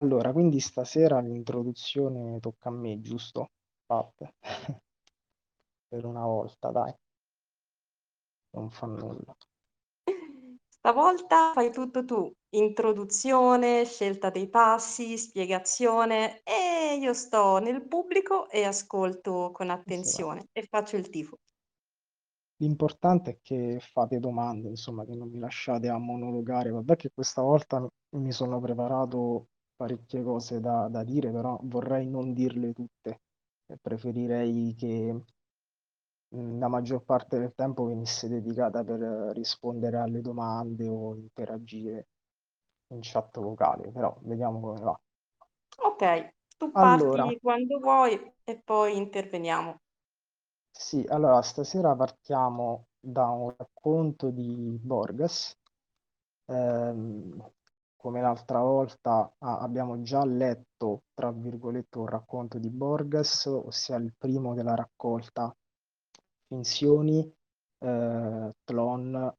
Allora, quindi stasera l'introduzione tocca a me, giusto? Pat? Per una volta, dai, non fa nulla. Stavolta fai tutto tu, introduzione, scelta dei passi, spiegazione e io sto nel pubblico e ascolto con Esatto. attenzione e faccio il tifo. L'importante è che fate domande, insomma, che non mi lasciate a monologare. Vabbè che questa volta mi sono preparato parecchie cose da dire, però vorrei non dirle tutte. E preferirei che la maggior parte del tempo venisse dedicata per rispondere alle domande o interagire in chat vocale, però vediamo come va. Ok, tu Allora, parti quando vuoi e poi interveniamo. sì, allora stasera partiamo da un racconto di Borges. Ehm, Come l'altra volta abbiamo già letto, tra virgolette, un racconto di Borges, ossia il primo della raccolta Finzioni, Tlon,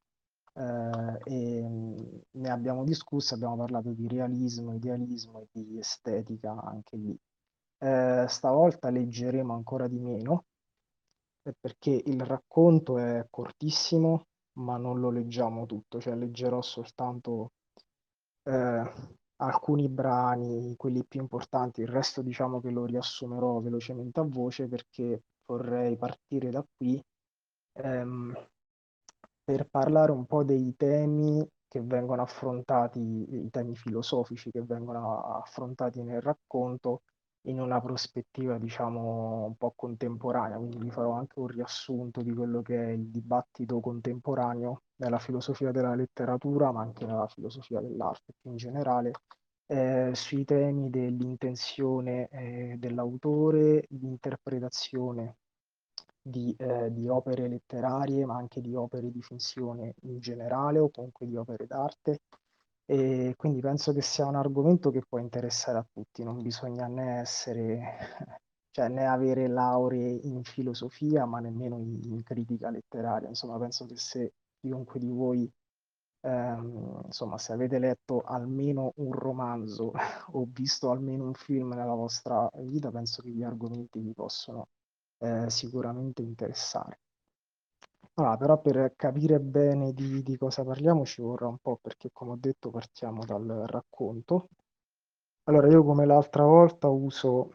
ne abbiamo discusso, abbiamo parlato di realismo, idealismo e di estetica anche lì. Stavolta leggeremo ancora di meno, perché il racconto è cortissimo, ma non lo leggiamo tutto, cioè leggerò soltanto eh, alcuni brani, quelli più importanti, il resto diciamo che lo riassumerò velocemente a voce perché vorrei partire da qui ehm, per parlare un po' dei temi che vengono affrontati, i temi filosofici che vengono affrontati nel racconto in una prospettiva, diciamo, un po' contemporanea, quindi vi farò anche un riassunto di quello che è il dibattito contemporaneo nella filosofia della letteratura, ma anche nella filosofia dell'arte più in generale, sui temi dell'intenzione, dell'autore, l'interpretazione di opere letterarie, ma anche di opere di finzione in generale o comunque di opere d'arte. E quindi penso che sia un argomento che può interessare a tutti, non bisogna né essere, cioè né avere lauree in filosofia, ma nemmeno in critica letteraria. Insomma, penso che se chiunque di voi, insomma, se avete letto almeno un romanzo o visto almeno un film nella vostra vita, penso che gli argomenti vi possono sicuramente interessare. Allora, però per capire bene di cosa parliamo ci vorrà un po', perché come ho detto partiamo dal racconto. Allora, io come l'altra volta uso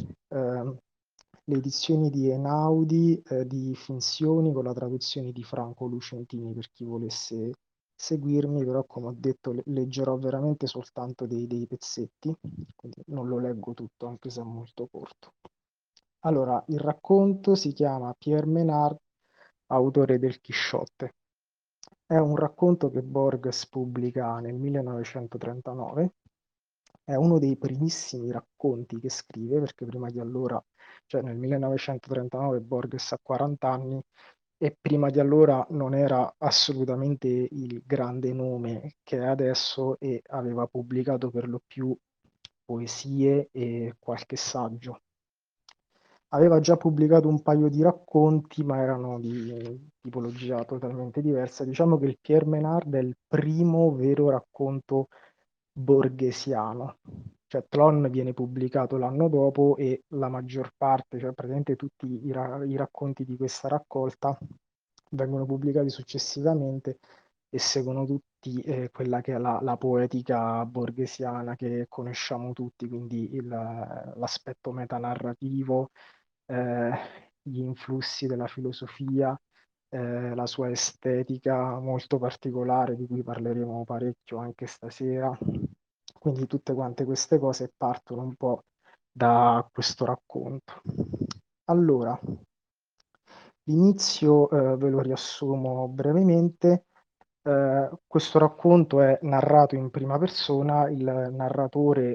le edizioni di Einaudi, di Finzioni con la traduzione di Franco Lucentini per chi volesse seguirmi, però come ho detto leggerò veramente soltanto dei pezzetti, quindi non lo leggo tutto anche se è molto corto. Allora, il racconto si chiama Pierre Menard, autore del Chisciotte. È un racconto che Borges pubblica nel 1939. È uno dei primissimi racconti che scrive, perché prima di allora, cioè nel 1939, Borges ha 40 anni e prima di allora non era assolutamente il grande nome che è adesso e aveva pubblicato per lo più poesie e qualche saggio. Aveva già pubblicato un paio di racconti, ma erano di tipologia totalmente diversa. Diciamo che il Pierre Menard è il primo vero racconto borghesiano. Cioè, Tlon viene pubblicato l'anno dopo e la maggior parte, cioè praticamente tutti i racconti di questa raccolta vengono pubblicati successivamente e seguono tutti quella che è la poetica borghesiana che conosciamo tutti, quindi l'aspetto metanarrativo, eh, gli influssi della filosofia, la sua estetica molto particolare, di cui parleremo parecchio anche stasera. Quindi tutte quante queste cose partono un po' da questo racconto. Allora, l'inizio ve lo riassumo brevemente. Questo racconto è narrato in prima persona, il narratore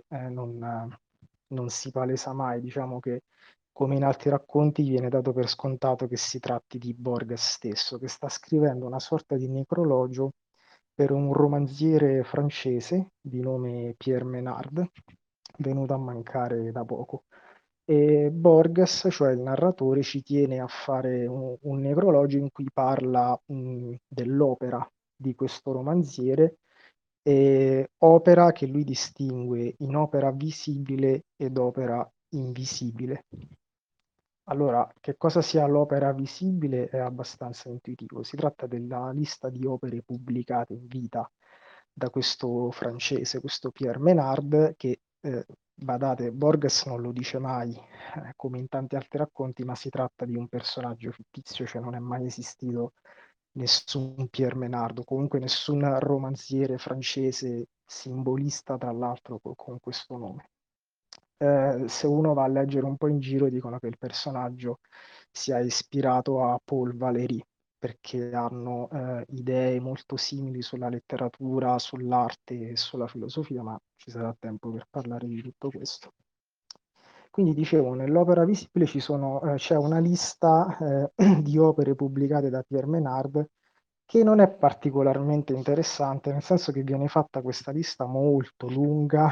non si palesa mai, diciamo che come in altri racconti viene dato per scontato che si tratti di Borges stesso, che sta scrivendo una sorta di necrologio per un romanziere francese di nome Pierre Menard, venuto a mancare da poco. E Borges, cioè il narratore, ci tiene a fare un necrologio in cui parla dell'opera di questo romanziere e opera che lui distingue in opera visibile ed opera invisibile. Allora, che cosa sia l'opera visibile è abbastanza intuitivo. Si tratta della lista di opere pubblicate in vita da questo francese, questo Pierre Menard, che, badate, Borges non lo dice mai, come in tanti altri racconti, ma si tratta di un personaggio fittizio, cioè non è mai esistito nessun Pierre Menard, o comunque nessun romanziere francese simbolista, tra l'altro, con questo nome. Se uno va a leggere un po' in giro dicono che il personaggio sia ispirato a Paul Valéry perché hanno idee molto simili sulla letteratura, sull'arte e sulla filosofia, ma ci sarà tempo per parlare di tutto questo. Quindi dicevo, nell'opera visibile c'è una lista di opere pubblicate da Pierre Menard che non è particolarmente interessante, nel senso che viene fatta questa lista molto lunga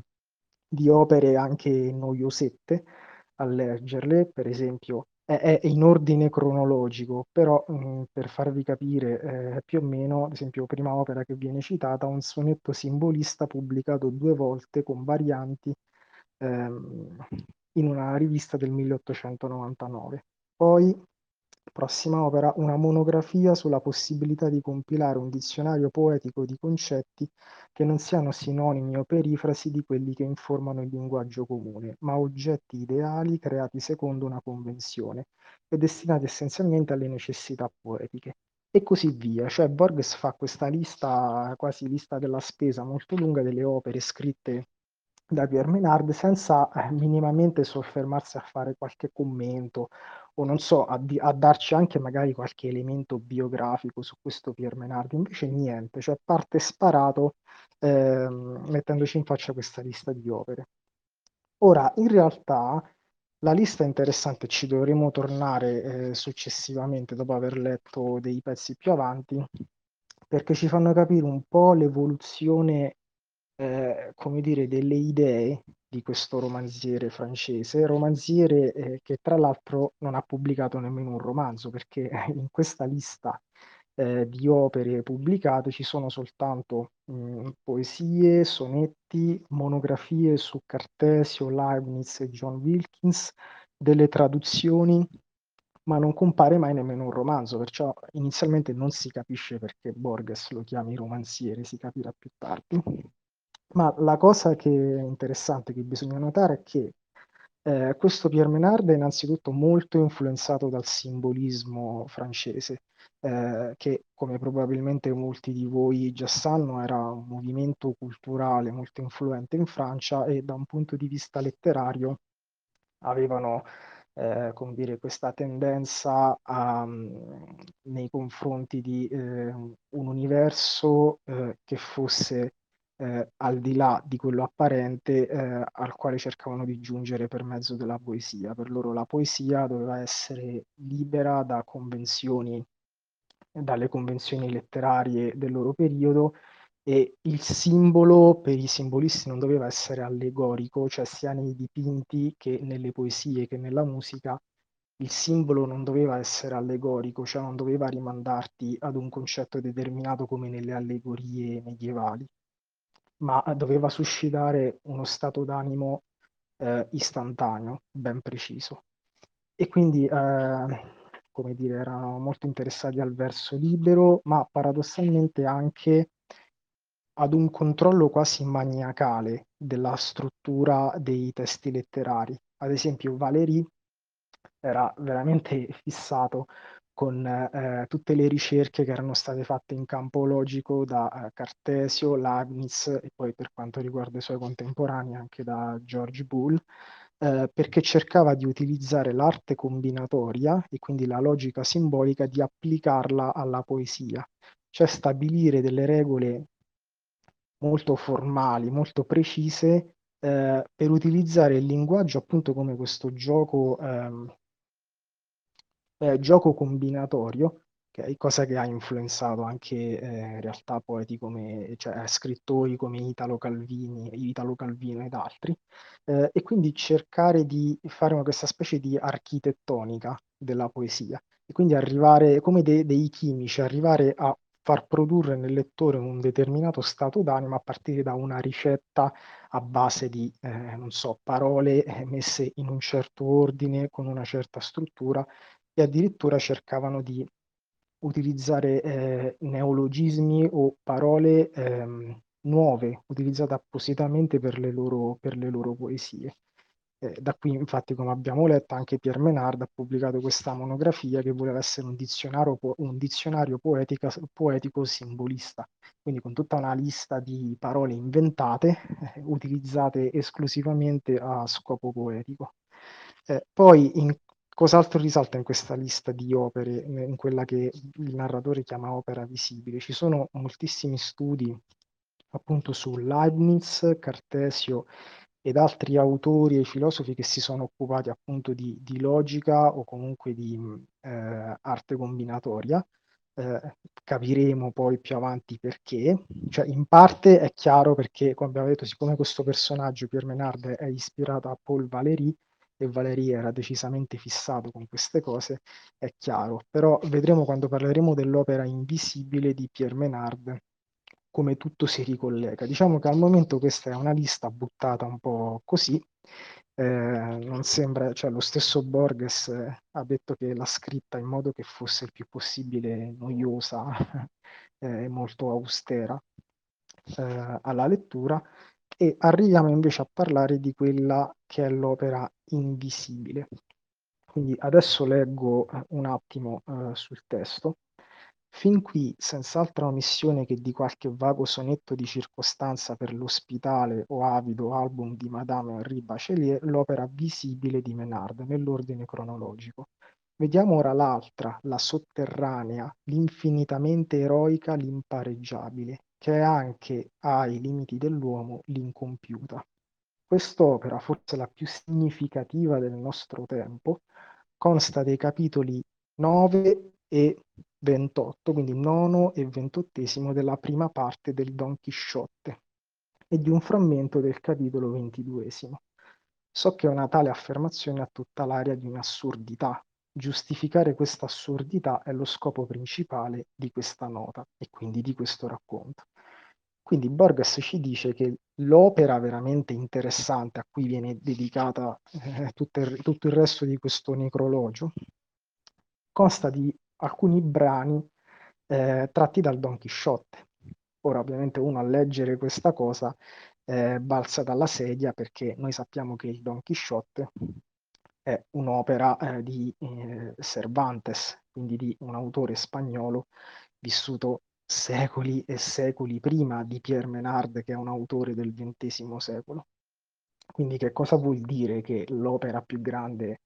di opere anche noiosette a leggerle, per esempio è in ordine cronologico, però per farvi capire più o meno, ad esempio, prima opera che viene citata, un sonetto simbolista pubblicato 2 volte con varianti ehm, in una rivista del 1899. Poi, prossima opera, una monografia sulla possibilità di compilare un dizionario poetico di concetti che non siano sinonimi o perifrasi di quelli che informano il linguaggio comune, ma oggetti ideali creati secondo una convenzione e destinati essenzialmente alle necessità poetiche. E così via. Cioè Borges fa questa lista, quasi lista della spesa molto lunga delle opere scritte da Pierre Menard senza minimamente soffermarsi a fare qualche commento o non so, a darci anche magari qualche elemento biografico su questo Pierre Menard. Invece niente, cioè parte sparato mettendoci in faccia questa lista di opere. Ora, in realtà la lista è interessante, ci dovremo tornare successivamente dopo aver letto dei pezzi più avanti, perché ci fanno capire un po' l'evoluzione, come dire, delle idee di questo romanziere francese, romanziere che tra l'altro non ha pubblicato nemmeno un romanzo, perché in questa lista di opere pubblicate ci sono soltanto poesie, sonetti, monografie su Cartesio, Leibniz e John Wilkins, delle traduzioni, ma non compare mai nemmeno un romanzo, perciò inizialmente non si capisce perché Borges lo chiami romanziere, si capirà più tardi. Ma la cosa che è interessante che bisogna notare è che questo Pierre Menard è innanzitutto molto influenzato dal simbolismo francese, che come probabilmente molti di voi già sanno era un movimento culturale molto influente in Francia e da un punto di vista letterario avevano come dire, questa tendenza nei confronti di un universo che fosse al di là di quello apparente al quale cercavano di giungere per mezzo della poesia. Per loro la poesia doveva essere libera dalle convenzioni letterarie del loro periodo e il simbolo per i simbolisti non doveva essere allegorico, cioè sia nei dipinti che nelle poesie che nella musica, il simbolo non doveva essere allegorico, cioè non doveva rimandarti ad un concetto determinato come nelle allegorie medievali, ma doveva suscitare uno stato d'animo istantaneo, ben preciso. E quindi, come dire, erano molto interessati al verso libero, ma paradossalmente anche ad un controllo quasi maniacale della struttura dei testi letterari. Ad esempio, Valéry era veramente fissato con tutte le ricerche che erano state fatte in campo logico da Cartesio, Leibniz e poi per quanto riguarda i suoi contemporanei anche da George Boole, perché cercava di utilizzare l'arte combinatoria e quindi la logica simbolica di applicarla alla poesia, cioè stabilire delle regole molto formali, molto precise, per utilizzare il linguaggio appunto come questo gioco combinatorio, okay, cosa che ha influenzato anche in realtà poeti come, cioè scrittori come Italo Calvino ed altri, e quindi cercare di fare questa specie di architettonica della poesia e quindi arrivare come dei chimici, arrivare a far produrre nel lettore un determinato stato d'animo a partire da una ricetta a base di, non so, parole messe in un certo ordine, con una certa struttura, e addirittura cercavano di utilizzare neologismi o parole nuove, utilizzate appositamente per le loro poesie. Da qui, infatti, come abbiamo letto, anche Pierre Menard ha pubblicato questa monografia che voleva essere un dizionario poetico simbolista, quindi con tutta una lista di parole inventate, utilizzate esclusivamente a scopo poetico. Cos'altro risalta in questa lista di opere, in quella che il narratore chiama opera visibile? Ci sono moltissimi studi appunto su Leibniz, Cartesio ed altri autori e filosofi che si sono occupati appunto di logica o comunque di arte combinatoria. Capiremo poi più avanti perché, cioè in parte è chiaro perché, come abbiamo detto, siccome questo personaggio, Pierre Menard, è ispirato a Paul Valéry e Valéry era decisamente fissato con queste cose, è chiaro, però vedremo quando parleremo dell'opera invisibile di Pierre Menard come tutto si ricollega. Diciamo che al momento questa è una lista buttata un po' così, non sembra, cioè lo stesso Borges ha detto che l'ha scritta in modo che fosse il più possibile noiosa e molto austera alla lettura, e arriviamo invece a parlare di quella che è l'opera invisibile. Quindi adesso leggo un attimo sul testo. Fin qui, senz'altra omissione che di qualche vago sonetto di circostanza per l'ospitale o avido album di Madame Henri Bachelier, l'opera visibile di Menard, nell'ordine cronologico. Vediamo ora l'altra, la sotterranea, l'infinitamente eroica, l'impareggiabile, che è anche ai limiti dell'uomo l'incompiuta. Quest'opera, forse la più significativa del nostro tempo, consta dei capitoli 9 e 28, quindi nono e ventottesimo della prima parte del Don Chisciotte e di un frammento del capitolo 22esimo. So che una tale affermazione ha tutta l'aria di un'assurdità. Giustificare questa assurdità è lo scopo principale di questa nota e quindi di questo racconto. Quindi Borges ci dice che l'opera veramente interessante a cui viene dedicata tutto il resto di questo necrologio consta di alcuni brani tratti dal Don Chisciotte. Ora, ovviamente, uno a leggere questa cosa balza dalla sedia perché noi sappiamo che il Don Chisciotte è un'opera di Cervantes, quindi di un autore spagnolo vissuto secoli e secoli prima di Pierre Menard, che è un autore del XX secolo. Quindi che cosa vuol dire che l'opera più grande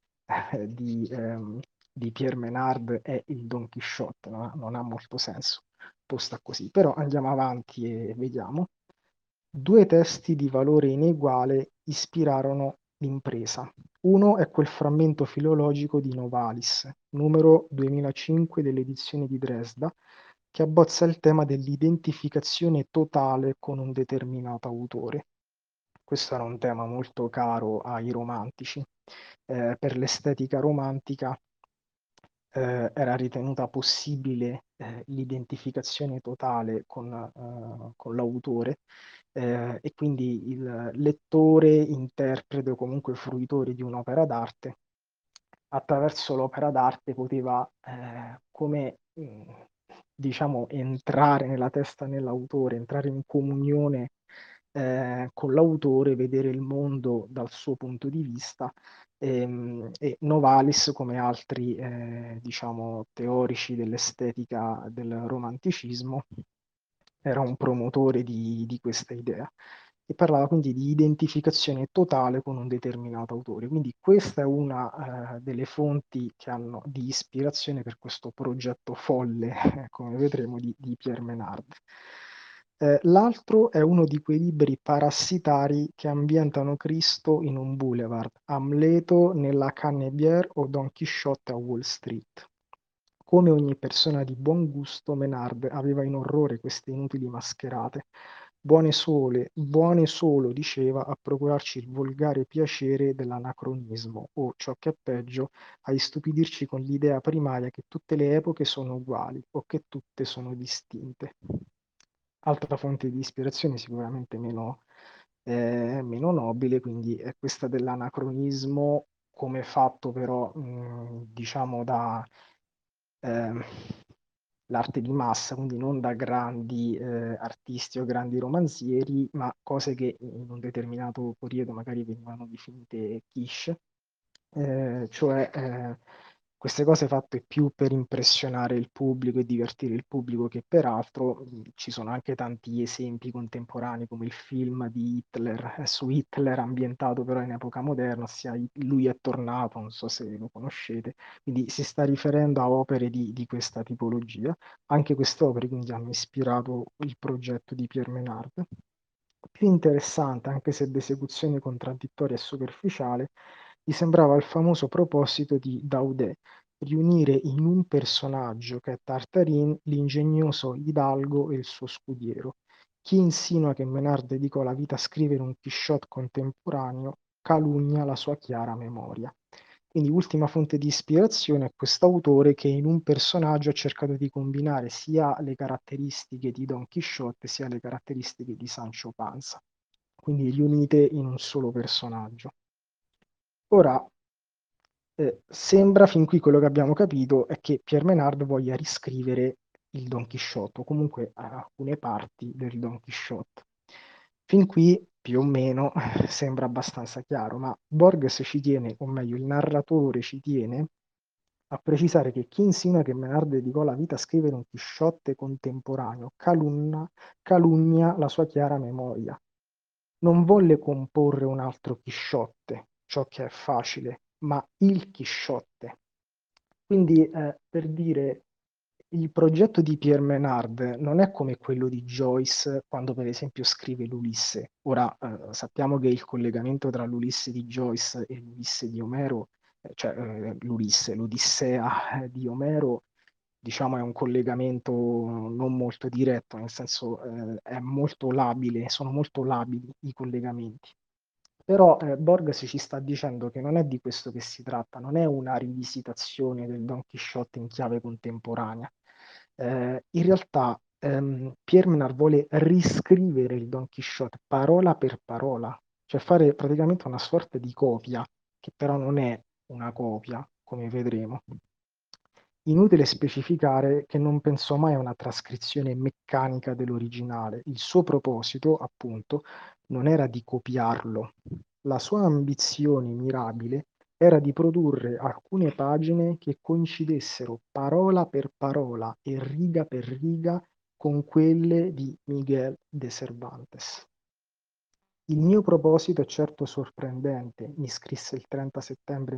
di Pierre Menard è il Don Chisciotte? Non ha molto senso posta così, però andiamo avanti e vediamo. Due testi di valore ineguale ispirarono l'impresa. Uno è quel frammento filologico di Novalis, numero 2005 delle edizioni di Dresda, che abbozza il tema dell'identificazione totale con un determinato autore. Questo era un tema molto caro ai romantici. Per l'estetica romantica era ritenuta possibile l'identificazione totale con l'autore, e quindi il lettore, interprete o comunque fruitore di un'opera d'arte, attraverso l'opera d'arte poteva come diciamo entrare nella testa nell'autore, entrare in comunione con l'autore, vedere il mondo dal suo punto di vista. E Novalis, come altri diciamo, teorici dell'estetica del romanticismo, era un promotore di questa idea e parlava quindi di identificazione totale con un determinato autore. Quindi questa è una delle fonti che hanno di ispirazione per questo progetto folle, come vedremo, di Pierre Menard. L'altro è uno di quei libri parassitari che ambientano Cristo in un boulevard, Amleto nella Canebière o Don Chisciotte a Wall Street. Come ogni persona di buon gusto, Menard aveva in orrore queste inutili mascherate. buone solo, diceva, a procurarci il volgare piacere dell'anacronismo, o, ciò che è peggio, a istupidirci con l'idea primaria che tutte le epoche sono uguali o che tutte sono distinte. Altra fonte di ispirazione sicuramente meno nobile, quindi è questa dell'anacronismo come fatto però, diciamo, da ehm, l'arte di massa, quindi non da grandi artisti o grandi romanzieri, ma cose che in un determinato periodo magari venivano definite quiche, cioè queste cose fatte più per impressionare il pubblico e divertire il pubblico che peraltro ci sono anche tanti esempi contemporanei come il film di Hitler, su Hitler ambientato però in epoca moderna, ossia Lui è tornato, non so se lo conoscete, quindi si sta riferendo a opere di questa tipologia. Anche queste opere quindi hanno ispirato il progetto di Pierre Menard. Più interessante, anche se d'esecuzione contraddittoria e superficiale, gli sembrava il famoso proposito di Daudet, riunire in un personaggio che è Tartarin l'ingegnoso hidalgo e il suo scudiero. Chi insinua che Menard dedicò la vita a scrivere un Quixote contemporaneo calunnia la sua chiara memoria. Quindi ultima fonte di ispirazione è quest'autore che in un personaggio ha cercato di combinare sia le caratteristiche di Don Chisciotte sia le caratteristiche di Sancho Panza, quindi riunite in un solo personaggio. Ora, sembra fin qui quello che abbiamo capito è che Pierre Menard voglia riscrivere il Don Chisciotte, o comunque alcune parti del Don Chisciotte. Fin qui più o meno sembra abbastanza chiaro, ma Borges ci tiene, o meglio il narratore ci tiene, a precisare che chi insinua che Menard dedicò la vita a scrivere un Chisciotte contemporaneo calunnia la sua chiara memoria. Non volle comporre un altro Chisciotte, ciò che è facile, ma il Chisciotte. Quindi, per dire, il progetto di Pierre Menard non è come quello di Joyce quando, per esempio, scrive l'Ulisse. Ora, sappiamo che il collegamento tra l'Ulisse di Joyce e l'Ulisse di Omero, l'Odissea di Omero, diciamo, è un collegamento non molto diretto, nel senso, è molto labile, sono molto labili i collegamenti. Però Borges ci sta dicendo che non è di questo che si tratta, non è una rivisitazione del Don Chisciotte in chiave contemporanea. In realtà Pierre Menard vuole riscrivere il Don Chisciotte parola per parola, cioè fare praticamente una sorta di copia, che però non è una copia, come vedremo. Inutile specificare che non pensò mai a una trascrizione meccanica dell'originale. Il suo proposito, appunto, non era di copiarlo. La sua ambizione mirabile era di produrre alcune pagine che coincidessero parola per parola e riga per riga con quelle di Miguel de Cervantes. Il mio proposito è certo sorprendente, mi scrisse il 30 settembre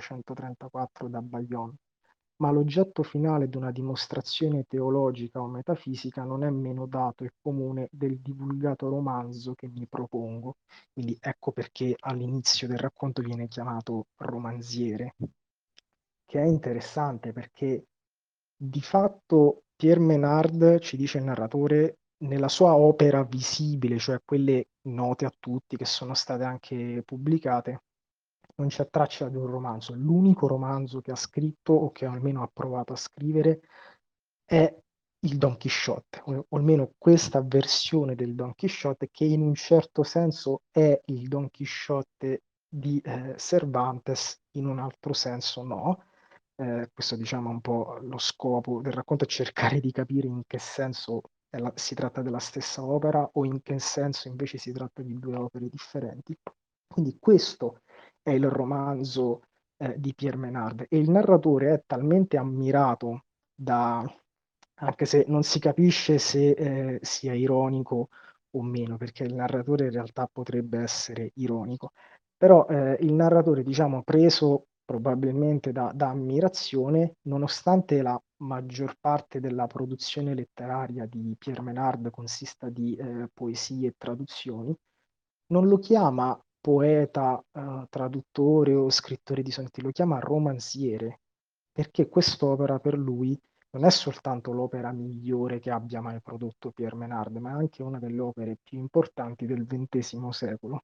1934 da Bayonne, ma l'oggetto finale di una dimostrazione teologica o metafisica non è meno dato e comune del divulgato romanzo che mi propongo. Quindi ecco perché all'inizio del racconto viene chiamato romanziere, che è interessante perché di fatto Pierre Menard, ci dice il narratore, nella sua opera visibile, cioè quelle note a tutti che sono state anche pubblicate, non c'è traccia di un romanzo. L'unico romanzo che ha scritto o che almeno ha provato a scrivere è il Don Chisciotte, o almeno questa versione del Don Chisciotte che in un certo senso è il Don Chisciotte di Cervantes, in un altro senso no. Questo diciamo è un po' lo scopo del racconto, è cercare di capire in che senso si tratta della stessa opera o in che senso invece si tratta di due opere differenti. Quindi questo è il romanzo di Pierre Menard e il narratore è talmente ammirato da, anche se non si capisce se sia ironico o meno, perché il narratore in realtà potrebbe essere ironico, però il narratore, diciamo, preso probabilmente da ammirazione, nonostante la maggior parte della produzione letteraria di Pierre Menard consista di poesie e traduzioni, non lo chiama poeta, traduttore o scrittore di sonetti, lo chiama romanziere, perché quest'opera per lui non è soltanto l'opera migliore che abbia mai prodotto Pierre Menard, ma è anche una delle opere più importanti del XX secolo.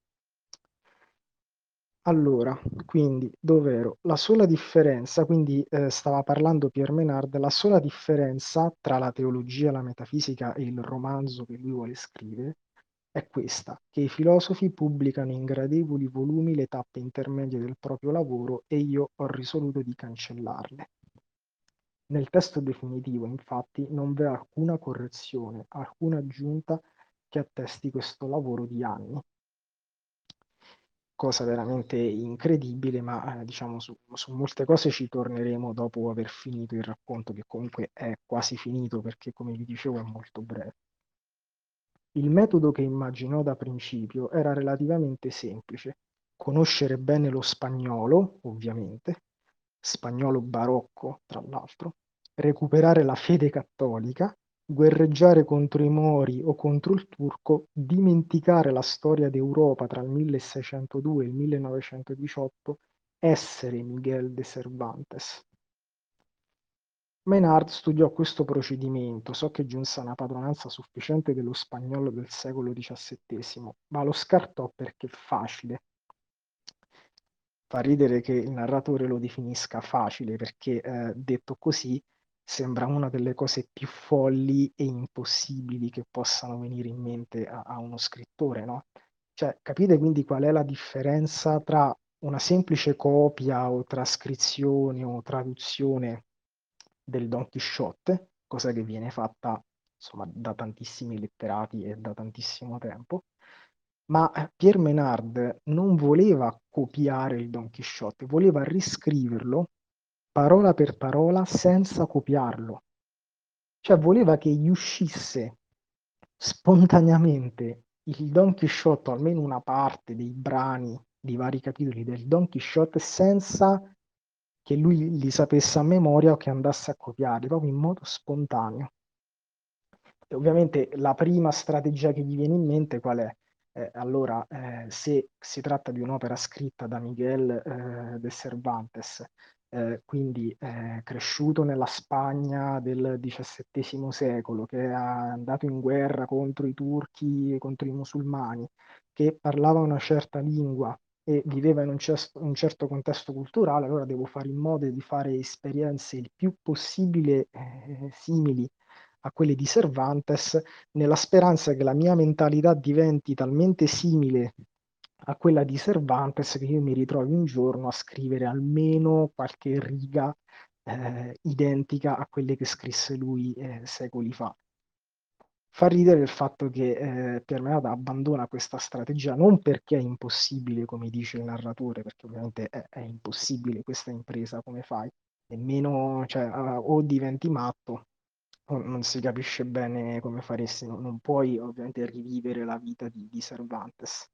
Allora, quindi, dov'ero? La sola differenza, quindi stava parlando Pierre Menard, la sola differenza tra la teologia, la metafisica e il romanzo che lui vuole scrivere è questa, che i filosofi pubblicano in gradevoli volumi le tappe intermedie del proprio lavoro e io ho risoluto di cancellarle. Nel testo definitivo, infatti, non v'è alcuna correzione, alcuna aggiunta che attesti questo lavoro di anni. Cosa veramente incredibile, ma diciamo su molte cose ci torneremo dopo aver finito il racconto, che comunque è quasi finito perché, come vi dicevo, è molto breve. Il metodo che immaginò da principio era relativamente semplice: conoscere bene lo spagnolo, ovviamente, spagnolo barocco tra l'altro, recuperare la fede cattolica, guerreggiare contro i Mori o contro il turco, dimenticare la storia d'Europa tra il 1602 e il 1918, essere Miguel de Cervantes. Maynard studiò questo procedimento, so che giunse a una padronanza sufficiente dello spagnolo del secolo XVII, ma lo scartò perché facile. Fa ridere che il narratore lo definisca facile perché detto così sembra una delle cose più folli e impossibili che possano venire in mente a uno scrittore, no? Cioè, capite quindi qual è la differenza tra una semplice copia o trascrizione o traduzione del Don Chisciotte, cosa che viene fatta insomma da tantissimi letterati e da tantissimo tempo, ma Pierre Menard non voleva copiare il Don Chisciotte, voleva riscriverlo parola per parola senza copiarlo. Cioè voleva che gli uscisse spontaneamente il Don Chisciotte, o almeno una parte dei brani, dei vari capitoli del Don Chisciotte, senza che lui li sapesse a memoria o che andasse a copiarli, proprio in modo spontaneo. E ovviamente la prima strategia che gli viene in mente qual è? Allora, se si tratta di un'opera scritta da Miguel de Cervantes, quindi cresciuto nella Spagna del XVII secolo, che è andato in guerra contro i turchi e contro i musulmani, che parlava una certa lingua e viveva in un certo contesto culturale, allora devo fare in modo di fare esperienze il più possibile simili a quelle di Cervantes, nella speranza che la mia mentalità diventi talmente simile a quella di Cervantes che io mi ritrovi un giorno a scrivere almeno qualche riga identica a quelle che scrisse lui secoli fa. Fa ridere il fatto che Pierre Menata abbandona questa strategia non perché è impossibile, come dice il narratore, perché ovviamente è impossibile questa impresa, come fai? Nemmeno, cioè, o diventi matto o non si capisce bene come faresti, non puoi ovviamente rivivere la vita di Cervantes.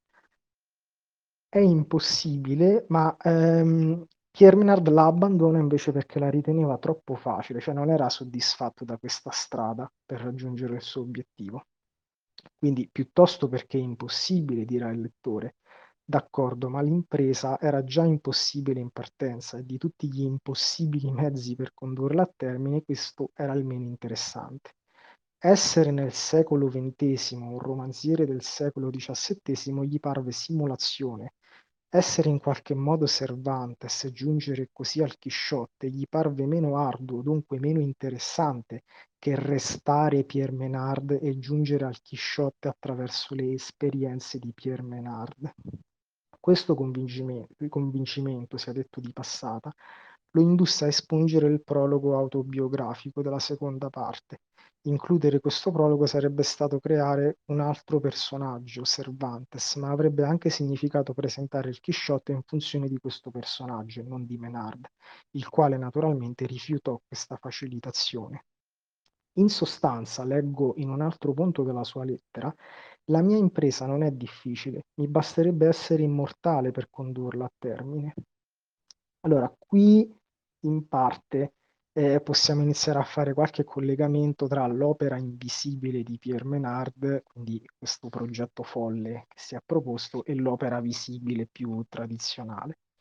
È impossibile, ma Pierre Menard la abbandona invece perché la riteneva troppo facile, cioè non era soddisfatto da questa strada per raggiungere il suo obiettivo. Quindi piuttosto perché è impossibile, dirà il lettore. D'accordo, ma l'impresa era già impossibile in partenza e di tutti gli impossibili mezzi per condurla a termine, questo era il meno interessante. Essere nel secolo XX un romanziere del secolo XVII gli parve simulazione. Essere in qualche modo Cervantes e giungere così al Chisciotte gli parve meno arduo, dunque meno interessante, che restare Pierre Menard e giungere al Chisciotte attraverso le esperienze di Pierre Menard. Questo convincimento, sia detto di passata, lo indusse a espungere il prologo autobiografico della seconda parte. Includere questo prologo sarebbe stato creare un altro personaggio, Cervantes, ma avrebbe anche significato presentare il Chisciotte in funzione di questo personaggio e non di Menard, il quale naturalmente rifiutò questa facilitazione. In sostanza, leggo in un altro punto della sua lettera, la mia impresa non è difficile, mi basterebbe essere immortale per condurla a termine. Allora, qui in parte possiamo iniziare a fare qualche collegamento tra l'opera invisibile di Pierre Menard, quindi questo progetto folle che si è proposto, e l'opera visibile più tradizionale.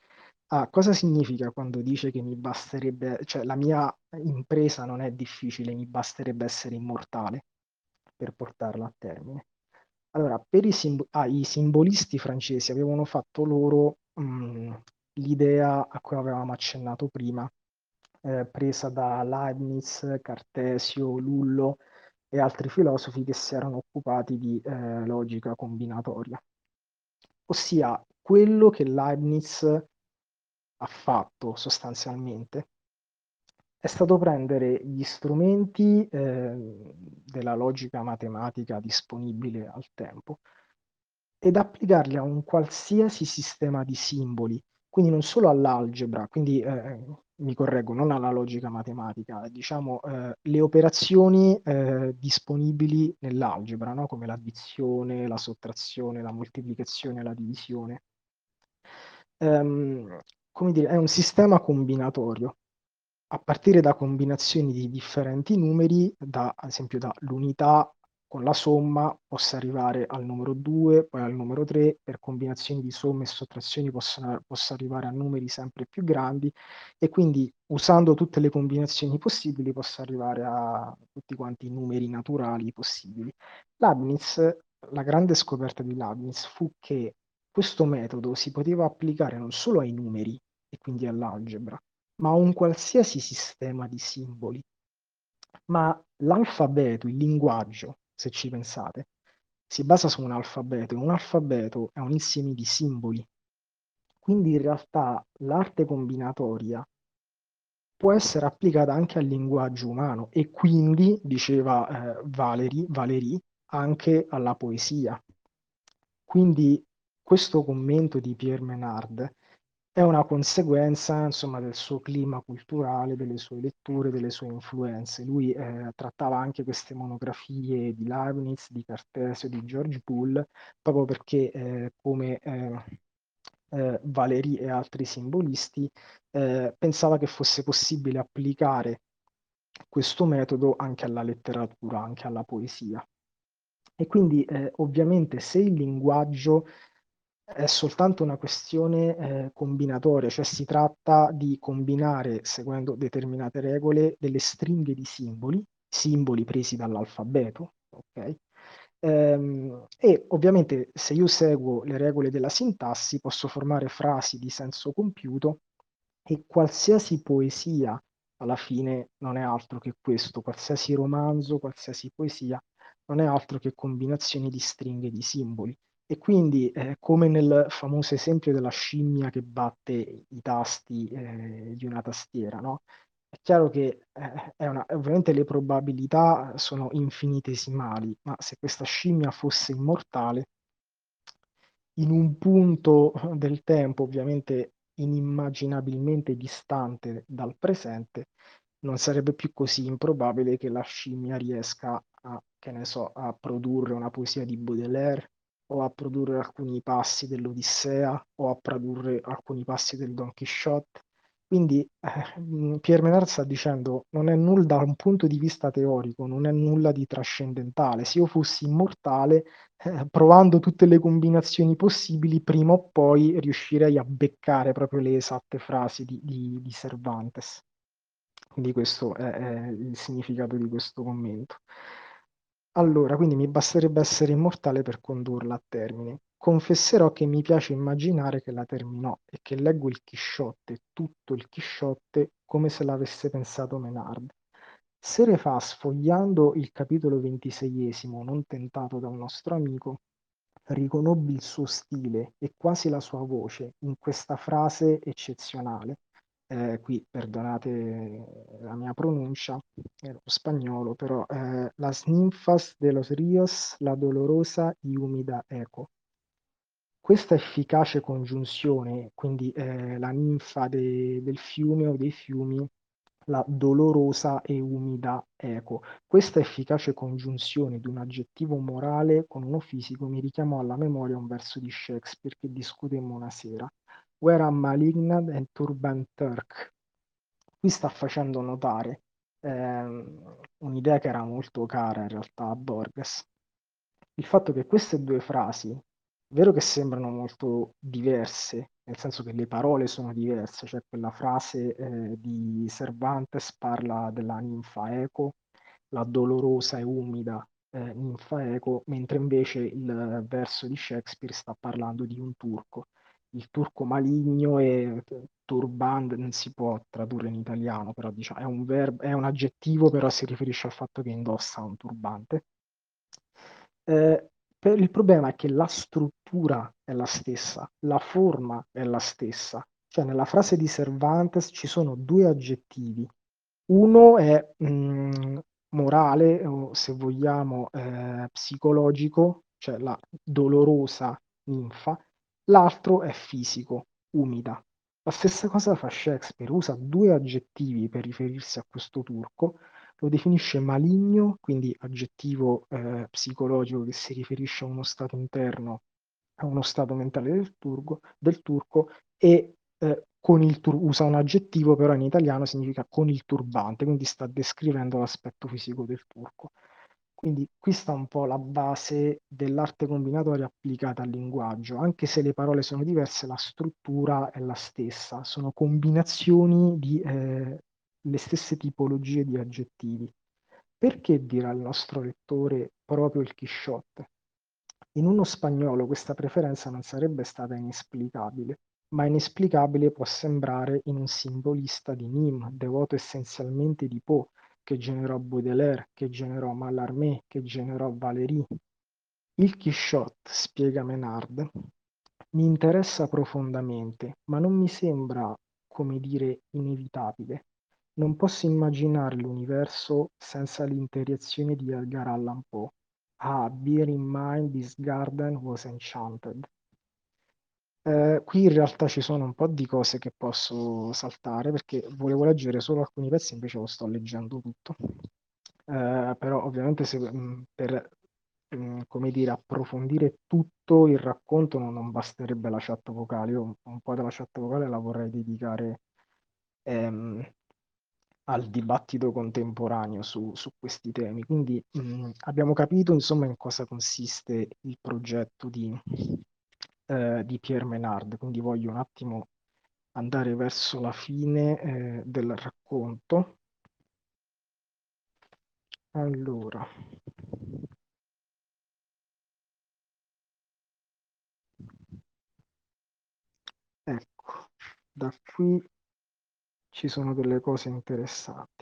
Cosa significa quando dice che mi basterebbe, cioè la mia impresa non è difficile, mi basterebbe essere immortale per portarla a termine? Allora, per i simbolisti francesi avevano fatto loro l'idea a cui avevamo accennato prima, presa da Leibniz, Cartesio, Lullo e altri filosofi che si erano occupati di logica combinatoria. Ossia, quello che Leibniz ha fatto sostanzialmente è stato prendere gli strumenti della logica matematica disponibile al tempo ed applicarli a un qualsiasi sistema di simboli, quindi non solo all'algebra, quindi mi correggo, non alla logica matematica, diciamo le operazioni disponibili nell'algebra, no? Come l'addizione, la sottrazione, la moltiplicazione, la divisione. Ehm, come dire, è un sistema combinatorio a partire da combinazioni di differenti numeri, ad esempio dall'unità con la somma possa arrivare al numero 2, poi al numero 3, per combinazioni di somme e sottrazioni possa arrivare a numeri sempre più grandi e quindi usando tutte le combinazioni possibili possa arrivare a tutti quanti i numeri naturali possibili. Leibniz, la grande scoperta di Leibniz fu che questo metodo si poteva applicare non solo ai numeri e quindi all'algebra, ma un qualsiasi sistema di simboli. Ma l'alfabeto, il linguaggio, se ci pensate, si basa su un alfabeto e un alfabeto è un insieme di simboli. Quindi in realtà l'arte combinatoria può essere applicata anche al linguaggio umano e quindi, diceva Valéry, anche alla poesia. Quindi questo commento di Pierre Menard è una conseguenza, insomma, del suo clima culturale, delle sue letture, delle sue influenze. Lui trattava anche queste monografie di Leibniz, di Cartesio, di George Boole, proprio perché, come Valéry e altri simbolisti, pensava che fosse possibile applicare questo metodo anche alla letteratura, anche alla poesia. E quindi ovviamente se il linguaggio è soltanto una questione combinatoria, cioè si tratta di combinare, seguendo determinate regole, delle stringhe di simboli, simboli presi dall'alfabeto, ok? E ovviamente se io seguo le regole della sintassi posso formare frasi di senso compiuto e qualsiasi poesia alla fine non è altro che questo, qualsiasi romanzo, qualsiasi poesia non è altro che combinazioni di stringhe di simboli. E quindi, come nel famoso esempio della scimmia che batte i tasti di una tastiera, no? È chiaro che ovviamente le probabilità sono infinitesimali, ma se questa scimmia fosse immortale, in un punto del tempo ovviamente inimmaginabilmente distante dal presente, non sarebbe più così improbabile che la scimmia riesca a, che ne so, a produrre una poesia di Baudelaire o a produrre alcuni passi dell'Odissea o a produrre alcuni passi del Don Quixote. Quindi Pierre Menard sta dicendo non è nulla da un punto di vista teorico, non è nulla di trascendentale. Se io fossi immortale, provando tutte le combinazioni possibili, prima o poi riuscirei a beccare proprio le esatte frasi di Cervantes. Quindi questo è il significato di questo commento. Allora, quindi mi basterebbe essere immortale per condurla a termine. Confesserò che mi piace immaginare che la terminò e che leggo il Chisciotte, tutto il Chisciotte, come se l'avesse pensato Menard. Sere fa, sfogliando il capitolo 26esimo, non tentato da un nostro amico, riconobbi il suo stile e quasi la sua voce in questa frase eccezionale. Qui perdonate la mia pronuncia, è lo spagnolo, però las ninfas de los ríos, la dolorosa y húmeda eco. Questa efficace congiunzione, quindi la ninfa del fiume o dei fiumi, la dolorosa e umida eco, questa efficace congiunzione di un aggettivo morale con uno fisico mi richiamò alla memoria un verso di Shakespeare che discutemmo una sera. Where a malignant and turban Turk. Qui sta facendo notare un'idea che era molto cara in realtà a Borges, il fatto che queste due frasi vero che sembrano molto diverse, nel senso che le parole sono diverse, cioè quella frase di Cervantes parla della ninfa Eco, la dolorosa e umida ninfa Eco, mentre invece il verso di Shakespeare sta parlando di un turco. Il turco maligno e turband non si può tradurre in italiano, però diciamo, è un è un aggettivo, però si riferisce al fatto che indossa un turbante. Il problema è che la struttura è la stessa, la forma è la stessa. Cioè, nella frase di Cervantes ci sono due aggettivi. Uno è morale, o se vogliamo, psicologico, cioè la dolorosa ninfa, l'altro è fisico, umida. La stessa cosa fa Shakespeare, usa due aggettivi per riferirsi a questo turco, lo definisce maligno, quindi aggettivo psicologico che si riferisce a uno stato interno, a uno stato mentale del turco e usa un aggettivo, però in italiano significa con il turbante, quindi sta descrivendo l'aspetto fisico del turco. Quindi qui sta un po' la base dell'arte combinatoria applicata al linguaggio, anche se le parole sono diverse, la struttura è la stessa, sono combinazioni di le stesse tipologie di aggettivi. Perché dirà il nostro lettore proprio il Chisciotte? In uno spagnolo questa preferenza non sarebbe stata inesplicabile, ma inesplicabile può sembrare in un simbolista di Nîmes, devoto essenzialmente di Poe, che generò Baudelaire, che generò Mallarmé, che generò Valéry. Il Quixote, spiega Menard, mi interessa profondamente, ma non mi sembra, come dire, inevitabile. Non posso immaginare l'universo senza l'interazione di Edgar Allan Poe. Ah, bear in mind this garden was enchanted. Qui in realtà ci sono un po' di cose che posso saltare perché volevo leggere solo alcuni pezzi, invece lo sto leggendo tutto. Però ovviamente per come dire, approfondire tutto il racconto non basterebbe la chat vocale. Io un po' della chat vocale la vorrei dedicare ehm, al dibattito contemporaneo su questi temi. Quindi abbiamo capito insomma in cosa consiste il progetto di Pierre Menard, quindi voglio un attimo andare verso la fine del racconto. Allora, ecco, da qui ci sono delle cose interessanti.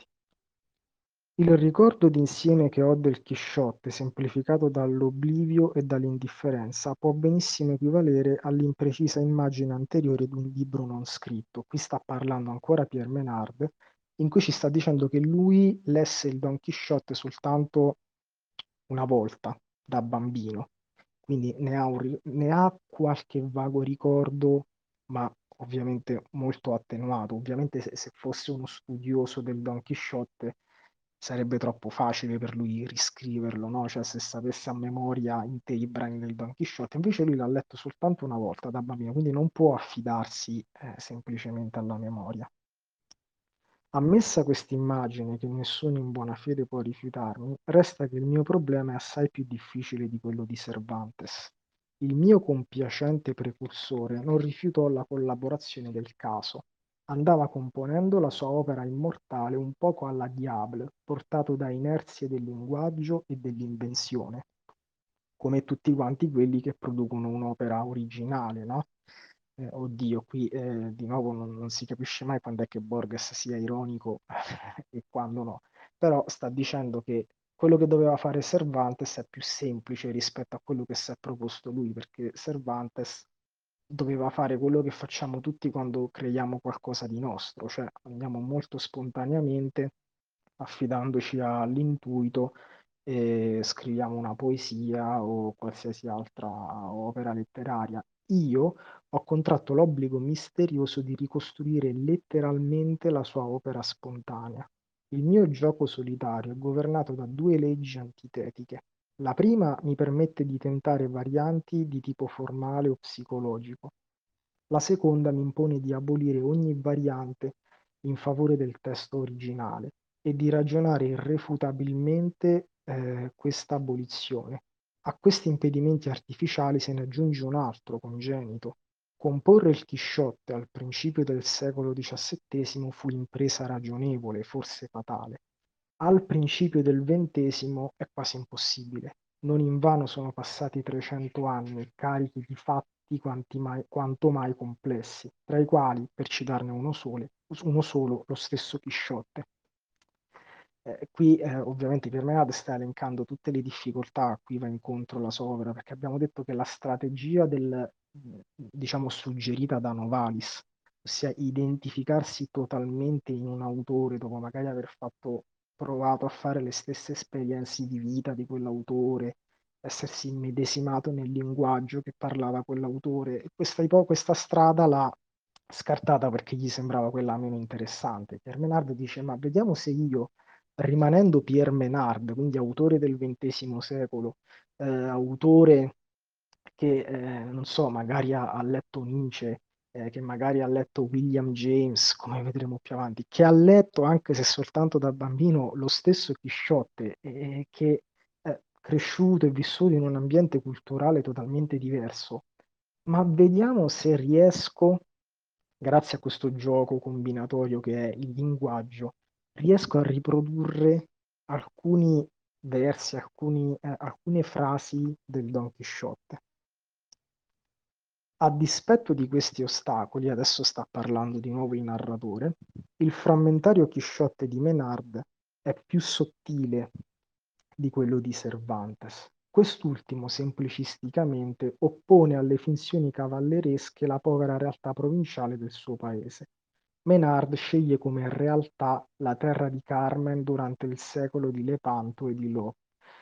Il ricordo d'insieme che ho del Chisciotte, semplificato dall'oblivio e dall'indifferenza, può benissimo equivalere all'imprecisa immagine anteriore di un libro non scritto. Qui sta parlando ancora Pierre Menard, in cui ci sta dicendo che lui lesse il Don Chisciotte soltanto una volta da bambino, quindi ne ha qualche vago ricordo, ma ovviamente molto attenuato. Ovviamente se fosse uno studioso del Don Chisciotte sarebbe troppo facile per lui riscriverlo, no? Cioè se sapesse a memoria interi brani del Don Chisciotte, invece lui l'ha letto soltanto una volta da bambino, quindi non può affidarsi semplicemente alla memoria. Ammessa quest'immagine che nessuno in buona fede può rifiutarmi, resta che il mio problema è assai più difficile di quello di Cervantes. Il mio compiacente precursore non rifiutò la collaborazione del caso. Andava componendo la sua opera immortale un poco alla diable, portato da inerzie del linguaggio e dell'invenzione, come tutti quanti quelli che producono un'opera originale, no? Oddio, qui di nuovo non si capisce mai quando è che Borges sia ironico e quando no, però sta dicendo che quello che doveva fare Cervantes è più semplice rispetto a quello che si è proposto lui, perché Cervantes doveva fare quello che facciamo tutti quando creiamo qualcosa di nostro, cioè andiamo molto spontaneamente affidandoci all'intuito e scriviamo una poesia o qualsiasi altra opera letteraria. Io ho contratto l'obbligo misterioso di ricostruire letteralmente la sua opera spontanea. Il mio gioco solitario è governato da due leggi antitetiche. La prima mi permette di tentare varianti di tipo formale o psicologico. La seconda mi impone di abolire ogni variante in favore del testo originale e di ragionare irrefutabilmente questa abolizione. A questi impedimenti artificiali se ne aggiunge un altro congenito. Comporre il Chisciotte al principio del secolo XVII fu impresa ragionevole, forse fatale. Al principio del XX è quasi impossibile. Non invano sono passati 300 anni, carichi di fatti quanto mai complessi, tra i quali, per citarne uno solo, lo stesso Chisciotte. Qui ovviamente Piermenade sta elencando tutte le difficoltà a cui va incontro la sua opera, perché abbiamo detto che la strategia diciamo, suggerita da Novalis, ossia identificarsi totalmente in un autore dopo magari aver provato a fare le stesse esperienze di vita di quell'autore, essersi immedesimato nel linguaggio che parlava quell'autore, e questa strada l'ha scartata perché gli sembrava quella meno interessante. Piermenard dice, ma vediamo se io rimanendo Pierre Menard, quindi autore del XX secolo, autore che, non so, magari ha letto Nietzsche, che magari ha letto William James, come vedremo più avanti, che ha letto, anche se soltanto da bambino, lo stesso Chisciotte, e che è cresciuto e vissuto in un ambiente culturale totalmente diverso. Ma vediamo se riesco, grazie a questo gioco combinatorio che è il linguaggio, riesco a riprodurre alcuni versi, alcune frasi del Don Chisciotte. A dispetto di questi ostacoli, adesso sta parlando di nuovo il narratore, il frammentario Chisciotte di Menard è più sottile di quello di Cervantes. Quest'ultimo semplicisticamente oppone alle finzioni cavalleresche la povera realtà provinciale del suo paese. Menard sceglie come realtà la terra di Carmen durante il secolo di Lepanto e di Lot,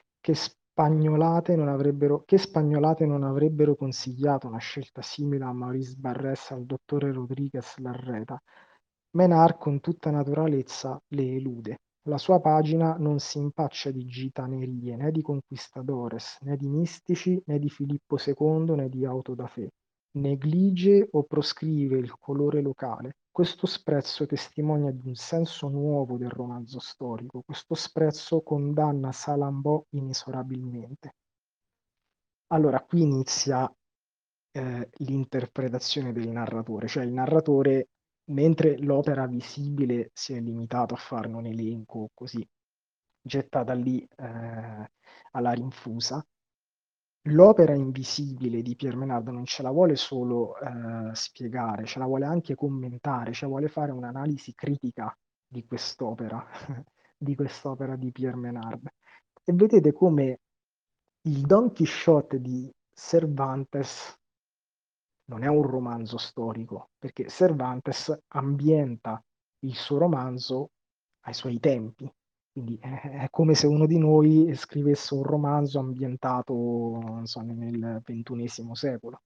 che spagnolate non avrebbero consigliato una scelta simile a Maurice Barrès e al dottore Rodriguez Larreta. Menard con tutta naturalezza le elude. La sua pagina non si impaccia di gitanerie, né di conquistadores, né di mistici, né di Filippo II, né di auto da fé. Neglige o proscrive il colore locale. Questo sprezzo testimonia di un senso nuovo del romanzo storico. Questo sprezzo condanna Salambò inesorabilmente. Allora, qui inizia l'interpretazione del narratore, cioè il narratore, mentre l'opera visibile si è limitato a farne un elenco così, gettata lì alla rinfusa, l'opera invisibile di Pierre Menard non ce la vuole solo spiegare, ce la vuole anche commentare, cioè vuole fare un'analisi critica di quest'opera, di quest'opera di Pierre Menard. E vedete come il Don Quixote di Cervantes non è un romanzo storico, perché Cervantes ambienta il suo romanzo ai suoi tempi. Quindi è come se uno di noi scrivesse un romanzo ambientato, non so, nel XXI secolo.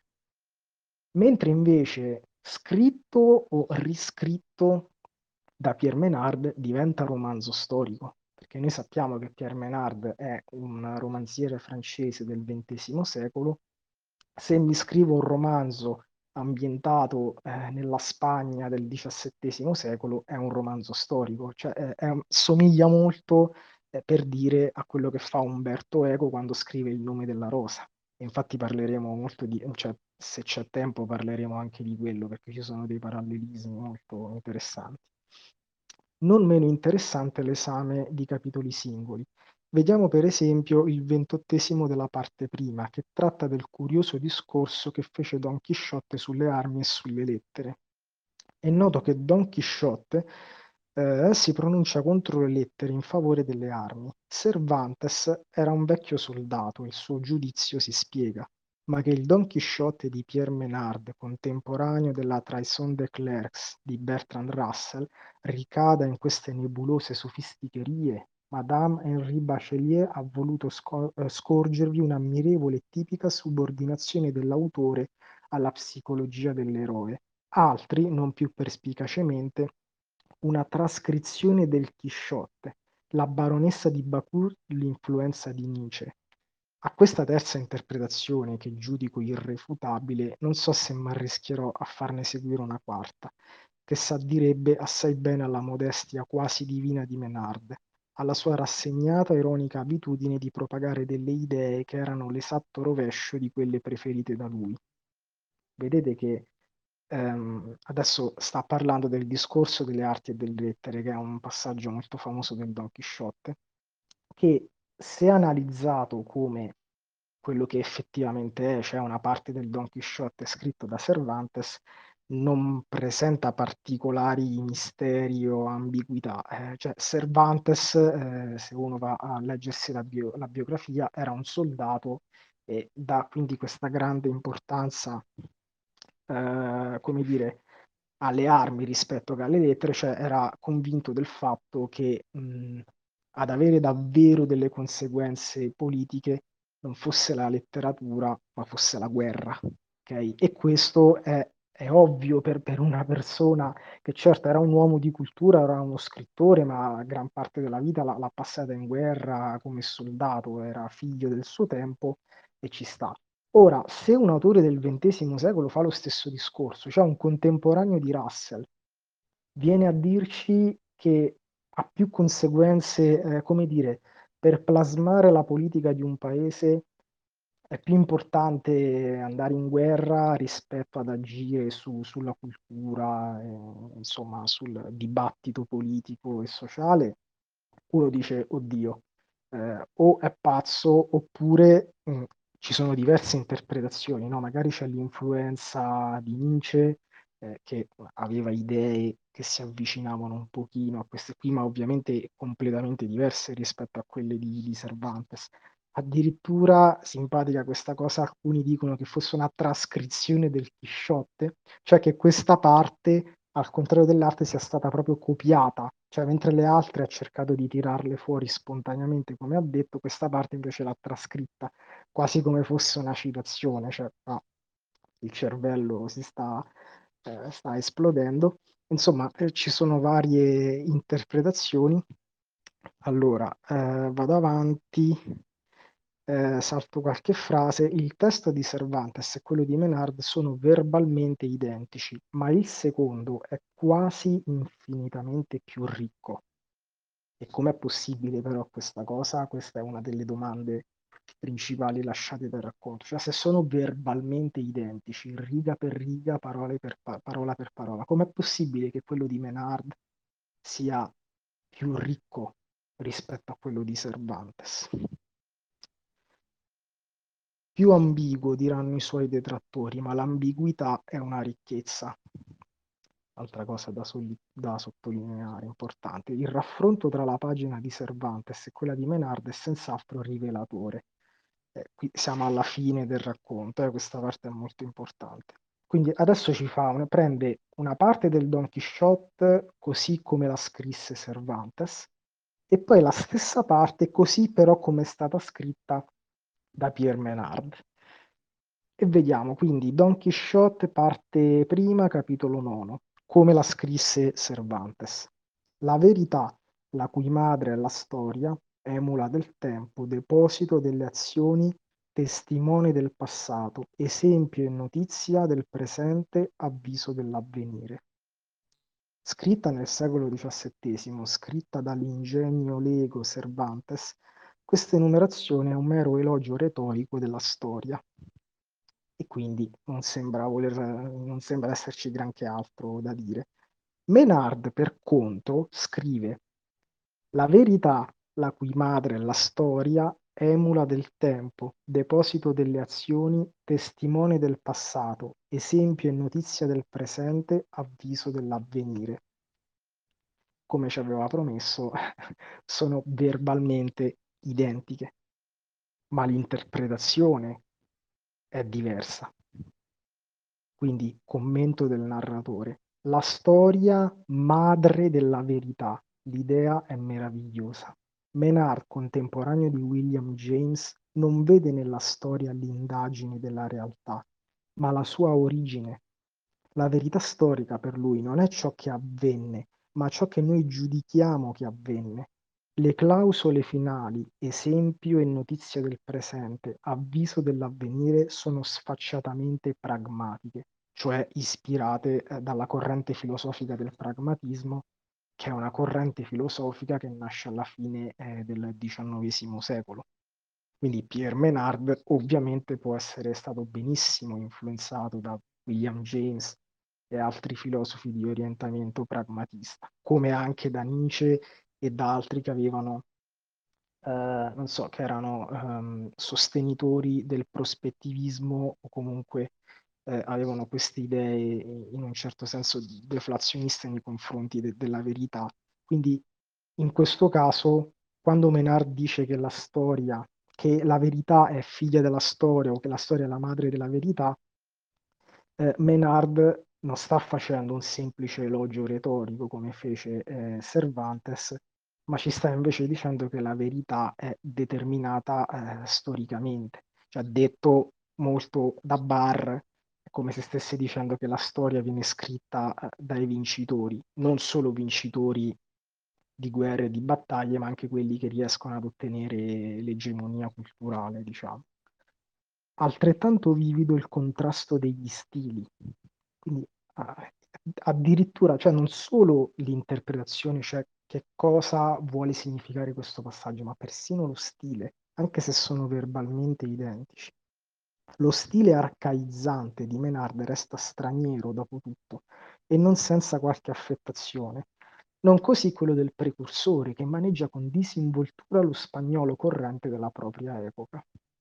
Mentre invece scritto o riscritto da Pierre Menard diventa romanzo storico, perché noi sappiamo che Pierre Menard è un romanziere francese del XX secolo. Se mi scrivo un romanzo ambientato nella Spagna del XVII secolo, è un romanzo storico, cioè somiglia molto, per dire, a quello che fa Umberto Eco quando scrive Il nome della rosa. E infatti parleremo molto cioè, se c'è tempo parleremo anche di quello, perché ci sono dei parallelismi molto interessanti. Non meno interessante è l'esame di capitoli singoli. Vediamo per esempio il 28° della parte prima, che tratta del curioso discorso che fece Don Chisciotte sulle armi e sulle lettere. È noto che Don Chisciotte si pronuncia contro le lettere in favore delle armi. Cervantes era un vecchio soldato, il suo giudizio si spiega, ma che il Don Chisciotte di Pierre Menard, contemporaneo della Trahison des Clercs di Bertrand Russell, ricada in queste nebulose sofisticherie. Madame Henri Bachelier ha voluto scorgervi un'ammirevole e tipica subordinazione dell'autore alla psicologia dell'eroe, altri, non più perspicacemente, una trascrizione del Chisciotte, la baronessa di Bacour, l'influenza di Nietzsche. A questa terza interpretazione, che giudico irrefutabile, non so se mi arrischierò a farne seguire una quarta, che s'addirebbe assai bene alla modestia quasi divina di Menard. alla sua rassegnata e ironica abitudine di propagare delle idee che erano l'esatto rovescio di quelle preferite da lui. Vedete che adesso sta parlando del discorso delle arti e delle lettere, che è un passaggio molto famoso del Don Chisciotte, che se analizzato come quello che effettivamente è, cioè una parte del Don Chisciotte scritto da Cervantes, non presenta particolari misteri o ambiguità. Cioè Cervantes, se uno va a leggersi la biografia, era un soldato e dà quindi questa grande importanza, come dire, alle armi rispetto che alle lettere, cioè era convinto del fatto che ad avere davvero delle conseguenze politiche non fosse la letteratura, ma fosse la guerra. Ok? E questo è ovvio per una persona che certo era un uomo di cultura, era uno scrittore, ma gran parte della vita l'ha passata in guerra come soldato, era figlio del suo tempo e ci sta. Ora, se un autore del XX secolo fa lo stesso discorso, cioè un contemporaneo di Russell, viene a dirci che ha più conseguenze, come dire, per plasmare la politica di un paese è più importante andare in guerra rispetto ad agire sulla cultura, insomma, sul dibattito politico e sociale. Uno dice, oddio, o è pazzo oppure ci sono diverse interpretazioni, no? Magari c'è l'influenza di Nietzsche, che aveva idee che si avvicinavano un pochino a queste qui, ma ovviamente completamente diverse rispetto a quelle di Cervantes. Addirittura simpatica questa cosa, alcuni dicono che fosse una trascrizione del Chisciotte, cioè che questa parte, al contrario dell'arte, sia stata proprio copiata, cioè mentre le altre ha cercato di tirarle fuori spontaneamente, come ha detto, questa parte invece l'ha trascritta, quasi come fosse una citazione, cioè il cervello sta esplodendo. Insomma, ci sono varie interpretazioni. Allora, vado avanti, salto qualche frase. Il testo di Cervantes e quello di Menard sono verbalmente identici, ma il secondo è quasi infinitamente più ricco. E com'è possibile però questa cosa? Questa è una delle domande principali lasciate dal racconto. Cioè, se sono verbalmente identici, riga per riga, parola per parola, com'è possibile che quello di Menard sia più ricco rispetto a quello di Cervantes? Più ambiguo, diranno i suoi detrattori, ma l'ambiguità è una ricchezza. Altra cosa da sottolineare, importante. Il raffronto tra la pagina di Cervantes e quella di Menard è senz'altro rivelatore. Qui siamo alla fine del racconto, questa parte è molto importante. Quindi adesso prende una parte del Don Quixote così come la scrisse Cervantes e poi la stessa parte così però come è stata scritta da Pierre Menard. E vediamo quindi Don Chisciotte parte prima, capitolo nono, come la scrisse Cervantes. La verità, la cui madre è la storia, emula del tempo, deposito delle azioni, testimone del passato, esempio e notizia del presente, avviso dell'avvenire. Scritta nel secolo XVII, scritta dall'ingegno lego Cervantes, questa enumerazione è un mero elogio retorico della storia e quindi non sembra esserci granché altro da dire. Menard, per contro, scrive: La verità, la cui madre è la storia, emula del tempo, deposito delle azioni, testimone del passato, esempio e notizia del presente, avviso dell'avvenire. Come ci aveva promesso, sono verbalmente identiche, ma l'interpretazione è diversa. Quindi, commento del narratore. La storia madre della verità. L'idea è meravigliosa. Menard, contemporaneo di William James, non vede nella storia l'indagine della realtà, ma la sua origine. La verità storica per lui non è ciò che avvenne, ma ciò che noi giudichiamo che avvenne. Le clausole finali, esempio e notizia del presente, avviso dell'avvenire, sono sfacciatamente pragmatiche, cioè ispirate dalla corrente filosofica del pragmatismo che è una corrente filosofica che nasce alla fine del XIX secolo. Quindi Pierre Menard ovviamente può essere stato benissimo influenzato da William James e altri filosofi di orientamento pragmatista, come anche da Nietzsche e da altri che avevano, non so, che erano sostenitori del prospettivismo o comunque avevano queste idee in un certo senso deflazioniste nei confronti della verità. Quindi in questo caso, quando Menard dice che la storia, che la verità è figlia della storia o che la storia è la madre della verità, Menard non sta facendo un semplice elogio retorico come fece Cervantes, ma ci sta invece dicendo che la verità è determinata storicamente. Cioè, detto molto da bar, è come se stesse dicendo che la storia viene scritta dai vincitori, non solo vincitori di guerre e di battaglie, ma anche quelli che riescono ad ottenere l'egemonia culturale, diciamo. Altrettanto vivido il contrasto degli stili. Quindi addirittura, cioè non solo l'interpretazione, cioè che cosa vuole significare questo passaggio, ma persino lo stile, anche se sono verbalmente identici. Lo stile arcaizzante di Menard resta straniero dopo tutto e non senza qualche affettazione. Non così quello del precursore, che maneggia con disinvoltura lo spagnolo corrente della propria epoca.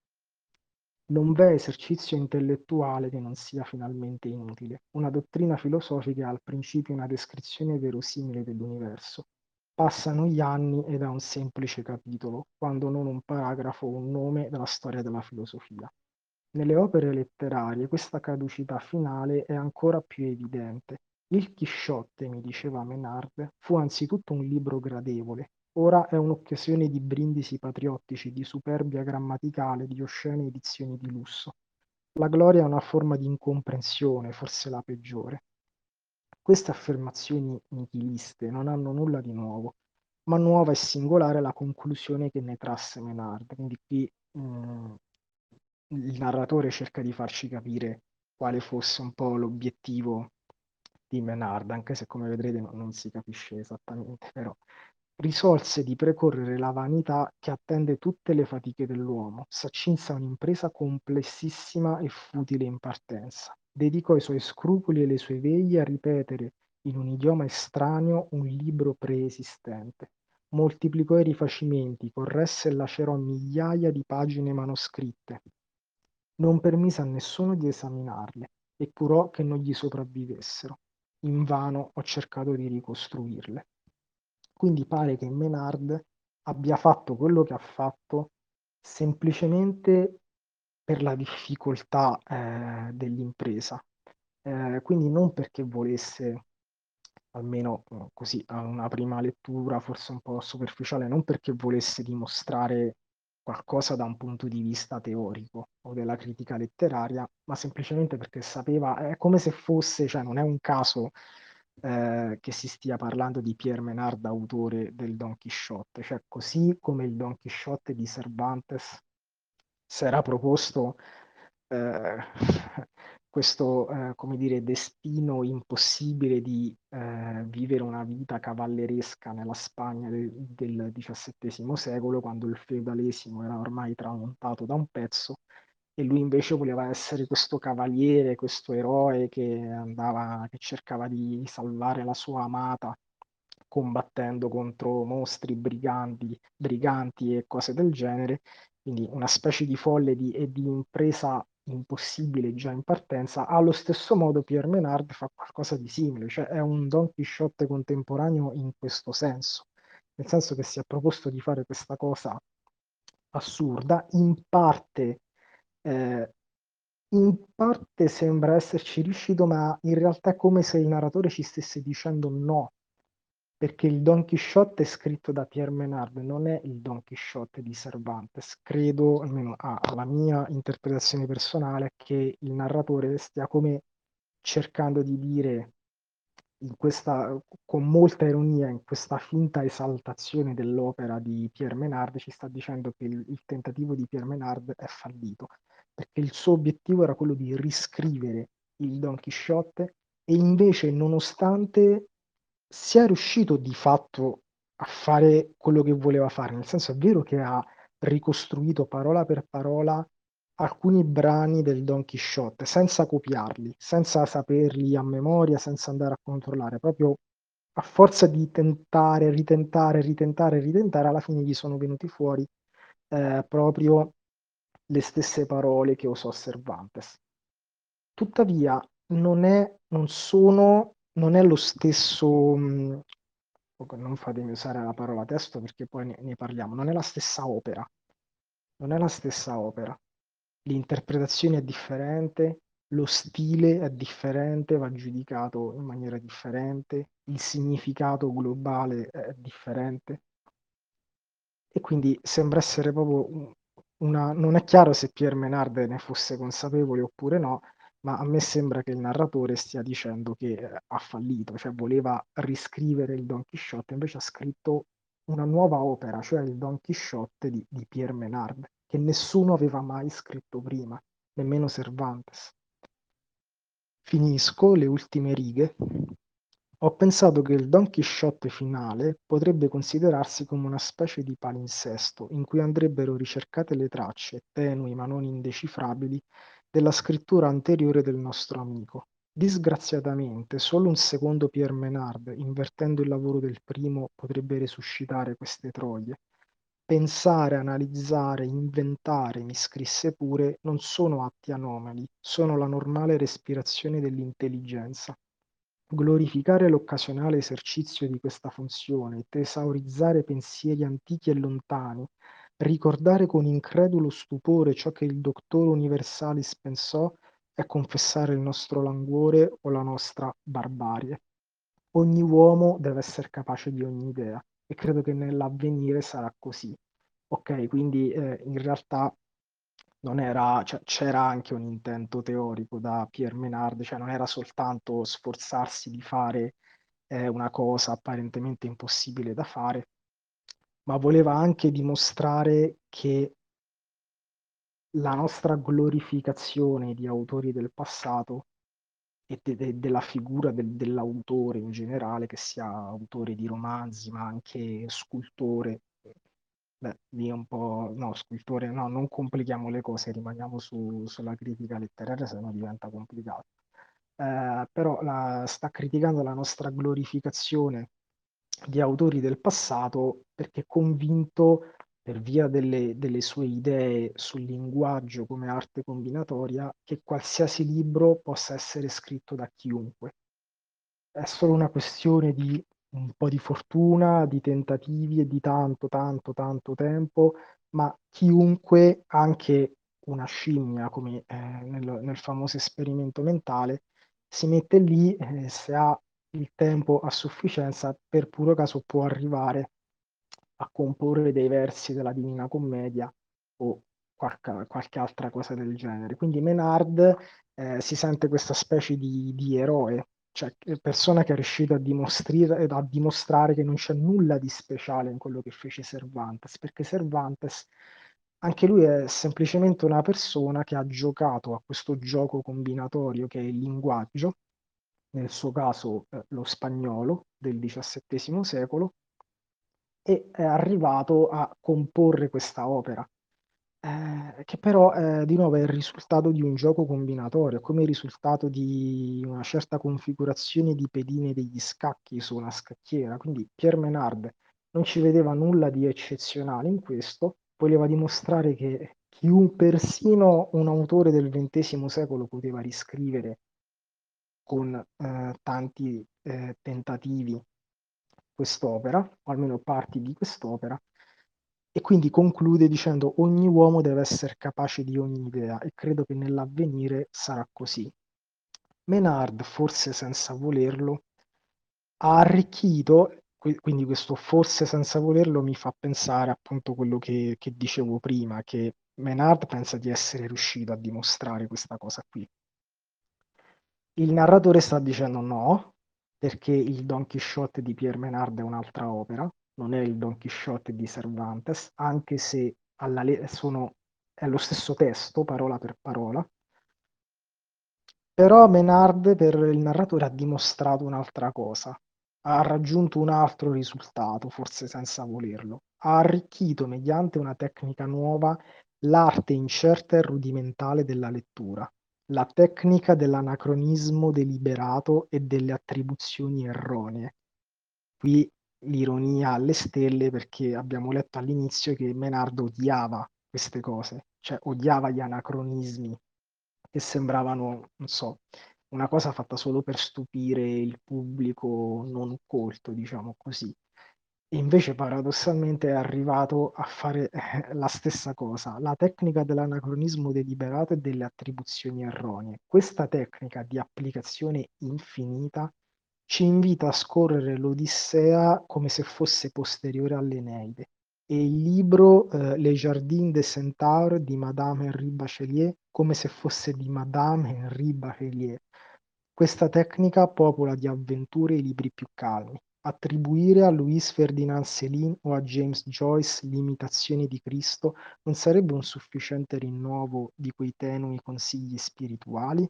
Non v'è esercizio intellettuale che non sia finalmente inutile. Una dottrina filosofica ha al principio una descrizione verosimile dell'universo. Passano gli anni ed ha un semplice capitolo, quando non un paragrafo o un nome della storia della filosofia. Nelle opere letterarie questa caducità finale è ancora più evidente. Il Chisciotte, mi diceva Menard, fu anzitutto un libro gradevole, ora è un'occasione di brindisi patriottici, di superbia grammaticale, di oscene edizioni di lusso. La gloria è una forma di incomprensione, forse la peggiore. Queste affermazioni nichiliste non hanno nulla di nuovo, ma nuova e singolare è la conclusione che ne trasse Menard. Quindi qui il narratore cerca di farci capire quale fosse un po' l'obiettivo di Menard, anche se come vedrete non si capisce esattamente, però risolse di precorrere la vanità che attende tutte le fatiche dell'uomo, s'accinse a un'impresa complessissima e futile in partenza. Dedicò i suoi scrupoli e le sue veglie a ripetere in un idioma estraneo un libro preesistente. Moltiplicò i rifacimenti, corresse e lacerò migliaia di pagine manoscritte. Non permise a nessuno di esaminarle e curò che non gli sopravvivessero. Invano ho cercato di ricostruirle. Quindi pare che Menard abbia fatto quello che ha fatto semplicemente per la difficoltà dell'impresa. Quindi non perché volesse, almeno così a una prima lettura, forse un po' superficiale, non perché volesse dimostrare qualcosa da un punto di vista teorico o della critica letteraria, ma semplicemente perché sapeva, è come se fosse, cioè non è un caso che si stia parlando di Pierre Menard, autore del Don Chisciotte, cioè così come il Don Chisciotte di Cervantes si era proposto eh, questo, come dire, destino impossibile di vivere una vita cavalleresca nella Spagna del XVII secolo, quando il feudalesimo era ormai tramontato da un pezzo, e lui invece voleva essere questo cavaliere, questo eroe che andava, che cercava di salvare la sua amata combattendo contro mostri, briganti e cose del genere, quindi una specie di folle e di impresa impossibile già in partenza. Allo stesso modo Pierre Menard fa qualcosa di simile, cioè è un Don Chisciotte contemporaneo in questo senso, nel senso che si è proposto di fare questa cosa assurda, eh, in parte sembra esserci riuscito, ma in realtà è come se il narratore ci stesse dicendo no, perché il Don Chisciotte è scritto da Pierre Menard, non è il Don Chisciotte di Cervantes. Credo, almeno alla mia interpretazione personale, che il narratore stia come cercando di dire in questa, con molta ironia, in questa finta esaltazione dell'opera di Pierre Menard, ci sta dicendo che il tentativo di Pierre Menard è fallito, perché il suo obiettivo era quello di riscrivere il Don Chisciotte e invece, nonostante sia riuscito di fatto a fare quello che voleva fare, nel senso è vero che ha ricostruito parola per parola alcuni brani del Don Chisciotte senza copiarli, senza saperli a memoria, senza andare a controllare, proprio a forza di tentare, ritentare, ritentare, ritentare, alla fine gli sono venuti fuori proprio le stesse parole che usò Cervantes. Tuttavia non è lo stesso, non fatemi usare la parola testo perché poi ne parliamo, non è la stessa opera, non è la stessa opera. L'interpretazione è differente, lo stile è differente, va giudicato in maniera differente, il significato globale è differente. E quindi sembra essere proprio una... Non è chiaro se Pierre Menard ne fosse consapevole oppure no, ma a me sembra che il narratore stia dicendo che ha fallito, cioè voleva riscrivere il Don Chisciotte, invece ha scritto una nuova opera, cioè il Don Chisciotte di Pierre Menard, che nessuno aveva mai scritto prima, nemmeno Cervantes. Finisco le ultime righe. Ho pensato che il Don Chisciotte finale potrebbe considerarsi come una specie di palinsesto in cui andrebbero ricercate le tracce, tenui ma non indecifrabili, della scrittura anteriore del nostro amico. Disgraziatamente, solo un secondo Pierre Menard, invertendo il lavoro del primo, potrebbe resuscitare queste troie. Pensare, analizzare, inventare, mi scrisse pure, non sono atti anomali, sono la normale respirazione dell'intelligenza. Glorificare l'occasionale esercizio di questa funzione, tesaurizzare pensieri antichi e lontani, ricordare con incredulo stupore ciò che il Doctor Universalis pensò, è confessare il nostro languore o la nostra barbarie. Ogni uomo deve essere capace di ogni idea e credo che nell'avvenire sarà così. Ok, quindi in realtà non era, cioè, c'era anche un intento teorico da Pierre Menard, cioè non era soltanto sforzarsi di fare una cosa apparentemente impossibile da fare, ma voleva anche dimostrare che la nostra glorificazione di autori del passato e della figura dell'autore in generale, che sia autore di romanzi, ma anche scultore. Beh, lì è un po'... No, scultore, no, non complichiamo le cose, rimaniamo sulla critica letteraria, se no diventa complicato. Però sta criticando la nostra glorificazione di autori del passato perché è convinto, per via delle sue idee sul linguaggio come arte combinatoria, che qualsiasi libro possa essere scritto da chiunque. È solo una questione di un po' di fortuna, di tentativi e di tanto, tanto, tanto tempo, ma chiunque, anche una scimmia, come nel famoso esperimento mentale, si mette lì, se ha il tempo a sufficienza, per puro caso può arrivare a comporre dei versi della Divina Commedia o qualche altra cosa del genere. Quindi Menard si sente questa specie di eroe, cioè persona che è riuscita a dimostrare che non c'è nulla di speciale in quello che fece Cervantes, perché Cervantes anche lui è semplicemente una persona che ha giocato a questo gioco combinatorio che è il linguaggio, nel suo caso lo spagnolo del XVII secolo, e è arrivato a comporre questa opera, che però di nuovo è il risultato di un gioco combinatorio, come il risultato di una certa configurazione di pedine degli scacchi su una scacchiera. Quindi Pierre Menard non ci vedeva nulla di eccezionale in questo, voleva dimostrare che persino un autore del XX secolo poteva riscrivere con tanti tentativi quest'opera, o almeno parti di quest'opera, e quindi conclude dicendo ogni uomo deve essere capace di ogni idea e credo che nell'avvenire sarà così. Menard, forse senza volerlo, ha arricchito, quindi questo forse senza volerlo mi fa pensare appunto a quello che dicevo prima, che Menard pensa di essere riuscito a dimostrare questa cosa qui. Il narratore sta dicendo no, perché il Don Chisciotte di Pierre Menard è un'altra opera, non è il Don Chisciotte di Cervantes, anche se è lo stesso testo, parola per parola, però Menard per il narratore ha dimostrato un'altra cosa, ha raggiunto un altro risultato, forse senza volerlo. Ha arricchito mediante una tecnica nuova l'arte incerta e rudimentale della lettura, la tecnica dell'anacronismo deliberato e delle attribuzioni erronee. Qui l'ironia alle stelle perché abbiamo letto all'inizio che Menardo odiava queste cose, cioè odiava gli anacronismi che sembravano, non so, una cosa fatta solo per stupire il pubblico non colto, diciamo così. E invece paradossalmente è arrivato a fare la stessa cosa, la tecnica dell'anacronismo deliberato e delle attribuzioni erronee. Questa tecnica di applicazione infinita ci invita a scorrere l'Odissea come se fosse posteriore all'Eneide. E il libro Les Jardins des Centaures di Madame Henri Bachelier come se fosse di Madame Henri Bachelier. Questa tecnica popola di avventure i libri più calmi. Attribuire a Louis Ferdinand Céline o a James Joyce l'imitazione di Cristo non sarebbe un sufficiente rinnovo di quei tenui consigli spirituali?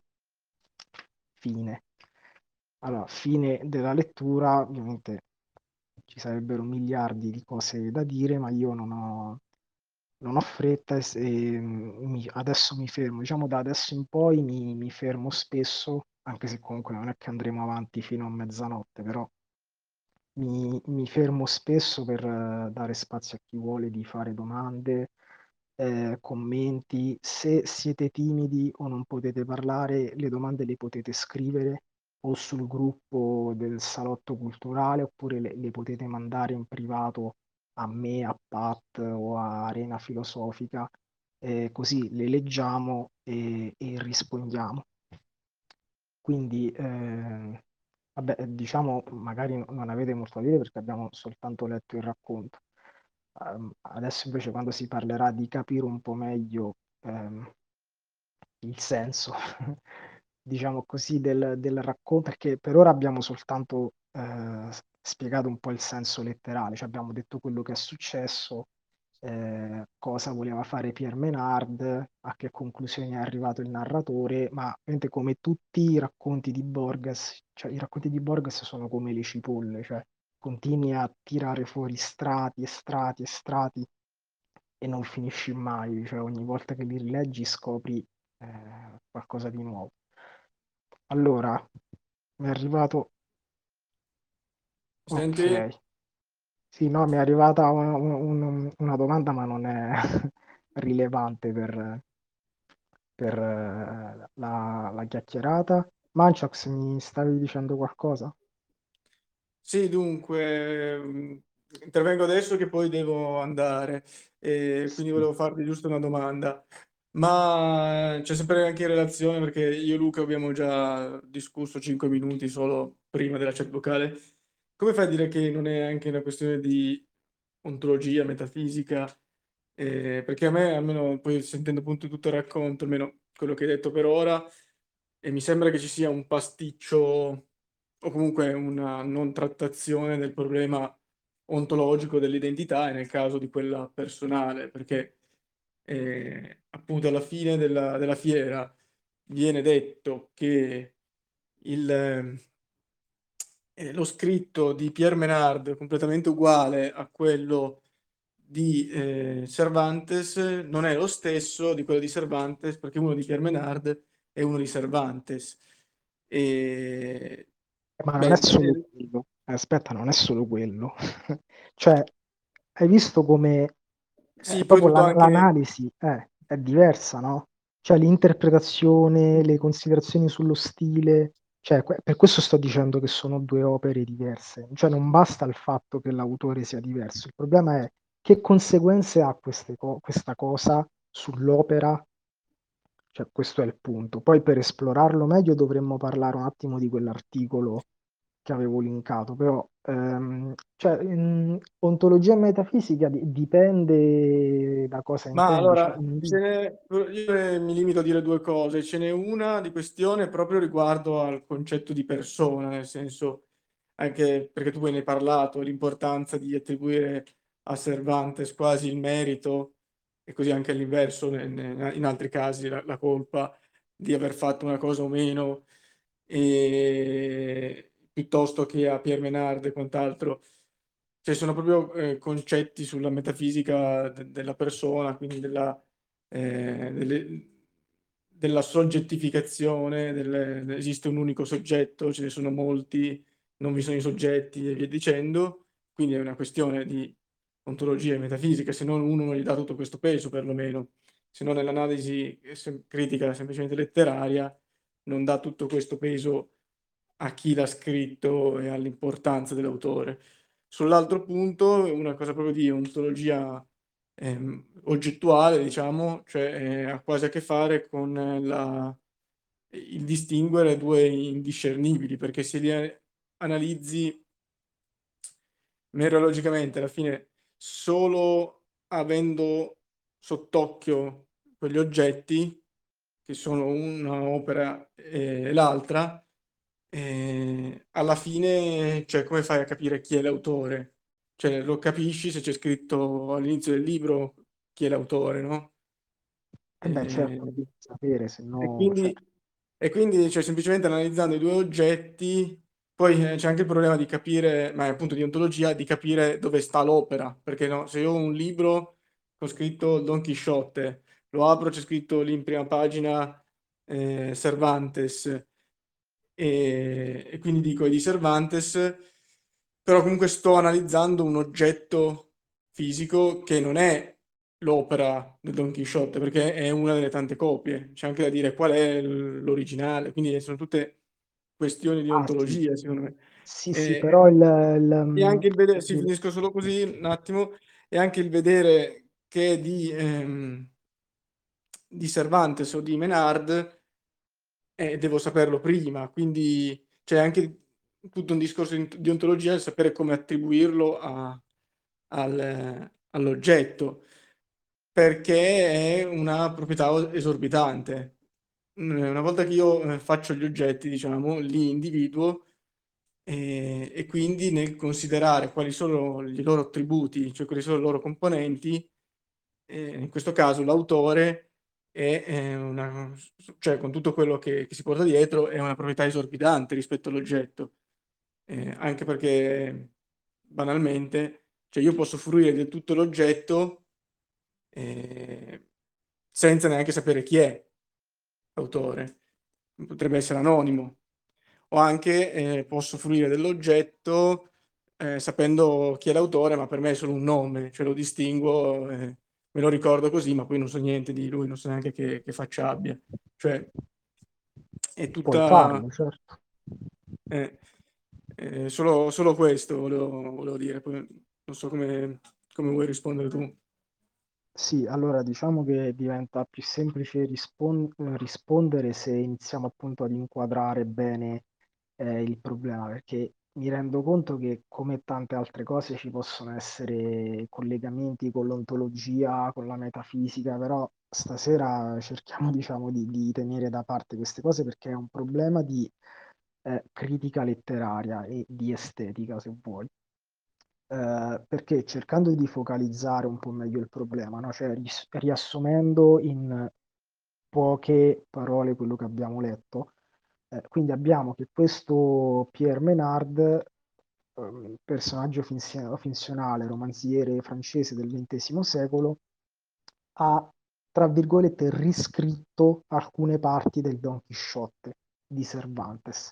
Fine. Allora, fine della lettura, ovviamente ci sarebbero miliardi di cose da dire, ma io non ho fretta e adesso mi fermo. Diciamo da adesso in poi mi fermo spesso, anche se comunque non è che andremo avanti fino a mezzanotte, però mi fermo spesso per dare spazio a chi vuole di fare domande, commenti. Se siete timidi o non potete parlare, le domande le potete scrivere o sul gruppo del salotto culturale oppure le potete mandare in privato a me, a Pat o a Arena Filosofica, così le leggiamo e rispondiamo. Quindi, vabbè, diciamo, magari non avete molto da dire perché abbiamo soltanto letto il racconto. Adesso invece quando si parlerà di capire un po' meglio il senso, diciamo così, del racconto, perché per ora abbiamo soltanto spiegato un po' il senso letterale, cioè abbiamo detto quello che è successo, cosa voleva fare Pierre Menard, a che conclusioni è arrivato il narratore, ma ovviamente come tutti i racconti di Borges, cioè i racconti di Borges sono come le cipolle, cioè continui a tirare fuori strati e strati e strati e non finisci mai, cioè ogni volta che li rileggi scopri qualcosa di nuovo. Allora, mi è arrivato, Senti? ok, sì, no, mi è arrivata una domanda, ma non è rilevante per la chiacchierata. Manchox, mi stavi dicendo qualcosa? Sì, dunque, intervengo adesso che poi devo andare, e quindi Sì, volevo farti giusto una domanda. Ma c'è sempre anche in relazione, perché io e Luca abbiamo già discusso 5 minuti solo prima della chat vocale. Come fai a dire che non è anche una questione di ontologia, metafisica? Perché a me, almeno poi sentendo appunto tutto il racconto, almeno quello che hai detto per ora, e mi sembra che ci sia un pasticcio o comunque una non trattazione del problema ontologico dell'identità e nel caso di quella personale, perché appunto alla fine della fiera viene detto che lo scritto di Pierre Menard è completamente uguale a quello di Cervantes, non è lo stesso di quello di Cervantes, perché uno di Pierre Menard è uno di Cervantes. E, ma non è beh, solo quello. Aspetta, non è solo quello. Cioè, hai visto come sì, poi proprio tutto anche... l'analisi è diversa, no? Cioè l'interpretazione, le considerazioni sullo stile, cioè per questo sto dicendo che sono due opere diverse. Cioè non basta il fatto che l'autore sia diverso, il problema è che conseguenze ha questa cosa sull'opera, cioè questo è il punto. Poi per esplorarlo meglio dovremmo parlare un attimo di quell'articolo che avevo linkato, però cioè, ontologia e metafisica dipende da cosa Ma intendi. Cioè, allora, io mi limito a dire due cose. Ce n'è una di questione proprio riguardo al concetto di persona, nel senso, anche perché tu poi ne hai parlato, l'importanza di attribuire a Cervantes quasi il merito, e così anche all'inverso, in altri casi, la colpa di aver fatto una cosa o meno. E piuttosto che a Pierre Menard e quant'altro. Cioè sono proprio concetti sulla metafisica della persona, quindi della soggettificazione, esiste un unico soggetto, ce ne sono molti, non vi sono i soggetti e via dicendo, quindi è una questione di ontologia e metafisica, se no uno non gli dà tutto questo peso perlomeno, se no nell'analisi critica semplicemente letteraria non dà tutto questo peso a chi l'ha scritto e all'importanza dell'autore. Sull'altro punto, una cosa proprio di ontologia oggettuale, diciamo, cioè ha quasi a che fare con il distinguere due indiscernibili, perché se li analizzi merologicamente, alla fine, solo avendo sott'occhio quegli oggetti, che sono una opera e l'altra, alla fine, cioè, come fai a capire chi è l'autore? Cioè, lo capisci se c'è scritto all'inizio del libro chi è l'autore, no? E beh, Eh, certo, devi sapere, se e no, cioè, quindi, e quindi, cioè, semplicemente analizzando i due oggetti, poi c'è anche il problema di capire, ma è appunto di ontologia, di capire dove sta l'opera, perché no, se io ho un libro con scritto Don Chisciotte, lo apro, c'è scritto lì in prima pagina Cervantes, e quindi dico è di Cervantes, però comunque sto analizzando un oggetto fisico che non è l'opera del Don Chisciotte, perché è una delle tante copie. C'è anche da dire qual è l'originale, quindi sono tutte questioni di ah sì, ontologia, secondo me. sì, sì, però E, e anche il vedere, per sì, dire, finisco solo così un attimo, e anche il vedere che di Cervantes o di Menard devo saperlo prima, quindi c'è anche tutto un discorso di ontologia, il sapere come attribuirlo all'oggetto, perché è una proprietà esorbitante. Una volta che io faccio gli oggetti, diciamo, li individuo e quindi nel considerare quali sono i loro attributi, cioè quali sono i loro componenti, in questo caso l'autore è una, cioè con tutto quello che si porta dietro, è una proprietà esorbitante rispetto all'oggetto. Anche perché banalmente, cioè io posso fruire di tutto l'oggetto senza neanche sapere chi è l'autore, potrebbe essere anonimo, o anche posso fruire dell'oggetto sapendo chi è l'autore, ma per me è solo un nome, cioè lo distinguo, me lo ricordo così, ma poi non so niente di lui, non so neanche che faccia abbia. Cioè, è puoi tutta... farlo, certo. eh, solo questo volevo dire, poi non so come vuoi rispondere tu. Sì, allora diciamo che diventa più semplice rispondere se iniziamo appunto ad inquadrare bene il problema, perché mi rendo conto che come tante altre cose ci possono essere collegamenti con l'ontologia, con la metafisica, però stasera cerchiamo diciamo di tenere da parte queste cose perché è un problema di critica letteraria e di estetica, se vuoi. Perché cercando di focalizzare un po' meglio il problema, no? Cioè riassumendo in poche parole quello che abbiamo letto, quindi abbiamo che questo Pierre Menard, personaggio finzionale, romanziere francese del XX secolo, ha, tra virgolette, riscritto alcune parti del Don Chisciotte di Cervantes.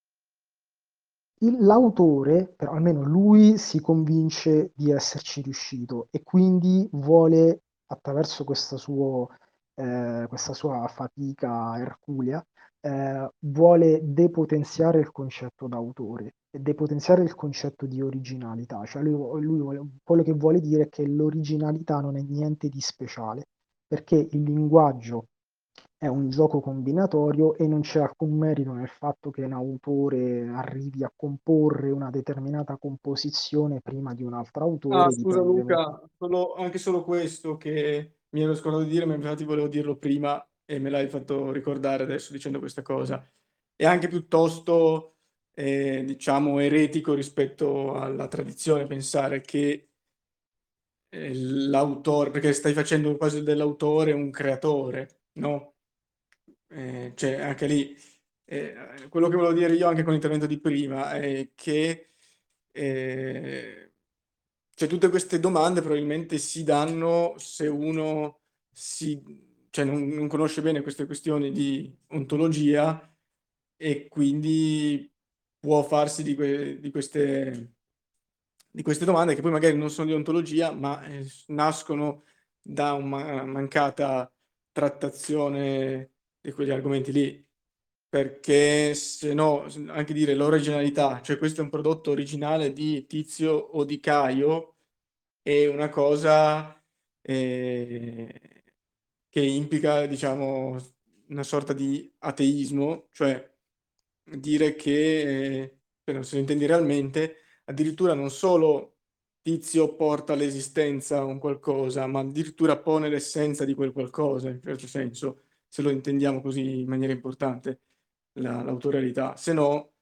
L'autore, però almeno lui si convince di esserci riuscito e quindi vuole, attraverso questa sua fatica erculea, vuole depotenziare il concetto d'autore e depotenziare il concetto di originalità. Cioè quello che vuole dire è che l'originalità non è niente di speciale, perché il linguaggio è un gioco combinatorio e non c'è alcun merito nel fatto che un autore arrivi a comporre una determinata composizione prima di un altro Ah, autore, scusa dipende molto. Luca, anche solo questo che mi ero scordato di dire, ma infatti volevo dirlo prima e me l'hai fatto ricordare adesso dicendo questa cosa. È anche piuttosto, diciamo, eretico rispetto alla tradizione pensare che l'autore, perché stai facendo quasi dell'autore un creatore, no? Cioè, anche lì quello che volevo dire io anche con l'intervento di prima è che cioè tutte queste domande probabilmente si danno se uno cioè non conosce bene queste questioni di ontologia e quindi può farsi di queste domande che poi magari non sono di ontologia, ma nascono da una mancata trattazione di quegli argomenti lì. Perché se no, anche dire l'originalità, cioè questo è un prodotto originale di Tizio o di Caio, è una cosa che implica, diciamo, una sorta di ateismo, cioè dire che, se lo intendi realmente, addirittura non solo Tizio porta all'esistenza un qualcosa, ma addirittura pone l'essenza di quel qualcosa, in un certo senso, se lo intendiamo così in maniera importante, l'autorialità. Se no,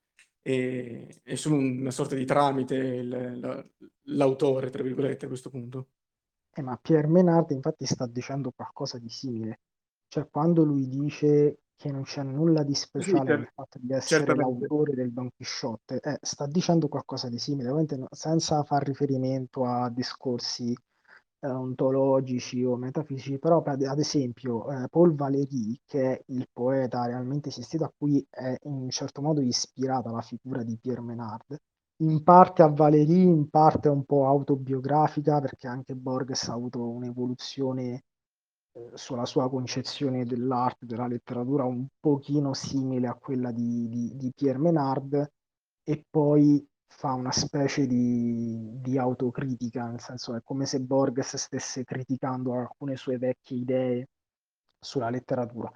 è solo una sorta di tramite l'autore, tra virgolette, a questo punto. Ma Pierre Menard infatti sta dicendo qualcosa di simile, cioè quando lui dice che non c'è nulla di Sì, speciale nel fatto di essere certamente. l'autore del Don Chisciotte, sta dicendo qualcosa di simile, ovviamente senza far riferimento a discorsi ontologici o metafisici, però ad esempio Paul Valéry, che è il poeta realmente esistito a cui è in un certo modo ispirata la figura di Pierre Menard, in parte a Valéry, in parte un po' autobiografica, perché anche Borges ha avuto un'evoluzione sulla sua concezione dell'arte, della letteratura, un pochino simile a quella di Pierre Menard, e poi fa una specie di autocritica, nel senso è come se Borges stesse criticando alcune sue vecchie idee sulla letteratura.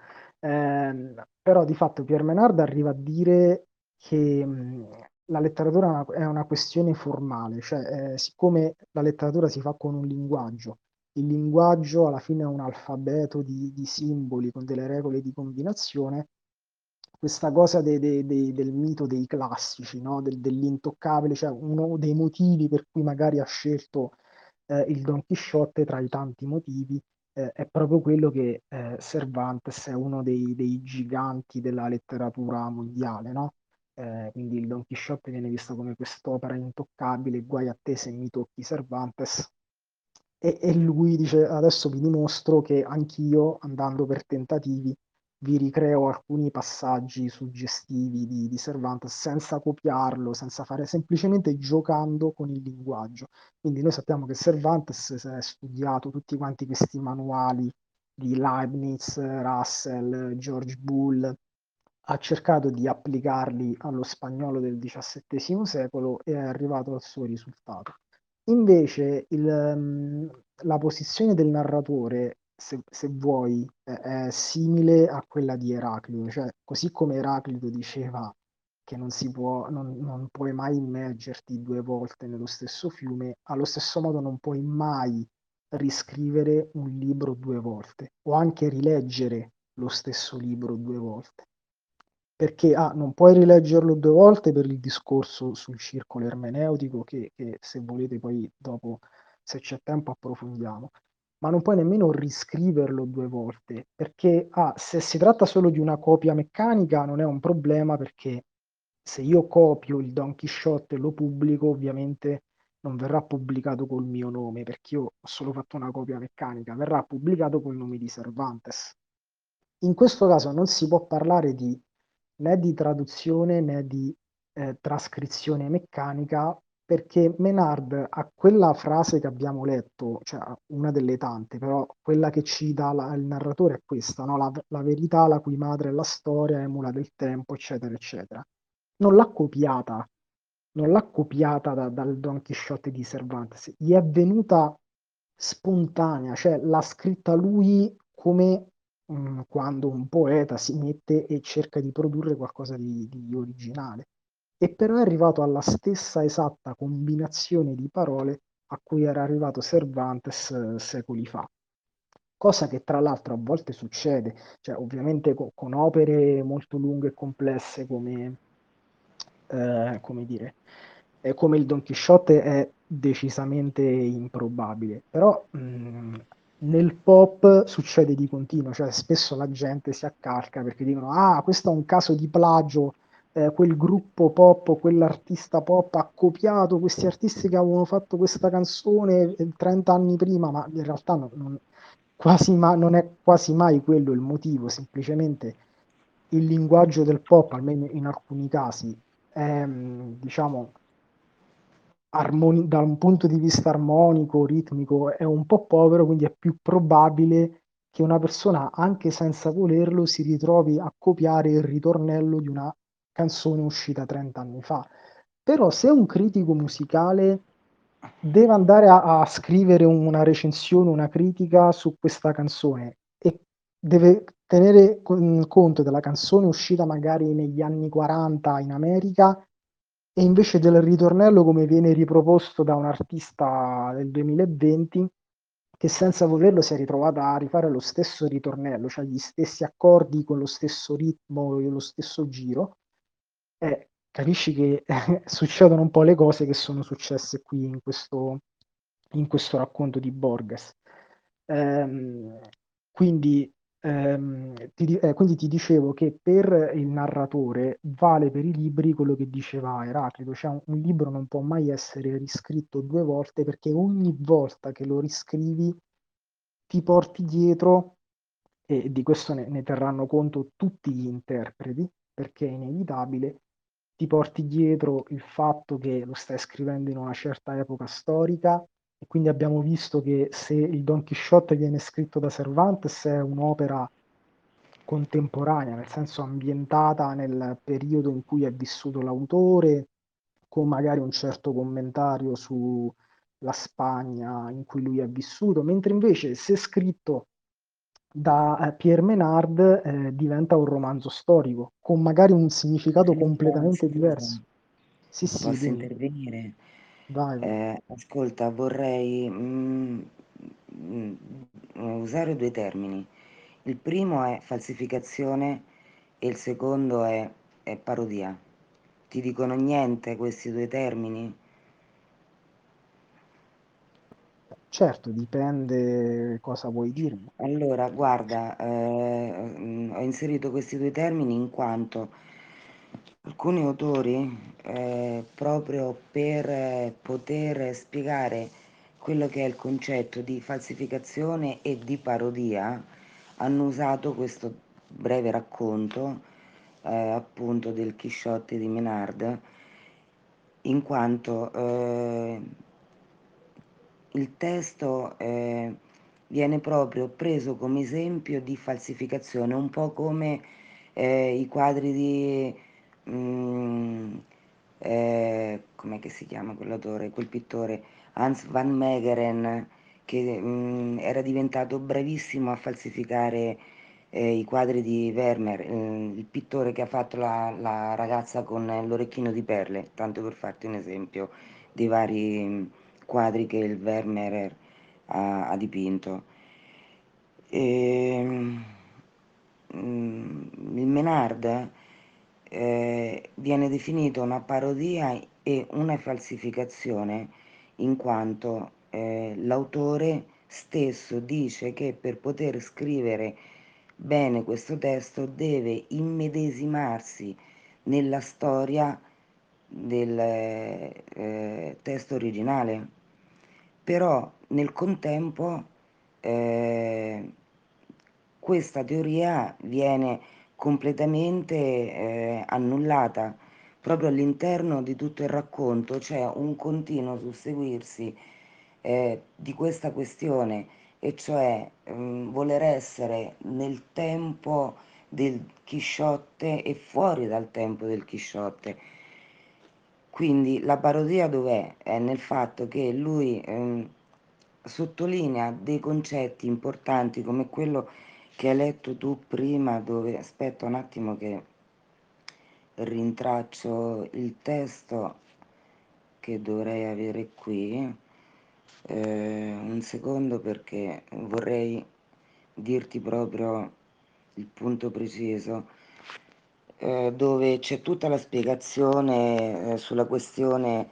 Però di fatto Pierre Menard arriva a dire che la letteratura è una questione formale, cioè siccome la letteratura si fa con un linguaggio, il linguaggio alla fine è un alfabeto di simboli con delle regole di combinazione, questa cosa del mito dei classici, no? Dell'intoccabile, cioè uno dei motivi per cui magari ha scelto il Don Chisciotte tra i tanti motivi è proprio quello che Cervantes è uno dei giganti della letteratura mondiale, no? Quindi il Don Chisciotte viene visto come quest'opera intoccabile, guai a te se mi tocchi Cervantes. E lui dice: Adesso vi dimostro che anch'io, andando per tentativi, vi ricreo alcuni passaggi suggestivi di Cervantes senza copiarlo, senza fare semplicemente giocando con il linguaggio. Quindi noi sappiamo che Cervantes si è studiato tutti quanti questi manuali di Leibniz, Russell, George Bull, ha cercato di applicarli allo spagnolo del XVII secolo e è arrivato al suo risultato. Invece la posizione del narratore, se vuoi, è simile a quella di Eraclito, cioè così come Eraclito diceva che non puoi mai immergerti due volte nello stesso fiume, allo stesso modo non puoi mai riscrivere un libro due volte o anche rileggere lo stesso libro due volte. Perché non puoi rileggerlo due volte per il discorso sul circolo ermeneutico, che se volete poi dopo, se c'è tempo, approfondiamo. Ma non puoi nemmeno riscriverlo due volte, perché se si tratta solo di una copia meccanica non è un problema, perché se io copio il Don Chisciotte e lo pubblico, ovviamente non verrà pubblicato col mio nome, perché io ho solo fatto una copia meccanica, verrà pubblicato col nome di Cervantes. In questo caso non si può parlare né di traduzione né di trascrizione meccanica, perché Menard ha quella frase che abbiamo letto, cioè una delle tante, però quella che ci dà il narratore è questa, no? La verità la cui madre è la storia, emula del tempo, eccetera, eccetera. Non l'ha copiata, non l'ha copiata dal Don Chisciotte di Cervantes, gli è venuta spontanea, cioè l'ha scritta lui come quando un poeta si mette e cerca di produrre qualcosa di originale. E però è arrivato alla stessa esatta combinazione di parole a cui era arrivato Cervantes secoli fa. Cosa che tra l'altro a volte succede, cioè ovviamente con opere molto lunghe e complesse come dire, come il Don Chisciotte è decisamente improbabile, però Nel pop succede di continuo, cioè spesso la gente si accalca perché dicono: Ah, questo è un caso di plagio, quel gruppo pop, o quell'artista pop ha copiato questi artisti che avevano fatto questa canzone 30 anni prima, ma in realtà non è quasi mai quello il motivo, semplicemente il linguaggio del pop, almeno in alcuni casi, è, diciamo, da un punto di vista armonico, ritmico, è un po' povero, quindi è più probabile che una persona, anche senza volerlo, si ritrovi a copiare il ritornello di una canzone uscita 30 anni fa. Però se un critico musicale deve andare a scrivere una recensione, una critica su questa canzone e deve tenere conto della canzone uscita magari negli anni 40 in America e invece del ritornello come viene riproposto da un artista del 2020 che senza volerlo si è ritrovata a rifare lo stesso ritornello, cioè gli stessi accordi con lo stesso ritmo e lo stesso giro, capisci che succedono un po' le cose che sono successe qui in questo racconto di Borges. Ehm, quindi, quindi ti dicevo che per il narratore vale per i libri quello che diceva Eraclito, cioè un libro non può mai essere riscritto due volte perché ogni volta che lo riscrivi ti porti dietro, e di questo ne terranno conto tutti gli interpreti, perché è inevitabile, ti porti dietro il fatto che lo stai scrivendo in una certa epoca storica e quindi abbiamo visto che se il Don Chisciotte viene scritto da Cervantes è un'opera contemporanea, nel senso ambientata nel periodo in cui è vissuto l'autore, con magari un certo commentario sulla Spagna in cui lui è vissuto, mentre invece se scritto da Pierre Menard diventa un romanzo storico, con magari un significato Filippo, completamente scusa, diverso. Sì, sì, posso dimmi, intervenire? vai, vai. Ascolta, vorrei mm, usare due termini. Il primo è falsificazione e il secondo è parodia. Ti dicono niente questi due termini? Certo, dipende cosa vuoi dire. Allora, guarda, ho inserito questi due termini in quanto alcuni autori, proprio per poter spiegare quello che è il concetto di falsificazione e di parodia, hanno usato questo breve racconto, appunto del Chisciotte di Menard, in quanto il testo viene proprio preso come esempio di falsificazione, un po' come i quadri di... mm, com'è che si chiama quell'autore, quel pittore, Hans van Meegeren, che era diventato bravissimo a falsificare i quadri di Vermeer, il pittore che ha fatto la ragazza con l'orecchino di perle, tanto per farti un esempio dei vari quadri che il Vermeer ha dipinto. E, il Menard viene definito una parodia e una falsificazione in quanto l'autore stesso dice che per poter scrivere bene questo testo deve immedesimarsi nella storia del testo originale, però nel contempo eh, questa teoria viene completamente annullata. Proprio all'interno di tutto il racconto c'è un continuo susseguirsi di questa questione, e cioè voler essere nel tempo del Chisciotte e fuori dal tempo del Chisciotte. Quindi la parodia dov'è? È nel fatto che lui sottolinea dei concetti importanti come quello che hai letto tu prima, dove aspetta un attimo che rintraccio il testo che dovrei avere qui. Un secondo perché vorrei dirti proprio il punto preciso, dove c'è tutta la spiegazione sulla questione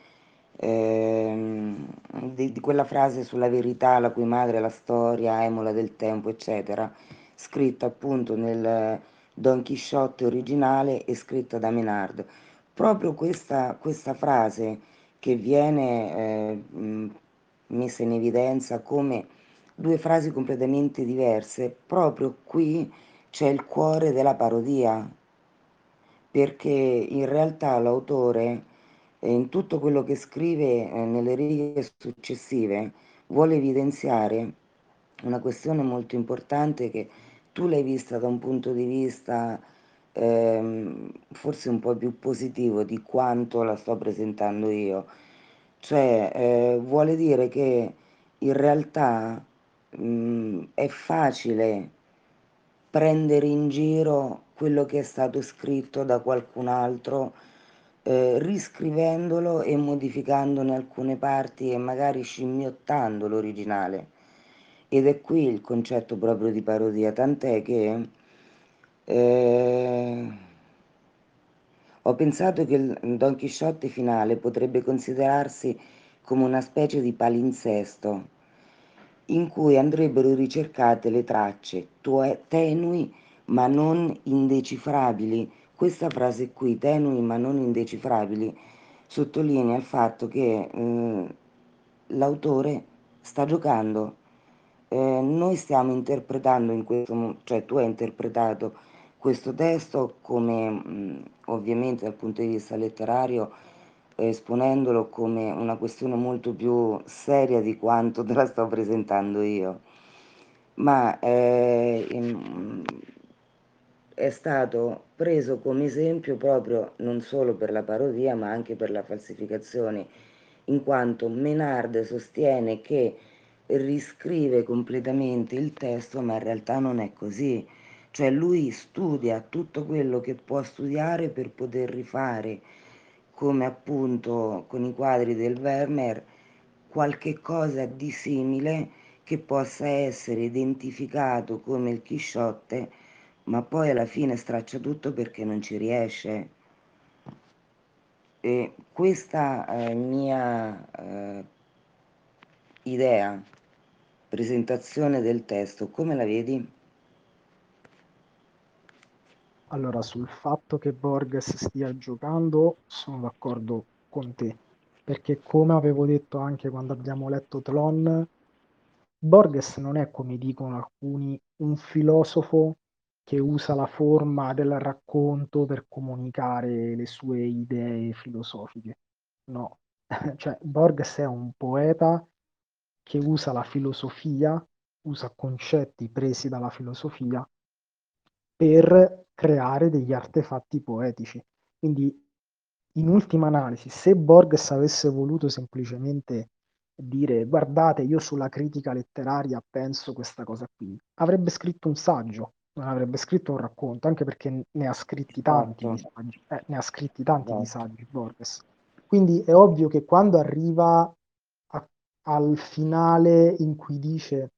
ehm, di quella frase sulla verità, la cui madre è la storia, emula del tempo, eccetera, scritta appunto nel Don Chisciotte originale e scritta da Menard. Proprio questa frase che viene messa in evidenza come due frasi completamente diverse, proprio qui c'è il cuore della parodia, perché in realtà l'autore in tutto quello che scrive nelle righe successive vuole evidenziare una questione molto importante che tu l'hai vista da un punto di vista forse un po' più positivo di quanto la sto presentando io. Cioè, vuole dire che in realtà è facile prendere in giro quello che è stato scritto da qualcun altro, riscrivendolo e modificandone alcune parti e magari scimmiottando l'originale. Ed è qui il concetto proprio di parodia, tant'è che eh, ho pensato che il Don Chisciotte finale potrebbe considerarsi come una specie di palinsesto in cui andrebbero ricercate le tracce tenui ma non indecifrabili. Questa frase qui, tenui ma non indecifrabili, sottolinea il fatto che l'autore sta giocando. Noi stiamo interpretando cioè tu hai interpretato questo testo come ovviamente dal punto di vista letterario, esponendolo come una questione molto più seria di quanto te la sto presentando io, ma è stato preso come esempio proprio non solo per la parodia ma anche per la falsificazione, in quanto Menard sostiene che riscrive completamente il testo, ma in realtà non è così. Cioè lui studia tutto quello che può studiare per poter rifare, come appunto con i quadri del Vermeer, qualche cosa di simile che possa essere identificato come il Chisciotte, ma poi alla fine straccia tutto perché non ci riesce. E questa mia idea, presentazione del testo, come la vedi? Allora, sul fatto che Borges stia giocando, sono d'accordo con te, perché come avevo detto anche quando abbiamo letto Tlon, Borges non è, come dicono alcuni, un filosofo che usa la forma del racconto per comunicare le sue idee filosofiche. No, cioè Borges è un poeta che usa la filosofia, usa concetti presi dalla filosofia per creare degli artefatti poetici. Quindi, in ultima analisi, se Borges avesse voluto semplicemente dire guardate, io sulla critica letteraria penso questa cosa qui, avrebbe scritto un saggio, non avrebbe scritto un racconto, anche perché ne ha scritti tanti di Esatto, saggi, ne ha scritti tanti di esatto. saggi Borges. Quindi è ovvio che quando arriva al finale in cui dice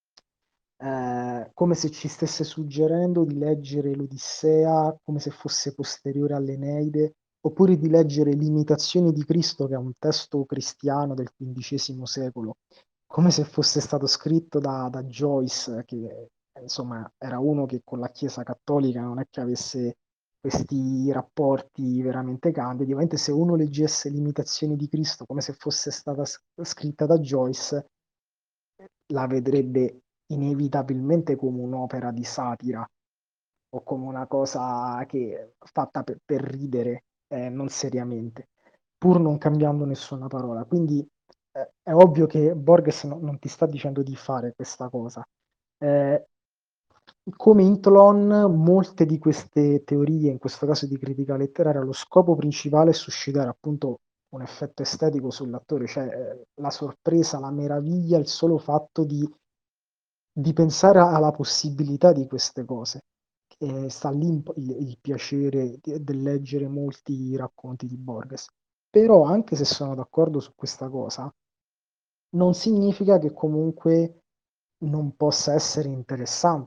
come se ci stesse suggerendo di leggere l'Odissea come se fosse posteriore all'Eneide, oppure di leggere L'imitazione di Cristo, che è un testo cristiano del XV secolo, come se fosse stato scritto da Joyce, che insomma era uno che con la Chiesa Cattolica non è che avesse questi rapporti veramente candidi. Ovviamente se uno leggesse L'imitazione di Cristo come se fosse stata scritta da Joyce, la vedrebbe inevitabilmente come un'opera di satira o come una cosa che fatta per ridere, non seriamente, pur non cambiando nessuna parola. Quindi è ovvio che Borges non ti sta dicendo di fare questa cosa. Eh, Come in Tlon, molte di queste teorie, in questo caso di critica letteraria, lo scopo principale è suscitare appunto un effetto estetico sull'attore, cioè la sorpresa, la meraviglia, il solo fatto di pensare alla possibilità di queste cose. Sta lì il piacere del leggere molti racconti di Borges. Però, anche se sono d'accordo su questa cosa, non significa che comunque non possa essere interessante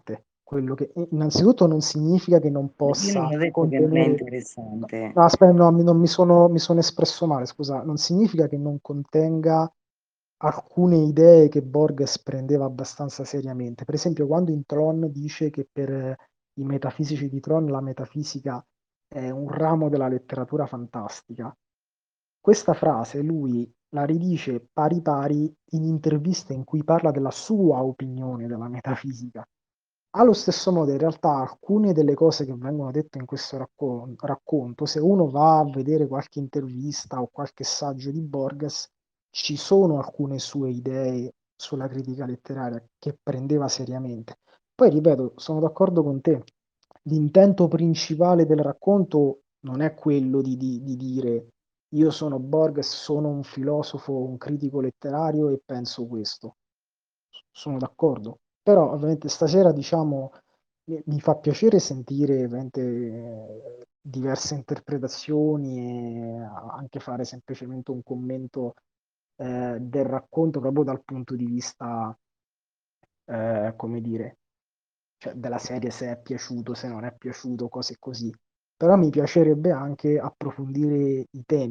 quello che innanzitutto non significa che non Io non possa ho detto che non è contenere. interessante. No, aspetta, no, non mi sono espresso male, scusa. Non significa che non contenga alcune idee che Borges prendeva abbastanza seriamente. Per esempio, quando in Tron dice che per i metafisici di Tron la metafisica è un ramo della letteratura fantastica, questa frase lui la ridice pari pari in interviste in cui parla della sua opinione della metafisica. Allo stesso modo, in realtà, alcune delle cose che vengono dette in questo racconto, se uno va a vedere qualche intervista o qualche saggio di Borges, ci sono alcune sue idee sulla critica letteraria che prendeva seriamente. Poi, ripeto, sono d'accordo con te. L'intento principale del racconto non è quello di dire io sono Borges, sono un filosofo, un critico letterario e penso questo. Sono d'accordo. Però ovviamente stasera diciamo mi fa piacere sentire ovviamente, diverse interpretazioni e anche fare semplicemente un commento del racconto proprio dal punto di vista, come dire, cioè della serie se è piaciuto, se non è piaciuto, cose così. Però mi piacerebbe anche approfondire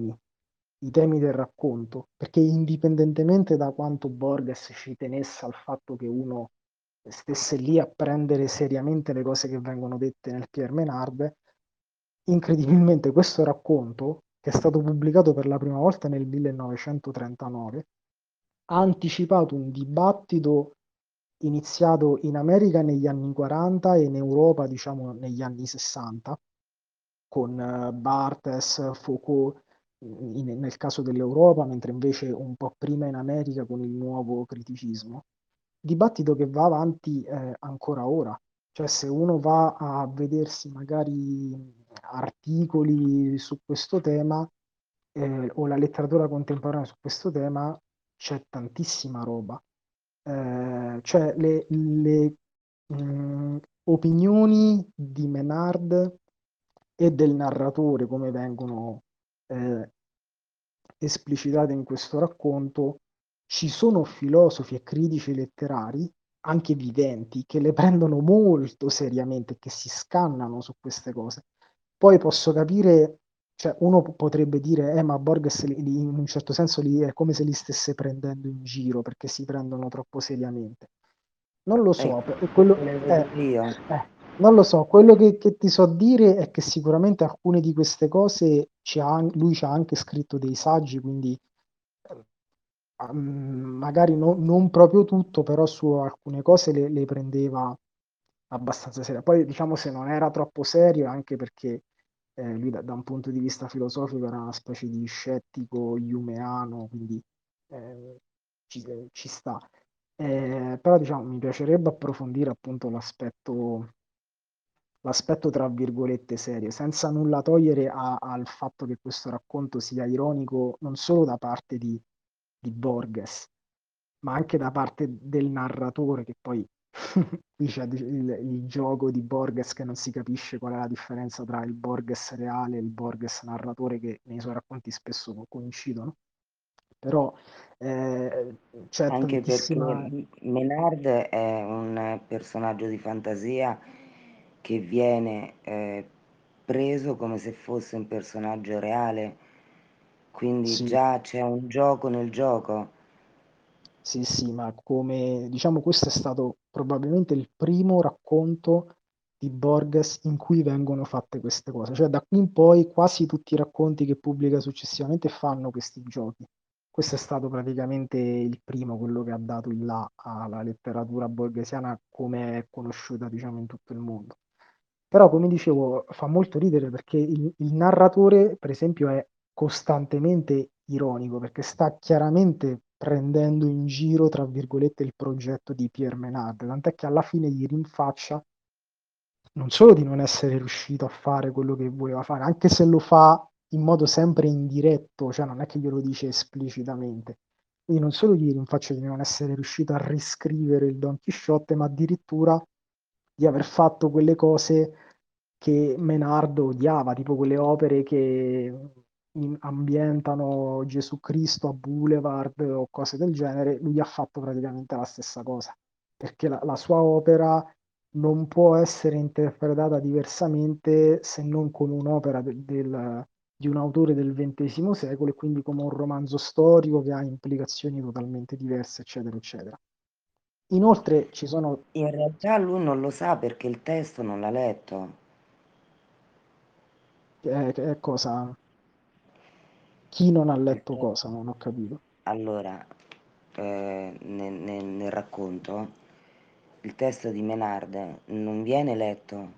i temi del racconto, perché indipendentemente da quanto Borges ci tenesse al fatto che uno stesse lì a prendere seriamente le cose che vengono dette nel Pierre Menard, incredibilmente questo racconto, che è stato pubblicato per la prima volta nel 1939, ha anticipato un dibattito iniziato in America negli anni 40 e in Europa, diciamo, negli anni 60, con Barthes, Foucault nel caso dell'Europa, mentre invece un po' prima in America con il nuovo criticismo. Dibattito che va avanti ancora ora. Cioè, se uno va a vedersi magari articoli su questo tema o la letteratura contemporanea su questo tema, c'è tantissima roba. Cioè, le opinioni di Menard e del narratore, come vengono eh, esplicitate in questo racconto, ci sono filosofi e critici letterari, anche viventi, che le prendono molto seriamente, che si scannano su queste cose. Poi posso capire, cioè uno potrebbe dire, ma Borges in un certo senso è come se li stesse prendendo in giro perché si prendono troppo seriamente. Non lo so, Ecco, lo quello, volevo dire io. non lo so, quello che ti so dire è che sicuramente alcune di queste cose lui ci ha anche scritto dei saggi, quindi magari non proprio tutto, però su alcune cose le prendeva abbastanza serie. Poi diciamo se non era troppo serio, anche perché lui da un punto di vista filosofico era una specie di scettico humeano, quindi eh, ci sta. Però diciamo mi piacerebbe approfondire appunto l'aspetto tra virgolette serio, senza nulla togliere al fatto che questo racconto sia ironico non solo da parte di Borges, ma anche da parte del narratore, che poi qui c'è il gioco di Borges che non si capisce qual è la differenza tra il Borges reale e il Borges narratore, che nei suoi racconti spesso coincidono. Però c'è Anche perché tantissima. Menard è un personaggio di fantasia che viene preso come se fosse un personaggio reale, quindi Sì, già c'è un gioco nel gioco. sì, sì, ma come diciamo, questo è stato probabilmente il primo racconto di Borges in cui vengono fatte queste cose. Cioè, da qui in poi quasi tutti i racconti che pubblica successivamente fanno questi giochi. Questo è stato praticamente il primo, quello che ha dato il là alla letteratura borgesiana come è conosciuta, diciamo, in tutto il mondo. Però, come dicevo, fa molto ridere perché il narratore, per esempio, è costantemente ironico perché sta chiaramente prendendo in giro, tra virgolette, il progetto di Pierre Menard, tant'è che alla fine gli rinfaccia non solo di non essere riuscito a fare quello che voleva fare, anche se lo fa in modo sempre indiretto, cioè non è che glielo dice esplicitamente. Quindi non solo gli rinfaccia di non essere riuscito a riscrivere il Don Chisciotte, ma addirittura di aver fatto quelle cose che Menardo odiava, tipo quelle opere che ambientano Gesù Cristo a Boulevard o cose del genere. Lui ha fatto praticamente la stessa cosa, perché la sua opera non può essere interpretata diversamente se non come un'opera di un autore del XX secolo e quindi come un romanzo storico che ha implicazioni totalmente diverse, eccetera, eccetera. Inoltre ci sono... In realtà lui non lo sa perché il testo non l'ha letto. cosa? Chi non ha Il letto te- cosa? Non ho capito. Allora, nel racconto, il testo di Menard non viene letto,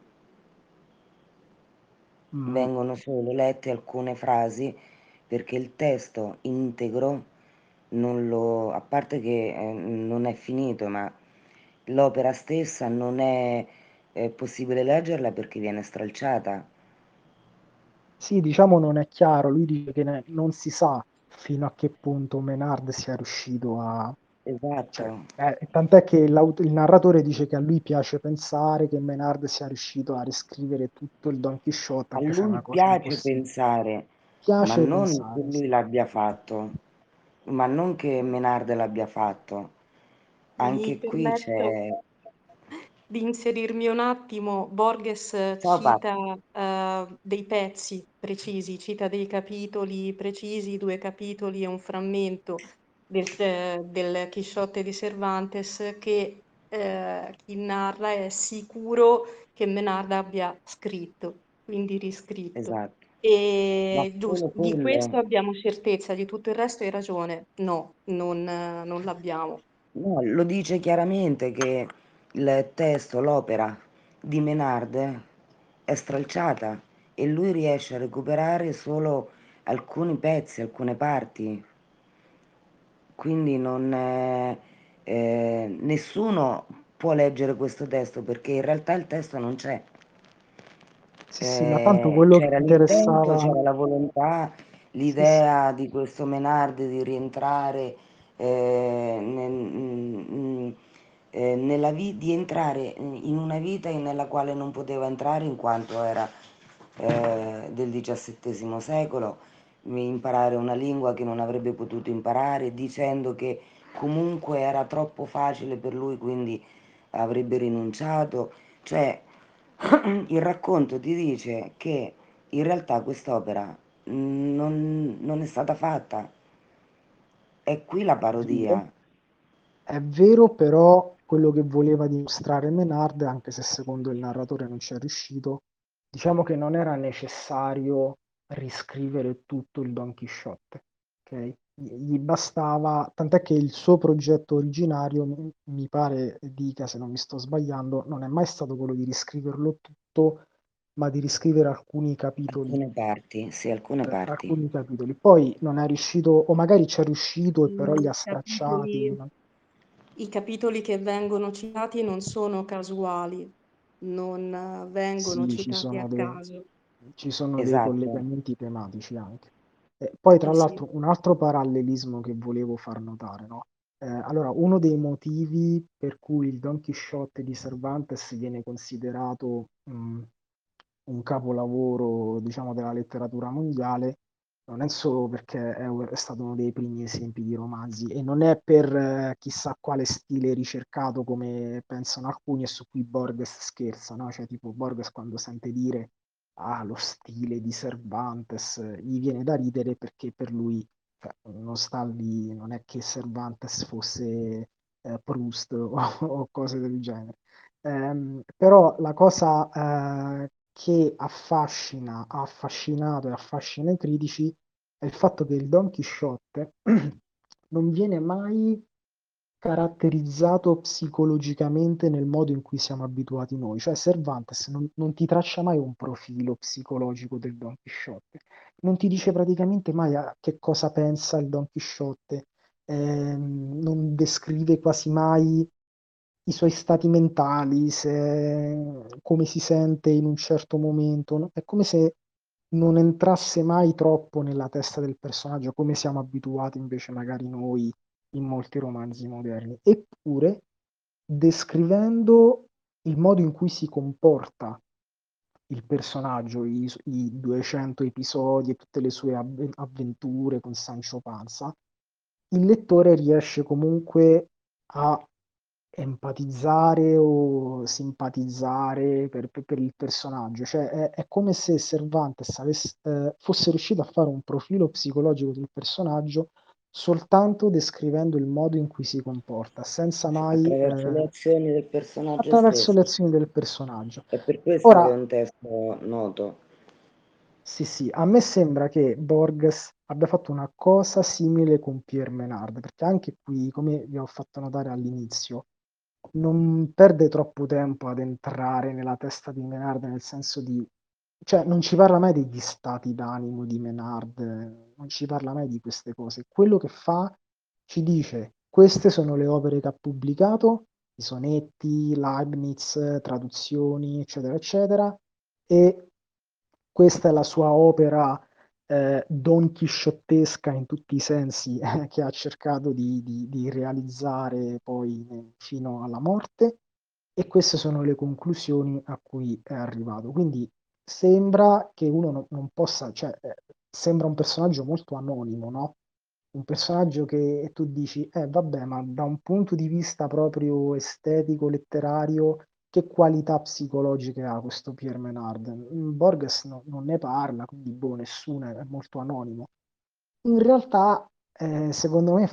Mm, vengono solo lette alcune frasi perché il testo integro non lo, a parte che non è finito, ma l'opera stessa non è possibile leggerla perché viene stralciata. sì, diciamo non è chiaro, lui dice che non si sa fino a che punto Menard sia riuscito a... Esatto, Cioè, tant'è che il narratore dice che a lui piace pensare che Menard sia riuscito a riscrivere tutto il Don Quixote, a anche se è lui una cosa piace impossibile. pensare, ma Piace non che pensare, sì. lui l'abbia fatto, ma non che Menard l'abbia fatto. Mi Anche qui permetto c'è... di inserirmi un attimo. Borges Ciao cita Patti, dei pezzi precisi, cita dei capitoli precisi, 2 capitoli e un frammento del Chisciotte di Cervantes che chi narra è sicuro che Menard abbia scritto, quindi riscritto. esatto, ma E solo di questo quello. abbiamo certezza, di tutto il resto hai ragione. No, non l'abbiamo. No, lo dice chiaramente che il testo, l'opera di Menard è stralciata e lui riesce a recuperare solo alcuni pezzi, alcune parti. Quindi nessuno può leggere questo testo perché in realtà il testo non c'è. Sì, sì, ma tanto quello che C'era l'intento, interessava... c'era la volontà, Sì, sì. l'idea di questo Menard di rientrare di entrare in una vita nella quale non poteva entrare in quanto era del XVII secolo, imparare una lingua che non avrebbe potuto imparare, dicendo che comunque era troppo facile per lui, quindi avrebbe rinunciato. Cioè, il racconto ti dice che in realtà quest'opera non è stata fatta. È qui la Vero. parodia. È vero, però quello che voleva dimostrare Menard, anche se secondo il narratore non ci è riuscito, diciamo che non era necessario riscrivere tutto il Don Chisciotte, ok? Gli bastava, tant'è che il suo progetto originario, mi pare dica, se non mi sto sbagliando, non è mai stato quello di riscriverlo tutto, ma di riscrivere alcuni capitoli. Alcune parti, sì, alcune parti. Alcuni capitoli. Poi non è riuscito, o magari ci è riuscito e però li I ha stracciati. capitoli, i capitoli che vengono citati non sono casuali, non vengono Sì, citati a caso. ci sono dei Esatto. collegamenti tematici anche. Poi, tra Sì, sì. l'altro, un altro parallelismo che volevo far notare, no? Allora, uno dei motivi per cui il Don Chisciotte di Cervantes viene considerato un capolavoro, diciamo, della letteratura mondiale, non è solo perché è stato uno dei primi esempi di romanzi e non è per chissà quale stile ricercato come pensano alcuni e su cui Borges scherza, no? Cioè, tipo Borges quando sente dire lo stile di Cervantes, gli viene da ridere perché per lui cioè, non sta lì, non è che Cervantes fosse Proust o cose del genere. Però la cosa che affascina, ha affascinato e affascina i critici è il fatto che il Don Chisciotte non viene mai caratterizzato psicologicamente nel modo in cui siamo abituati noi. Cioè Cervantes non ti traccia mai un profilo psicologico del Don Chisciotte, non ti dice praticamente mai a che cosa pensa il Don Chisciotte, non descrive quasi mai i suoi stati mentali, come si sente in un certo momento. No? È come se non entrasse mai troppo nella testa del personaggio, come siamo abituati invece magari noi in molti romanzi moderni. Eppure, descrivendo il modo in cui si comporta il personaggio, i 200 episodi e tutte le sue avventure con Sancho Panza, il lettore riesce comunque a empatizzare o simpatizzare per il personaggio. Cioè, è come se Cervantes fosse riuscito a fare un profilo psicologico del personaggio soltanto descrivendo il modo in cui si comporta, senza mai attraverso le azioni del personaggio attraverso le stesso. azioni del personaggio. È per questo che è Ora, un testo noto. sì, sì, a me sembra che Borges abbia fatto una cosa simile con Pierre Menard, perché anche qui, come vi ho fatto notare all'inizio, non perde troppo tempo ad entrare nella testa di Menard, nel senso di, cioè non ci parla mai degli stati d'animo di Menard, non ci parla mai di queste cose. Quello che fa, ci dice, queste sono le opere che ha pubblicato, i sonetti, Leibniz, traduzioni, eccetera, eccetera, e questa è la sua opera don chisciottesca in tutti i sensi che ha cercato di realizzare poi fino alla morte, e queste sono le conclusioni a cui è arrivato. Quindi sembra che uno non possa, cioè sembra un personaggio molto anonimo, no? Un personaggio che tu dici, vabbè, ma da un punto di vista proprio estetico, letterario, che qualità psicologiche ha questo Pierre Menard? Borges non ne parla, quindi boh, nessuno, è molto anonimo. In realtà, secondo me,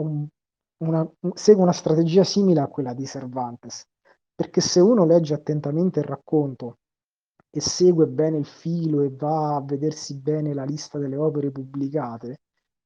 segue una strategia simile a quella di Cervantes, perché se uno legge attentamente il racconto e segue bene il filo e va a vedersi bene la lista delle opere pubblicate,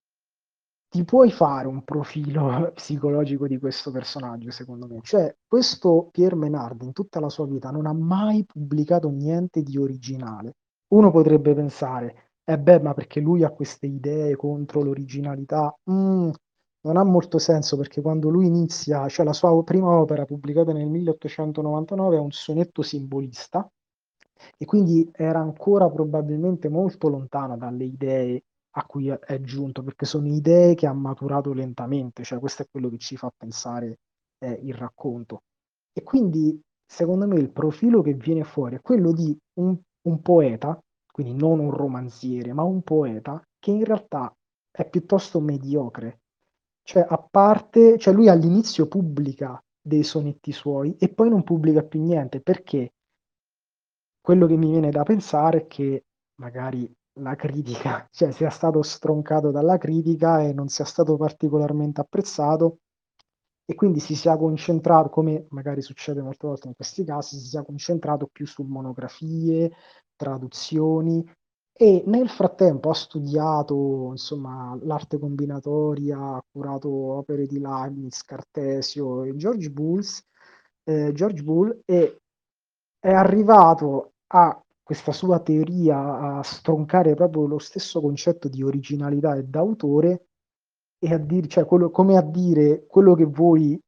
ti puoi fare un profilo psicologico di questo personaggio, secondo me. Cioè, questo Pierre Menard in tutta la sua vita non ha mai pubblicato niente di originale. Uno potrebbe pensare, beh, ma perché lui ha queste idee contro l'originalità? Non ha molto senso perché quando lui inizia, cioè la sua prima opera pubblicata nel 1899 è un sonetto simbolista e quindi era ancora probabilmente molto lontano dalle idee a cui è giunto, perché sono idee che ha maturato lentamente, cioè questo è quello che ci fa pensare il racconto. E quindi, secondo me, il profilo che viene fuori è quello di un poeta, quindi non un romanziere, ma un poeta che in realtà è piuttosto mediocre. Cioè, a parte, cioè lui all'inizio pubblica dei sonetti suoi e poi non pubblica più niente. Perché? Quello che mi viene da pensare è che magari la critica, cioè sia stato stroncato dalla critica e non sia stato particolarmente apprezzato e quindi si sia concentrato, come magari succede molte volte in questi casi, si sia concentrato più su monografie, traduzioni e nel frattempo ha studiato, insomma, l'arte combinatoria, ha curato opere di Leibniz, Cartesio e George Boole, e è arrivato a questa sua teoria a stroncare proprio lo stesso concetto di originalità e d'autore e a dire, cioè come a dire quello che voi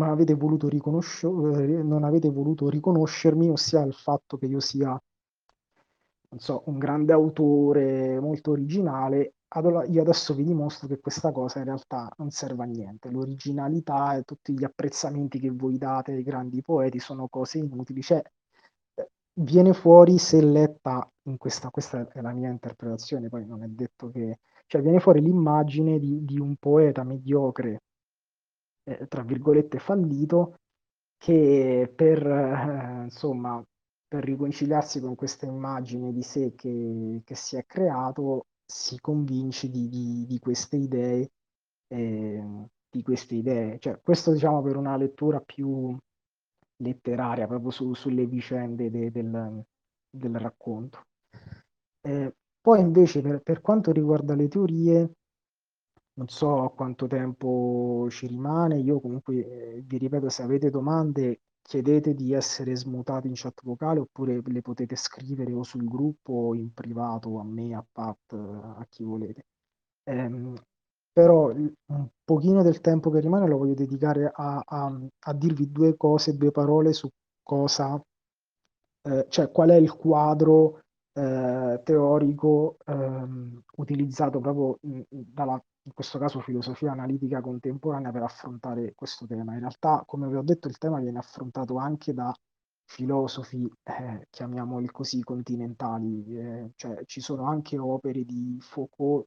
non avete voluto riconoscermi, ossia il fatto che io sia, non so, un grande autore molto originale. Allora io adesso vi dimostro che questa cosa in realtà non serve a niente. L'originalità e tutti gli apprezzamenti che voi date ai grandi poeti sono cose inutili. Cioè, viene fuori se letta in questa è la mia interpretazione, poi non è detto che, cioè viene fuori l'immagine di un poeta mediocre, tra virgolette fallito, che insomma, per riconciliarsi con questa immagine di sé che si è creato, si convince di queste idee, eh, Cioè, questo diciamo per una lettura più letteraria, proprio sulle vicende del racconto. Poi invece per quanto riguarda le teorie, non so quanto tempo ci rimane, io comunque vi ripeto, se avete domande chiedete di essere smutati in chat vocale oppure le potete scrivere o sul gruppo o in privato a me, a Pat, a chi volete. Ehm, Però un pochino del tempo che rimane lo voglio dedicare a dirvi due cose, due parole su cosa, cioè qual è il quadro teorico utilizzato proprio in questo caso filosofia analitica contemporanea per affrontare questo tema. In realtà, come vi ho detto, il tema viene affrontato anche da filosofi, chiamiamoli così, continentali, cioè ci sono anche opere di Foucault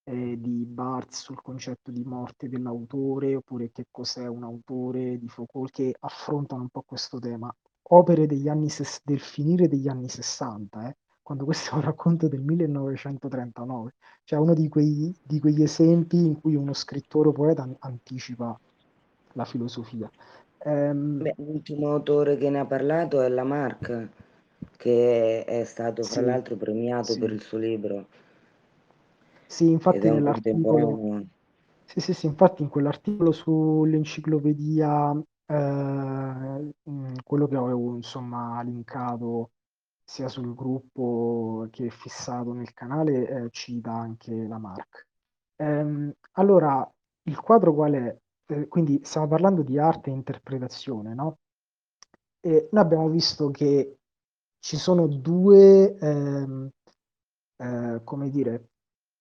di Barthes sul concetto di morte dell'autore, oppure che cos'è un autore di Foucault, che affrontano un po' questo tema. Opere del finire degli anni 60, quando questo è un racconto del 1939, cioè uno di quegli esempi in cui uno scrittore o poeta anticipa la filosofia. Beh, l'ultimo autore che ne ha parlato è Lamarck, che è stato fra Sì, l'altro premiato per sì, il suo libro sì, ed infatti è un nell'articolo, contemporaneo. sì, sì, sì, infatti in quell'articolo sull'enciclopedia, quello che avevo insomma linkato sia sul gruppo che fissato nel canale, cita anche la Mark. Allora, il quadro qual è? Quindi stiamo parlando di arte e interpretazione, no? E noi abbiamo visto che ci sono due, come dire,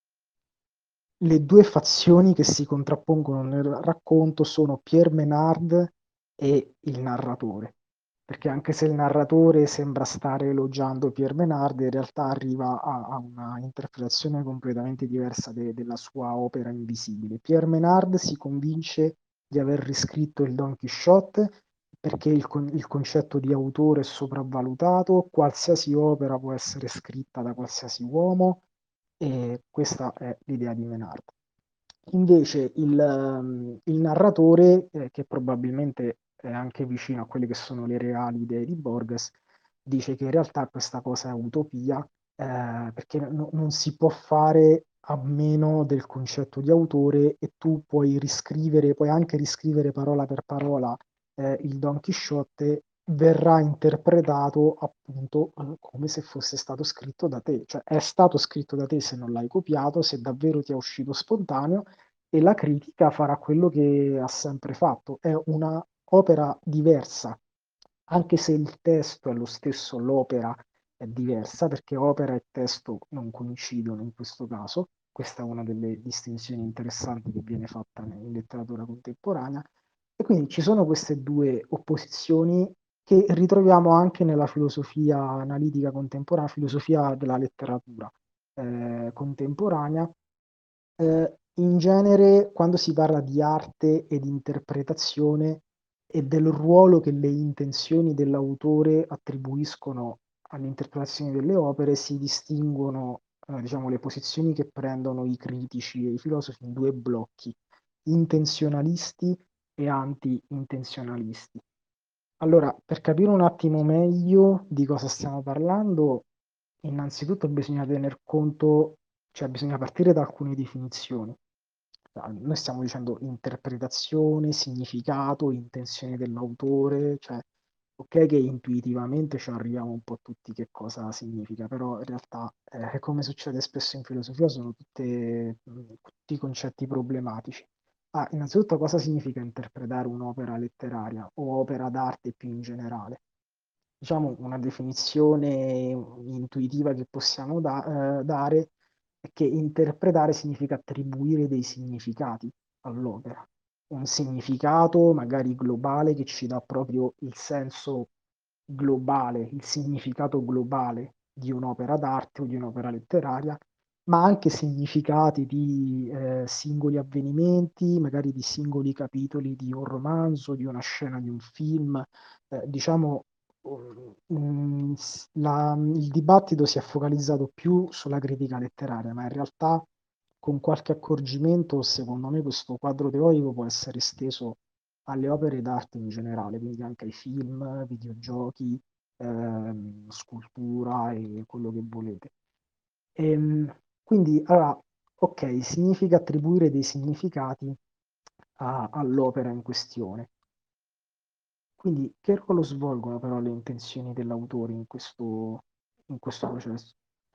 le due fazioni che si contrappongono nel racconto sono Pierre Menard e il narratore, perché anche se il narratore sembra stare elogiando Pierre Menard, in realtà arriva a una interpretazione completamente diversa della sua opera invisibile. Pierre Menard si convince di aver riscritto il Don Quixote perché il concetto di autore è sopravvalutato, qualsiasi opera può essere scritta da qualsiasi uomo, e questa è l'idea di Menard. Invece il narratore, che probabilmente è anche vicino a quelle che sono le reali idee di Borges, dice che in realtà questa cosa è utopia, perché non si può fare a meno del concetto di autore, e tu puoi anche riscrivere parola per parola il Don Chisciotte, verrà interpretato appunto come se fosse stato scritto da te, cioè è stato scritto da te se non l'hai copiato, se davvero ti è uscito spontaneo, e la critica farà quello che ha sempre fatto. È una opera diversa, anche se il testo è lo stesso, l'opera è diversa, perché opera e testo non coincidono in questo caso. Questa è una delle distinzioni interessanti che viene fatta in letteratura contemporanea. E quindi ci sono queste due opposizioni che ritroviamo anche nella filosofia analitica contemporanea, filosofia della letteratura contemporanea. In genere, quando si parla di arte ed interpretazione e del ruolo che le intenzioni dell'autore attribuiscono all'interpretazione delle opere, si distinguono, diciamo, le posizioni che prendono i critici e i filosofi in due blocchi: intenzionalisti e anti-intenzionalisti. Allora, per capire un attimo meglio di cosa stiamo parlando, innanzitutto bisogna tener conto, cioè bisogna partire da alcune definizioni. Noi stiamo dicendo interpretazione, significato, intenzione dell'autore, cioè ok che intuitivamente ci arriviamo un po' tutti che cosa significa, però in realtà, come succede spesso in filosofia, sono tutti concetti problematici. Innanzitutto cosa significa interpretare un'opera letteraria o opera d'arte più in generale? Diciamo una definizione intuitiva che possiamo dare è che interpretare significa attribuire dei significati all'opera. Un significato magari globale che ci dà proprio il senso globale, il significato globale di un'opera d'arte o di un'opera letteraria, ma anche significati di singoli avvenimenti, magari di singoli capitoli di un romanzo, di una scena di un film. Diciamo, il dibattito si è focalizzato più sulla critica letteraria, ma in realtà con qualche accorgimento, secondo me, questo quadro teorico può essere esteso alle opere d'arte in generale, quindi anche ai film, videogiochi, scultura e quello che volete. Quindi, allora, ok, significa attribuire dei significati all'opera in questione. Quindi, che ruolo svolgono però le intenzioni dell'autore in questo processo?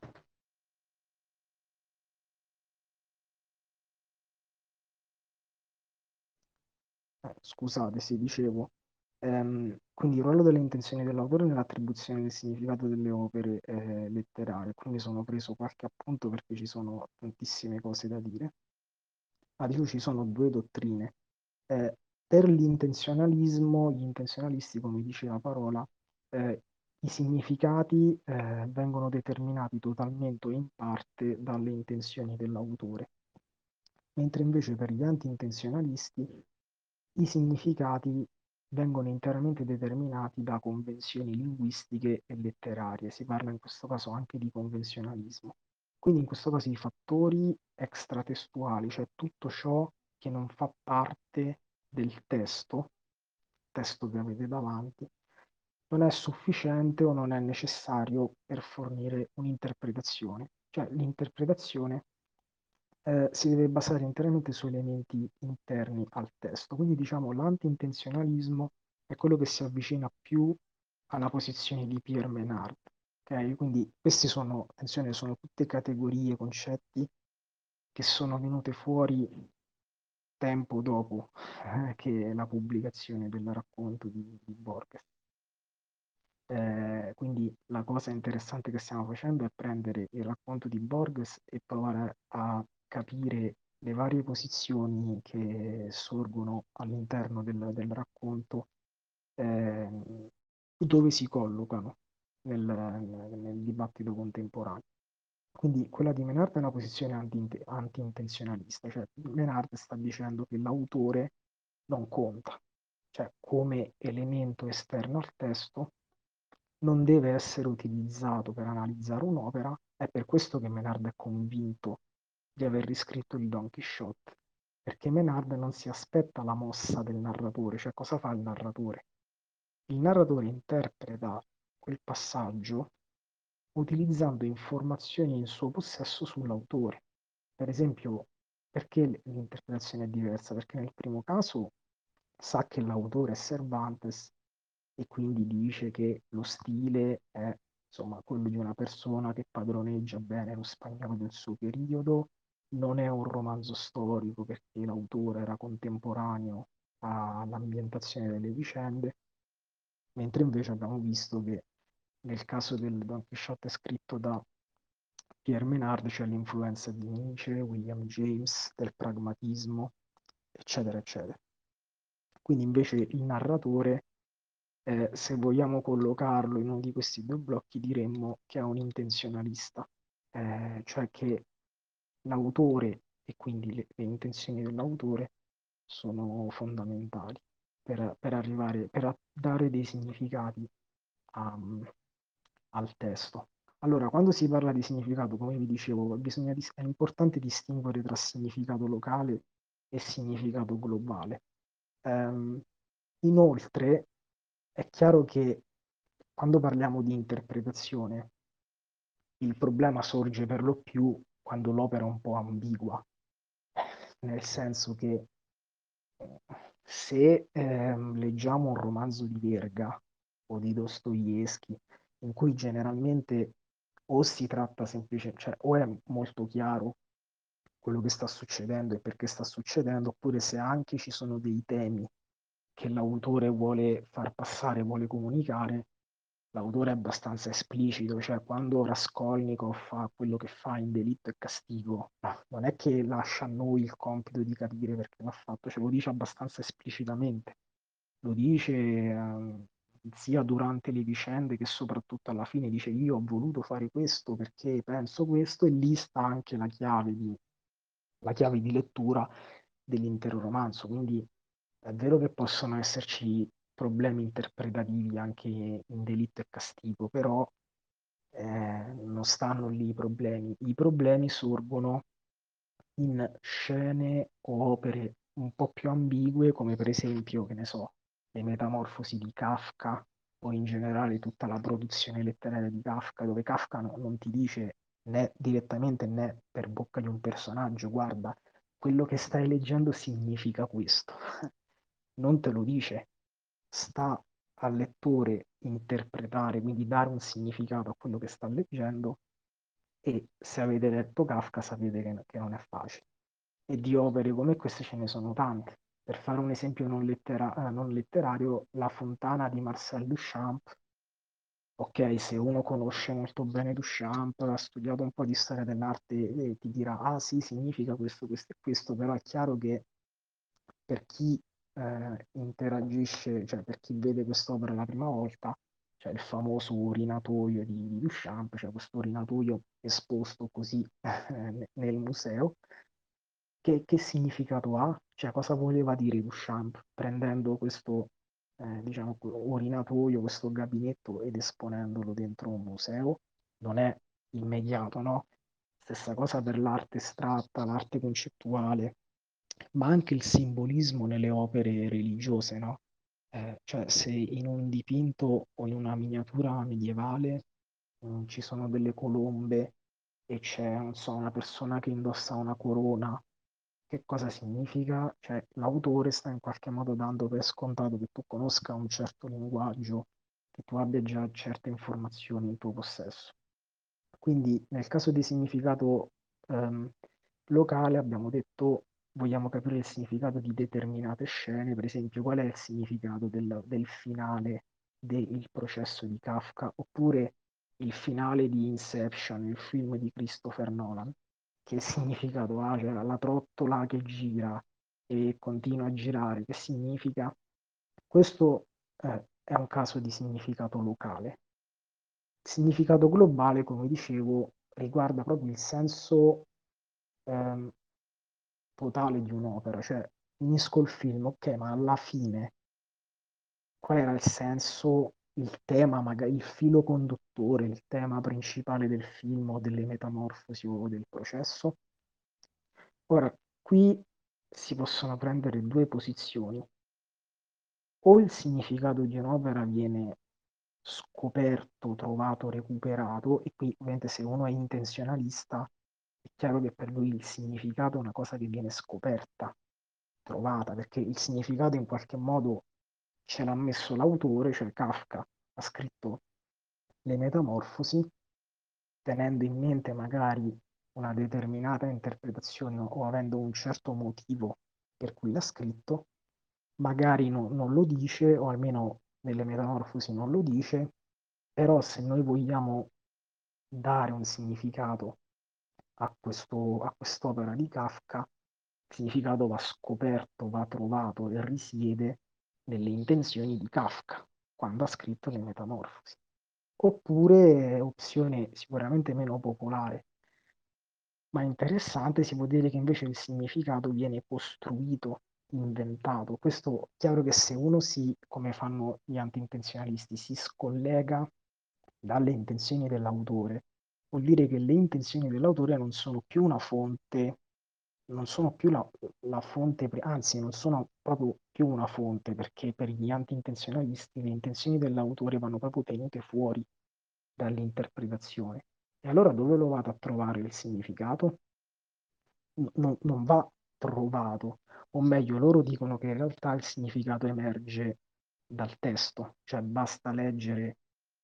Scusate, sì, dicevo. Quindi il ruolo delle intenzioni dell'autore nell'attribuzione del significato delle opere letterarie. Quindi sono preso qualche appunto perché ci sono tantissime cose da dire. Dicevo, ci sono due dottrine. Per l'intenzionalismo, gli intenzionalisti, come dice la parola, i significati vengono determinati totalmente o in parte dalle intenzioni dell'autore. mentre invece per gli anti-intenzionalisti i significati vengono interamente determinati da convenzioni linguistiche e letterarie. Si parla in questo caso anche di convenzionalismo. Quindi in questo caso i fattori extratestuali, cioè tutto ciò che non fa parte del testo che avete davanti, non è sufficiente o non è necessario per fornire un'interpretazione. Cioè l'interpretazione si deve basare interamente su elementi interni al testo. Quindi diciamo l'anti-intenzionalismo è quello che si avvicina più alla posizione di Pierre Menard. Ok? Quindi questi sono, attenzione, sono tutte categorie, concetti che sono venute fuori tempo dopo che la pubblicazione del racconto di Borges. Quindi la cosa interessante che stiamo facendo è prendere il racconto di Borges e provare a capire le varie posizioni che sorgono all'interno del racconto, dove si collocano nel dibattito contemporaneo. Quindi quella di Menard è una posizione anti-intenzionalista, cioè Menard sta dicendo che l'autore non conta, cioè come elemento esterno al testo non deve essere utilizzato per analizzare un'opera, è per questo che Menard è convinto di aver riscritto il Don Quixote, perché Menard non si aspetta la mossa del narratore, cioè cosa fa il narratore? Il narratore interpreta quel passaggio utilizzando informazioni in suo possesso sull'autore. Per esempio, perché l'interpretazione è diversa? Perché nel primo caso sa che l'autore è Cervantes e quindi dice che lo stile è insomma quello di una persona che padroneggia bene lo spagnolo del suo periodo, non è un romanzo storico perché l'autore era contemporaneo all'ambientazione delle vicende, mentre invece abbiamo visto che nel caso del Don Quixote scritto da Pierre Menard c'è l'influenza di Nietzsche, William James, del pragmatismo, eccetera, eccetera. Quindi invece il narratore, se vogliamo collocarlo in uno di questi due blocchi, diremmo che è un intenzionalista, cioè che l'autore e quindi le intenzioni dell'autore sono fondamentali per arrivare, dare dei significati a- al testo. Allora, quando si parla di significato, come vi dicevo, è importante distinguere tra significato locale e significato globale. Ehm, Inoltre, è chiaro che quando parliamo di interpretazione, il problema sorge per lo più quando l'opera è un po' ambigua, nel senso che se leggiamo un romanzo di Verga o di Dostoevsky, in cui generalmente o si tratta semplicemente, cioè o è molto chiaro quello che sta succedendo e perché sta succedendo, oppure se anche ci sono dei temi che l'autore vuole far passare, vuole comunicare, l'autore è abbastanza esplicito, cioè quando Raskolnikov fa quello che fa in Delitto e Castigo, non è che lascia a noi il compito di capire perché l'ha fatto, ce lo dice abbastanza esplicitamente. Lo dice sia durante le vicende che soprattutto alla fine dice io ho voluto fare questo perché penso questo e lì sta anche la chiave di lettura dell'intero romanzo. Quindi è vero che possono esserci problemi interpretativi anche in Delitto e Castigo, però non stanno lì i problemi. I problemi sorgono in scene o opere un po' più ambigue, come per esempio, che ne so, le Metamorfosi di Kafka o in generale tutta la produzione letteraria di Kafka, dove Kafka non ti dice né direttamente né per bocca di un personaggio, guarda, quello che stai leggendo significa questo. Non te lo dice, sta al lettore interpretare, quindi dare un significato a quello che sta leggendo e se avete letto Kafka sapete che non è facile. E di opere come queste ce ne sono tante. Per fare un esempio non letterario, La Fontana di Marcel Duchamp. Ok, se uno conosce molto bene Duchamp, ha studiato un po' di storia dell'arte, ti dirà, ah sì, significa questo, questo e questo, però è chiaro che per chi interagisce, cioè per chi vede quest'opera la prima volta, c'è il famoso urinatoio di Duchamp, cioè questo urinatoio esposto così nel museo, che significato ha? Cioè, cosa voleva dire Duchamp prendendo questo, diciamo, orinatoio, questo gabinetto ed esponendolo dentro un museo? Non è immediato, no? Stessa cosa per l'arte astratta, l'arte concettuale, ma anche il simbolismo nelle opere religiose, no? Cioè, se in un dipinto o in una miniatura medievale ci sono delle colombe e c'è, non so, una persona che indossa una corona, che cosa significa? Cioè, l'autore sta in qualche modo dando per scontato che tu conosca un certo linguaggio, che tu abbia già certe informazioni in tuo possesso. Quindi nel caso di significato locale abbiamo detto vogliamo capire il significato di determinate scene, per esempio qual è il significato del finale del processo di Kafka, oppure il finale di Inception, il film di Christopher Nolan, che significato ha? Cioè la trottola che gira e continua a girare, che significa? Questo è un caso di significato locale. Il significato globale, come dicevo, riguarda proprio il senso ehm, totale di un'opera, cioè finisco il film, ok, ma alla fine qual era il senso, il tema, magari il filo conduttore, il tema principale del film o delle metamorfosi o del processo? Ora, qui si possono prendere due posizioni. O il significato di un'opera viene scoperto, trovato, recuperato, e qui ovviamente se uno è intenzionalista è chiaro che per lui il significato è una cosa che viene scoperta, trovata, perché il significato in qualche modo ce l'ha messo l'autore, cioè Kafka, ha scritto le Metamorfosi, tenendo in mente magari una determinata interpretazione o avendo un certo motivo per cui l'ha scritto, magari non lo dice, o almeno nelle Metamorfosi non lo dice, però se noi vogliamo dare un significato a quest'opera di Kafka, il significato va scoperto, va trovato e risiede nelle intenzioni di Kafka quando ha scritto le Metamorfosi. Oppure, opzione sicuramente meno popolare, ma interessante, si può dire che invece il significato viene costruito, inventato. Questo è chiaro che se uno si, come fanno gli anti-intenzionalisti, si scollega dalle intenzioni dell'autore, vuol dire che le intenzioni dell'autore non sono più una fonte, non sono più la fonte, anzi non sono proprio più una fonte, perché per gli anti-intenzionalisti le intenzioni dell'autore vanno proprio tenute fuori dall'interpretazione. E allora dove lo vado a trovare il significato? Non va trovato, o meglio, loro dicono che in realtà il significato emerge dal testo, cioè basta leggere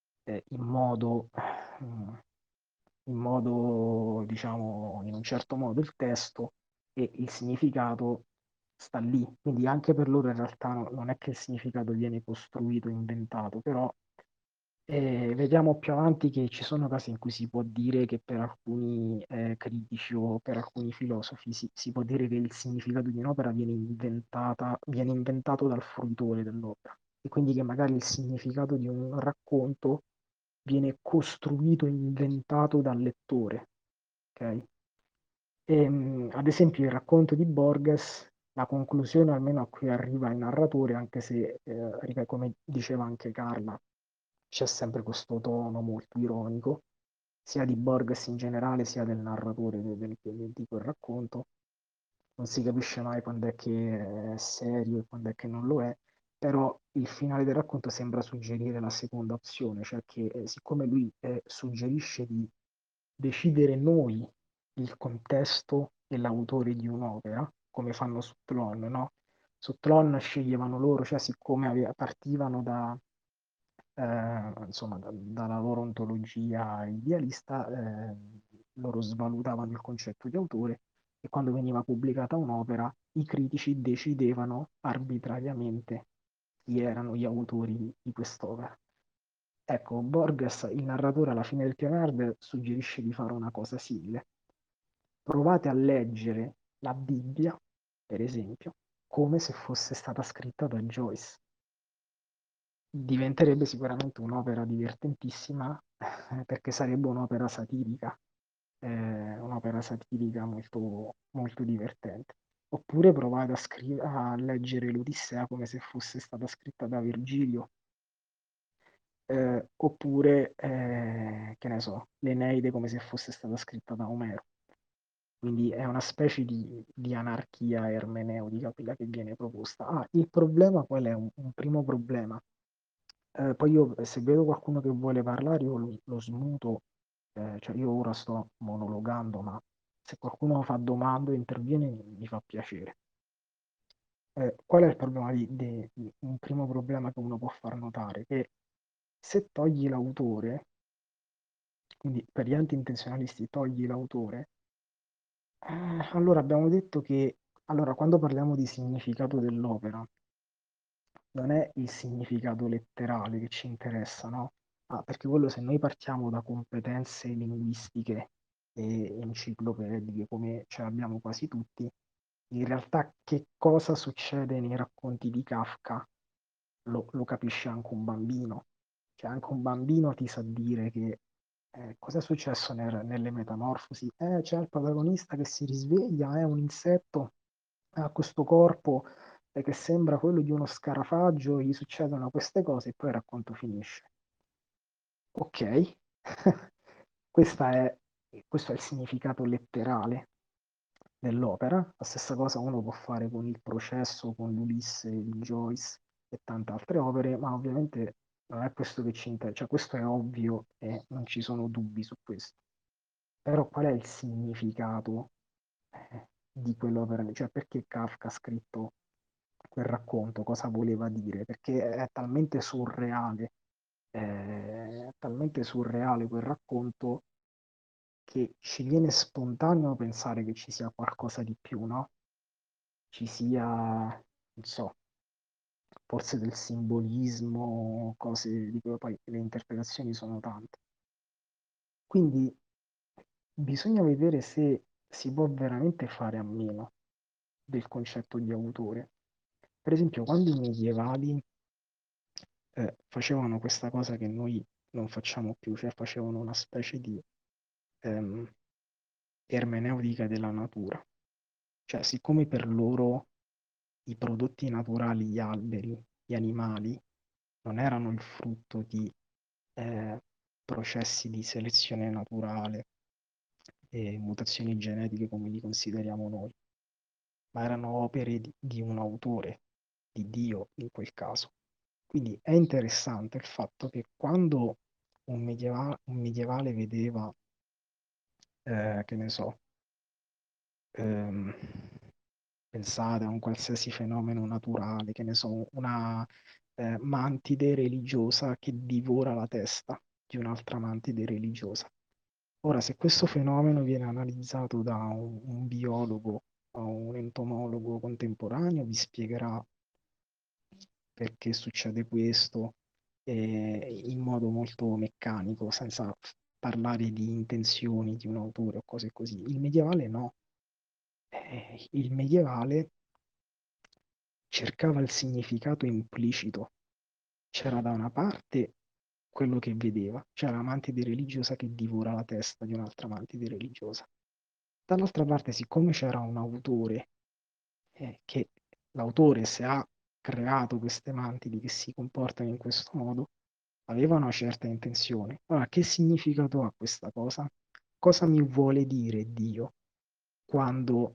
in modo, diciamo, in un certo modo il testo e il significato sta lì. Quindi anche per loro in realtà non è che il significato viene costruito, inventato, però vediamo più avanti che ci sono casi in cui si può dire che per alcuni critici o per alcuni filosofi si può dire che il significato di un'opera viene inventato dal fruitore dell'opera e quindi che magari il significato di un racconto viene costruito, inventato dal lettore. Ok? Ad esempio il racconto di Borges, la conclusione almeno a cui arriva il narratore, anche se, come diceva anche Carla, c'è sempre questo tono molto ironico, sia di Borges in generale, sia del narratore di quel racconto. Non si capisce mai quando è che è serio e quando è che non lo è, però il finale del racconto sembra suggerire la seconda opzione, cioè che siccome lui suggerisce di decidere noi il contesto e l'autore di un'opera, come fanno su Tlon, no? Su Tlon sceglievano loro, cioè siccome partivano insomma, dalla loro ontologia idealista, loro svalutavano il concetto di autore e quando veniva pubblicata un'opera, i critici decidevano arbitrariamente chi erano gli autori di quest'opera. Ecco, Borges, il narratore alla fine del piano Hard, suggerisce di fare una cosa simile. Provate a leggere la Bibbia, per esempio, come se fosse stata scritta da Joyce. Diventerebbe sicuramente un'opera divertentissima perché sarebbe un'opera satirica. È un'opera satirica molto, molto divertente. Oppure provate a leggere l'Odissea come se fosse stata scritta da Virgilio, oppure, che ne so, l'Eneide come se fosse stata scritta da Omero. Quindi è una specie di anarchia ermeneutica quella che viene proposta. Ah, il problema qual è? Un primo problema. Poi io, se vedo qualcuno che vuole parlare, io lo smuto, cioè io ora sto monologando, ma se qualcuno fa domande o interviene mi fa piacere. Qual è il problema un primo problema che uno può far notare? Che se togli l'autore, quindi per gli anti-intenzionalisti togli l'autore, allora abbiamo detto che allora, quando parliamo di significato dell'opera, non è il significato letterale che ci interessa, no? Ah, perché quello se noi partiamo da competenze linguistiche e enciclopediche, come ce l'abbiamo quasi tutti, in realtà che cosa succede nei racconti di Kafka lo capisce anche un bambino. Cioè anche un bambino ti sa dire che cosa è successo nelle metamorfosi. C'è il protagonista che si risveglia, è un insetto, ha questo corpo che sembra quello di uno scarafaggio, gli succedono queste cose e poi il racconto finisce. Ok, Questa è- questo è il significato letterale dell'opera. La stessa cosa uno può fare con il processo, con l'Ulisse di Joyce e tante altre opere, ma ovviamente non è questo che ci interessa, cioè questo è ovvio e non ci sono dubbi su questo. Però qual è il significato di quell'opera lì? Cioè perché Kafka ha scritto quel racconto, cosa voleva dire? Perché è talmente surreale quel racconto che ci viene spontaneo pensare che ci sia qualcosa di più, no? Ci sia, non so, forse del simbolismo, cose di cui poi le interpretazioni sono tante. Quindi bisogna vedere se si può veramente fare a meno del concetto di autore. Per esempio, quando i medievali facevano questa cosa che noi non facciamo più, cioè facevano una specie di ehm, ermeneutica della natura. Cioè, siccome per loro i prodotti naturali, gli alberi, gli animali, non erano il frutto di eh, processi di selezione naturale e mutazioni genetiche come li consideriamo noi, ma erano opere di un autore, di Dio in quel caso. Quindi è interessante il fatto che quando un medievale vedeva, che ne so, ehm, pensate a un qualsiasi fenomeno naturale, che ne so, una mantide religiosa che divora la testa di un'altra mantide religiosa. Ora, se questo fenomeno viene analizzato da un biologo o un entomologo contemporaneo, vi spiegherà perché succede questo in modo molto meccanico, senza parlare di intenzioni di un autore o cose così. Il medievale no. Il medievale cercava il significato implicito. C'era da una parte quello che vedeva, c'era la mantide religiosa che divora la testa di un'altra mantide religiosa. Dall'altra parte, siccome c'era un autore, che l'autore, se ha creato queste mantidi che si comportano in questo modo, aveva una certa intenzione. Allora, che significato ha questa cosa? Cosa mi vuole dire Dio quando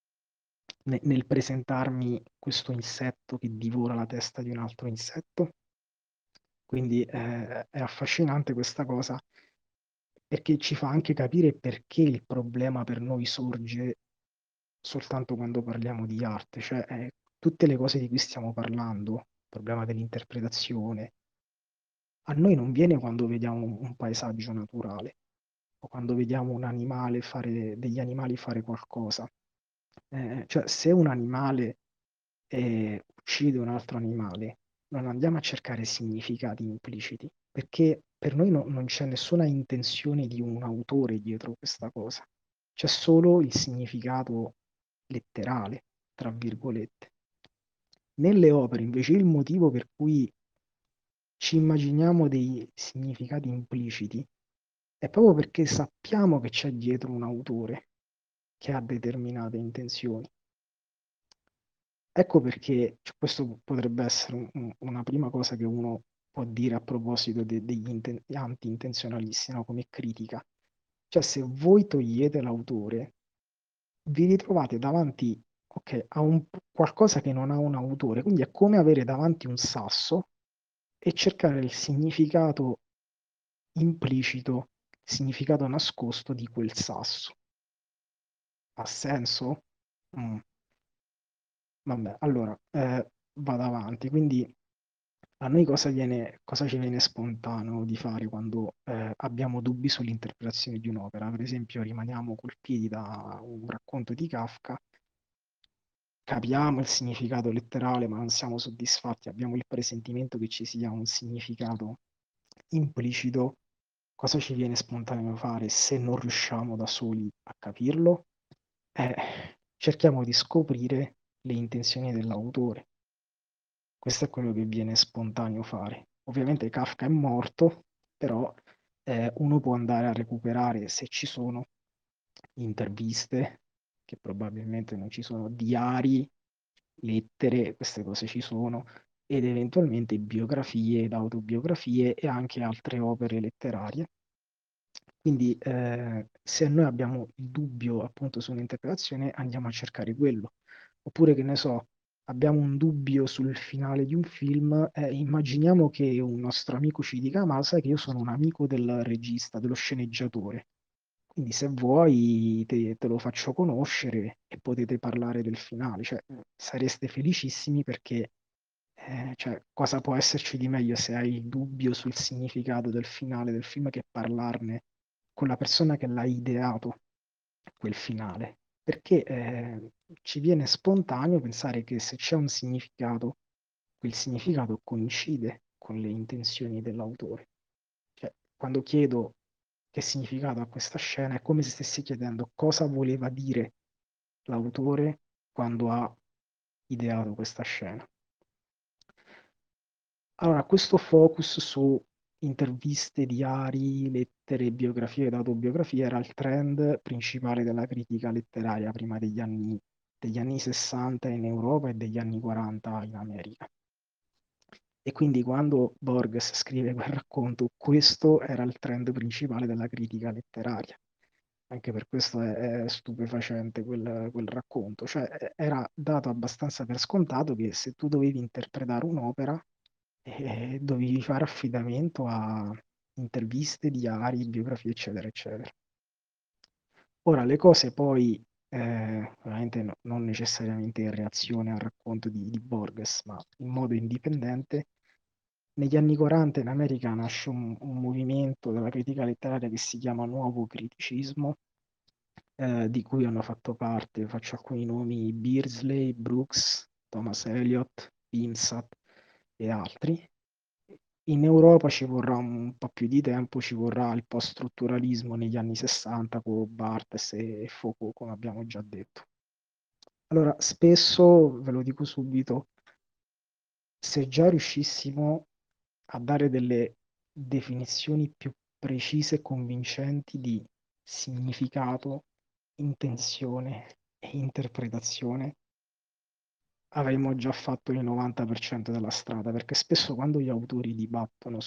nel presentarmi questo insetto che divora la testa di un altro insetto? Quindi è affascinante questa cosa perché ci fa anche capire perché il problema per noi sorge soltanto quando parliamo di arte, cioè tutte le cose di cui stiamo parlando, il problema dell'interpretazione, a noi non viene quando vediamo un paesaggio naturale o quando vediamo un animale fare, degli animali fare qualcosa. Cioè, se un animale uccide un altro animale, non andiamo a cercare significati impliciti, perché per noi non c'è nessuna intenzione di un autore dietro questa cosa, c'è solo il significato letterale, tra virgolette. Nelle opere, invece, il motivo per cui ci immaginiamo dei significati impliciti è proprio perché sappiamo che c'è dietro un autore che ha determinate intenzioni. Ecco perché questo potrebbe essere una prima cosa che uno può dire a proposito degli anti-intenzionalisti, no? Come critica. Cioè, se voi togliete l'autore, vi ritrovate davanti, ok, a qualcosa che non ha un autore, quindi è come avere davanti un sasso e cercare il significato implicito, il significato nascosto di quel sasso. Ha senso? Mm. Vabbè, allora vado avanti. Quindi a noi cosa ci viene spontaneo di fare quando abbiamo dubbi sull'interpretazione di un'opera? Per esempio, rimaniamo colpiti da un racconto di Kafka, capiamo il significato letterale, ma non siamo soddisfatti, abbiamo il presentimento che ci sia un significato implicito. Cosa ci viene spontaneo fare se non riusciamo da soli a capirlo? Eh, cerchiamo di scoprire le intenzioni dell'autore. Questo è quello che viene spontaneo fare. Ovviamente Kafka è morto, però uno può andare a recuperare, se ci sono, interviste, che probabilmente non ci sono, diari, lettere, queste cose ci sono, ed eventualmente biografie ed autobiografie e anche altre opere letterarie. Quindi se noi abbiamo il dubbio appunto su un'interpretazione, andiamo a cercare quello. Oppure, che ne so, abbiamo un dubbio sul finale di un film, immaginiamo che un nostro amico ci dica, ma sai che io sono un amico del regista, dello sceneggiatore. Quindi se vuoi te lo faccio conoscere e potete parlare del finale. Cioè, sareste felicissimi perché cioè, cosa può esserci di meglio se hai il dubbio sul significato del finale del film che parlarne con la persona che l'ha ideato, quel finale? Perché ci viene spontaneo pensare che se c'è un significato, quel significato coincide con le intenzioni dell'autore. Cioè, quando chiedo che significato ha questa scena, è come se stessi chiedendo cosa voleva dire l'autore quando ha ideato questa scena. Allora, questo focus su interviste, diari, lettere, biografie ed autobiografie era il trend principale della critica letteraria prima degli anni 60 in Europa e degli anni 40 in America. E quindi quando Borges scrive quel racconto, questo era il trend principale della critica letteraria. Anche per questo è stupefacente quel racconto. Cioè, era dato abbastanza per scontato che se tu dovevi interpretare un'opera, dovevi fare affidamento a interviste, diari, biografie, eccetera, eccetera. Ora, le cose poi, ovviamente non necessariamente in reazione al racconto di Borges, ma in modo indipendente, negli anni 40 in America nasce un movimento della critica letteraria che si chiama Nuovo Criticismo, di cui hanno fatto parte, faccio alcuni nomi, Beardsley, Brooks, Thomas Eliot, Pinsat e altri. In Europa ci vorrà un po' più di tempo, ci vorrà il post-strutturalismo negli anni 60 con Barthes e Foucault, come abbiamo già detto. Allora, spesso, ve lo dico subito, se già riuscissimo a dare delle definizioni più precise e convincenti di significato, intenzione e interpretazione, avremmo già fatto il 90% della strada, perché spesso quando gli autori dibattono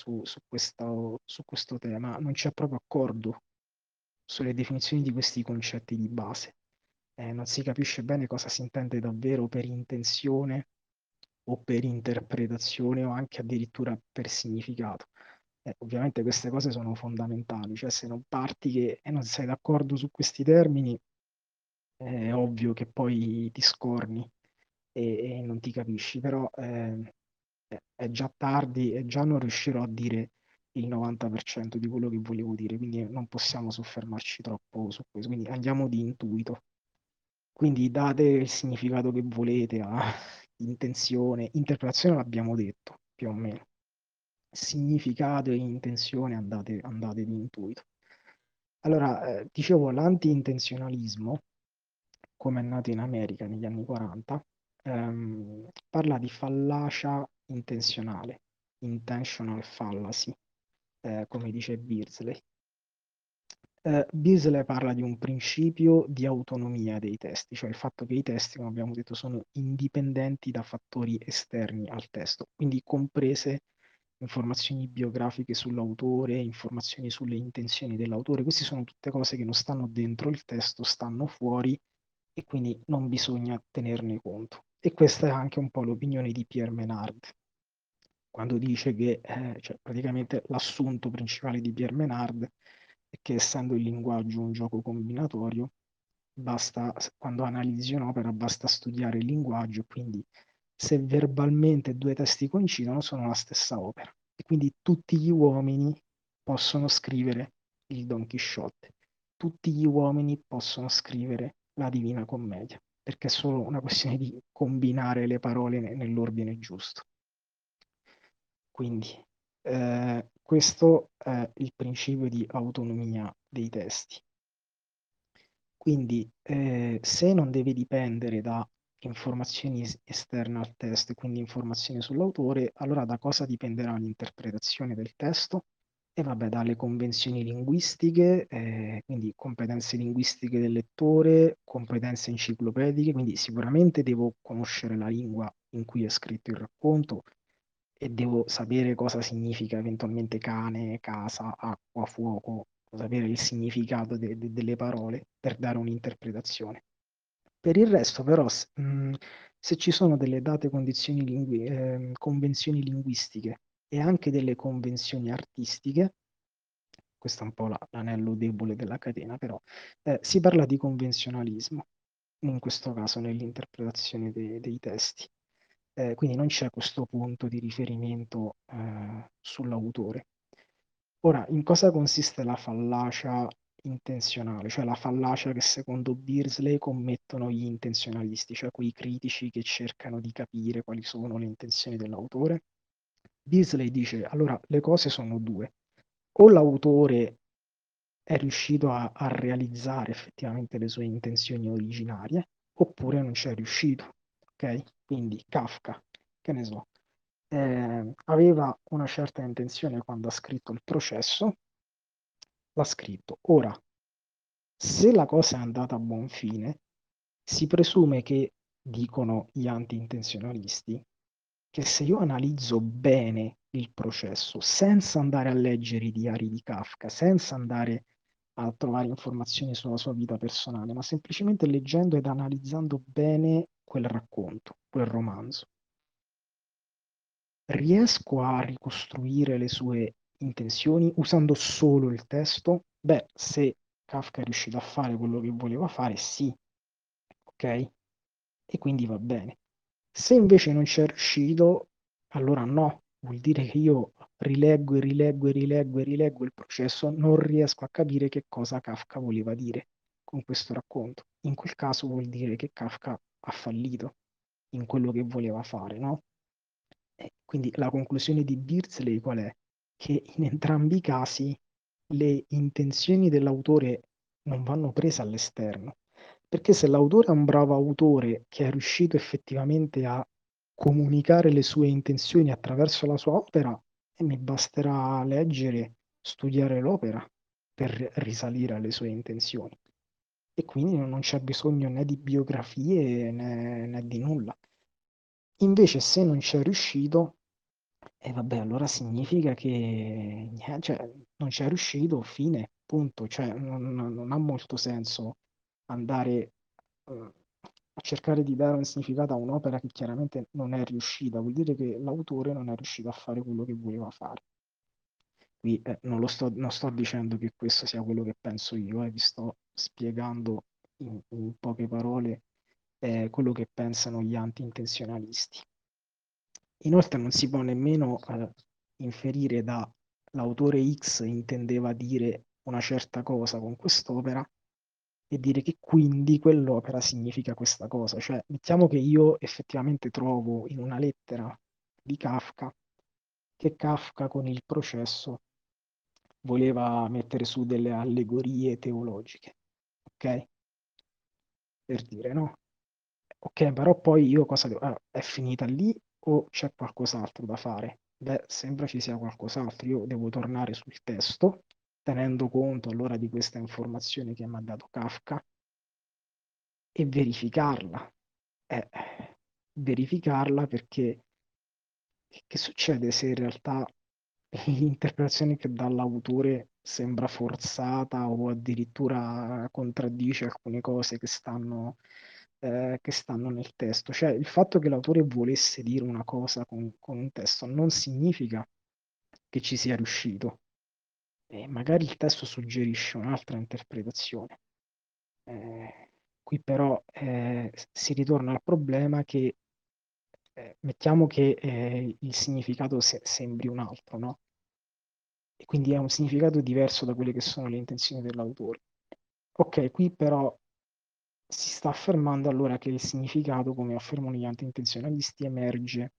su questo tema non c'è proprio accordo sulle definizioni di questi concetti di base. Non si capisce bene cosa si intende davvero per intenzione o per interpretazione o anche addirittura per significato. Ovviamente queste cose sono fondamentali, cioè se non parti e non sei d'accordo su questi termini, è ovvio che poi ti scorni e non ti capisci, però è già tardi e già non riuscirò a dire il 90% di quello che volevo dire, quindi non possiamo soffermarci troppo su questo, quindi andiamo di intuito. Quindi date il significato che volete a intenzione, interpretazione l'abbiamo detto, più o meno. Significato e intenzione andate di intuito. Allora, dicevo, l'anti-intenzionalismo, come è nato in America negli anni 40, parla di fallacia intenzionale, intentional fallacy, come dice Beardsley. Beasley parla di un principio di autonomia dei testi, cioè il fatto che i testi, come abbiamo detto, sono indipendenti da fattori esterni al testo, quindi comprese informazioni biografiche sull'autore, informazioni sulle intenzioni dell'autore. Queste sono tutte cose che non stanno dentro il testo, stanno fuori e quindi non bisogna tenerne conto. E questa è anche un po' l'opinione di Pierre Menard, quando dice che cioè, praticamente l'assunto principale di Pierre Menard è che essendo il linguaggio un gioco combinatorio, quando analizzi un'opera basta studiare il linguaggio, quindi se verbalmente due testi coincidono sono la stessa opera. E quindi tutti gli uomini possono scrivere il Don Chisciotte, tutti gli uomini possono scrivere la Divina Commedia, perché è solo una questione di combinare le parole nell'ordine giusto. Quindi questo è il principio di autonomia dei testi. Quindi se non deve dipendere da informazioni esterne al testo, quindi informazioni sull'autore, allora da cosa dipenderà l'interpretazione del testo? E vabbè, dalle convenzioni linguistiche, quindi competenze linguistiche del lettore, competenze enciclopediche, quindi sicuramente devo conoscere la lingua in cui è scritto il racconto e devo sapere cosa significa eventualmente cane, casa, acqua, fuoco, sapere il significato delle parole per dare un'interpretazione. Per il resto, però, se ci sono delle date convenzioni linguistiche e anche delle convenzioni artistiche, questo è un po' l'anello debole della catena, però si parla di convenzionalismo, in questo caso nell'interpretazione dei testi. Quindi non c'è questo punto di riferimento sull'autore. Ora, in cosa consiste la fallacia intenzionale? Cioè la fallacia che secondo Beardsley commettono gli intenzionalisti, cioè quei critici che cercano di capire quali sono le intenzioni dell'autore? Beardsley dice, allora, le cose sono due. O l'autore è riuscito a realizzare effettivamente le sue intenzioni originarie, oppure non ci è riuscito. Ok? Quindi Kafka, che ne so, aveva una certa intenzione quando ha scritto il processo, l'ha scritto. Ora, se la cosa è andata a buon fine, si presume che, dicono gli anti-intenzionalisti, che se io analizzo bene il processo, senza andare a leggere i diari di Kafka, senza andare a trovare informazioni sulla sua vita personale, ma semplicemente leggendo ed analizzando bene quel racconto, quel romanzo, riesco a ricostruire le sue intenzioni usando solo il testo? Beh, se Kafka è riuscito a fare quello che voleva fare, sì, ok? E quindi va bene. Se invece non c'è riuscito, allora no, vuol dire che io rileggo e rileggo e rileggo e rileggo il processo, non riesco a capire che cosa Kafka voleva dire con questo racconto. In quel caso vuol dire che Kafka ha fallito in quello che voleva fare, no? Quindi la conclusione di Beardsley qual è? Che in entrambi i casi le intenzioni dell'autore non vanno prese all'esterno, perché se l'autore è un bravo autore che è riuscito effettivamente a comunicare le sue intenzioni attraverso la sua opera, e mi basterà leggere, studiare l'opera per risalire alle sue intenzioni. E quindi non c'è bisogno né di biografie né di nulla. Invece, se non c'è riuscito, e vabbè, allora significa che cioè, non c'è riuscito, fine, punto. Cioè, non ha molto senso andare a cercare di dare un significato a un'opera che chiaramente non è riuscita. Vuol dire che l'autore non è riuscito a fare quello che voleva fare. Qui non sto dicendo che questo sia quello che penso io, vi sto spiegando in poche parole quello che pensano gli anti-intenzionalisti. Inoltre non si può nemmeno inferire da l'autore X intendeva dire una certa cosa con quest'opera e dire che quindi quell'opera significa questa cosa. Cioè, mettiamo che io effettivamente trovo in una lettera di Kafka che Kafka con il processo voleva mettere su delle allegorie teologiche, ok? Per dire, no? Ok, però poi io cosa devo... è finita lì o c'è qualcos'altro da fare? Beh, sembra ci sia qualcos'altro. Io devo tornare sul testo tenendo conto allora di questa informazione che mi ha dato Kafka e verificarla. Eh, verificarla perché che succede se in realtà l'interpretazione che dà l'autore sembra forzata o addirittura contraddice alcune cose che stanno nel testo? Cioè, il fatto che l'autore volesse dire una cosa con un testo non significa che ci sia riuscito. E magari il testo suggerisce un'altra interpretazione. Qui però si ritorna al problema che mettiamo che il significato sembri un altro, no? E quindi è un significato diverso da quelle che sono le intenzioni dell'autore. Ok, qui però si sta affermando allora che il significato, come affermano gli anti-intenzionalisti, emerge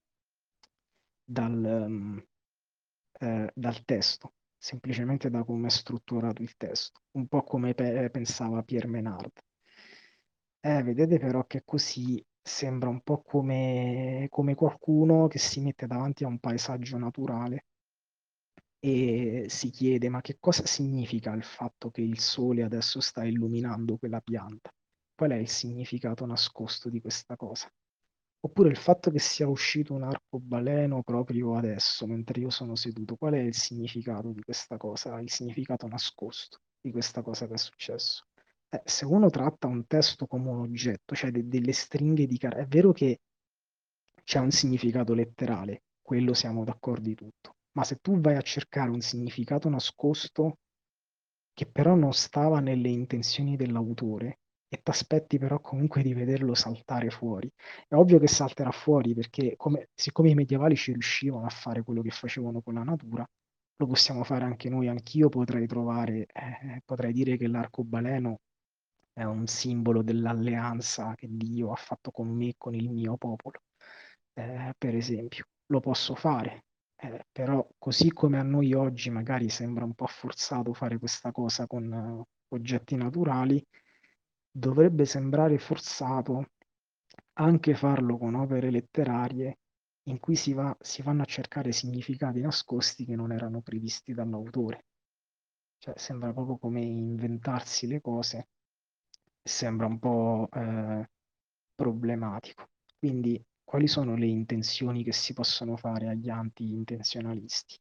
dal, dal testo, semplicemente da come è strutturato il testo, un po' come pensava Pierre Menard. Vedete però che così sembra un po' come qualcuno che si mette davanti a un paesaggio naturale e si chiede: ma che cosa significa il fatto che il sole adesso sta illuminando quella pianta? Qual è il significato nascosto di questa cosa? Oppure il fatto che sia uscito un arcobaleno proprio adesso, mentre io sono seduto, qual è il significato di questa cosa, il significato nascosto di questa cosa che è successo? Se uno tratta un testo come un oggetto, cioè delle stringhe di caratteri, è vero che c'è un significato letterale, quello siamo d'accordo di tutto, ma se tu vai a cercare un significato nascosto che però non stava nelle intenzioni dell'autore e ti aspetti però comunque di vederlo saltare fuori. È ovvio che salterà fuori perché siccome i medievali ci riuscivano a fare quello che facevano con la natura, lo possiamo fare anche noi. Anch'io potrei dire che l'arcobaleno è un simbolo dell'alleanza che Dio ha fatto con me e con il mio popolo. Per esempio, lo posso fare, però così come a noi oggi magari sembra un po' forzato fare questa cosa con oggetti naturali, dovrebbe sembrare forzato anche farlo con opere letterarie in cui si vanno a cercare significati nascosti che non erano previsti dall'autore. Cioè, sembra proprio come inventarsi le cose, sembra un po' problematico. Quindi, quali sono le intenzioni che si possono fare agli anti-intenzionalisti?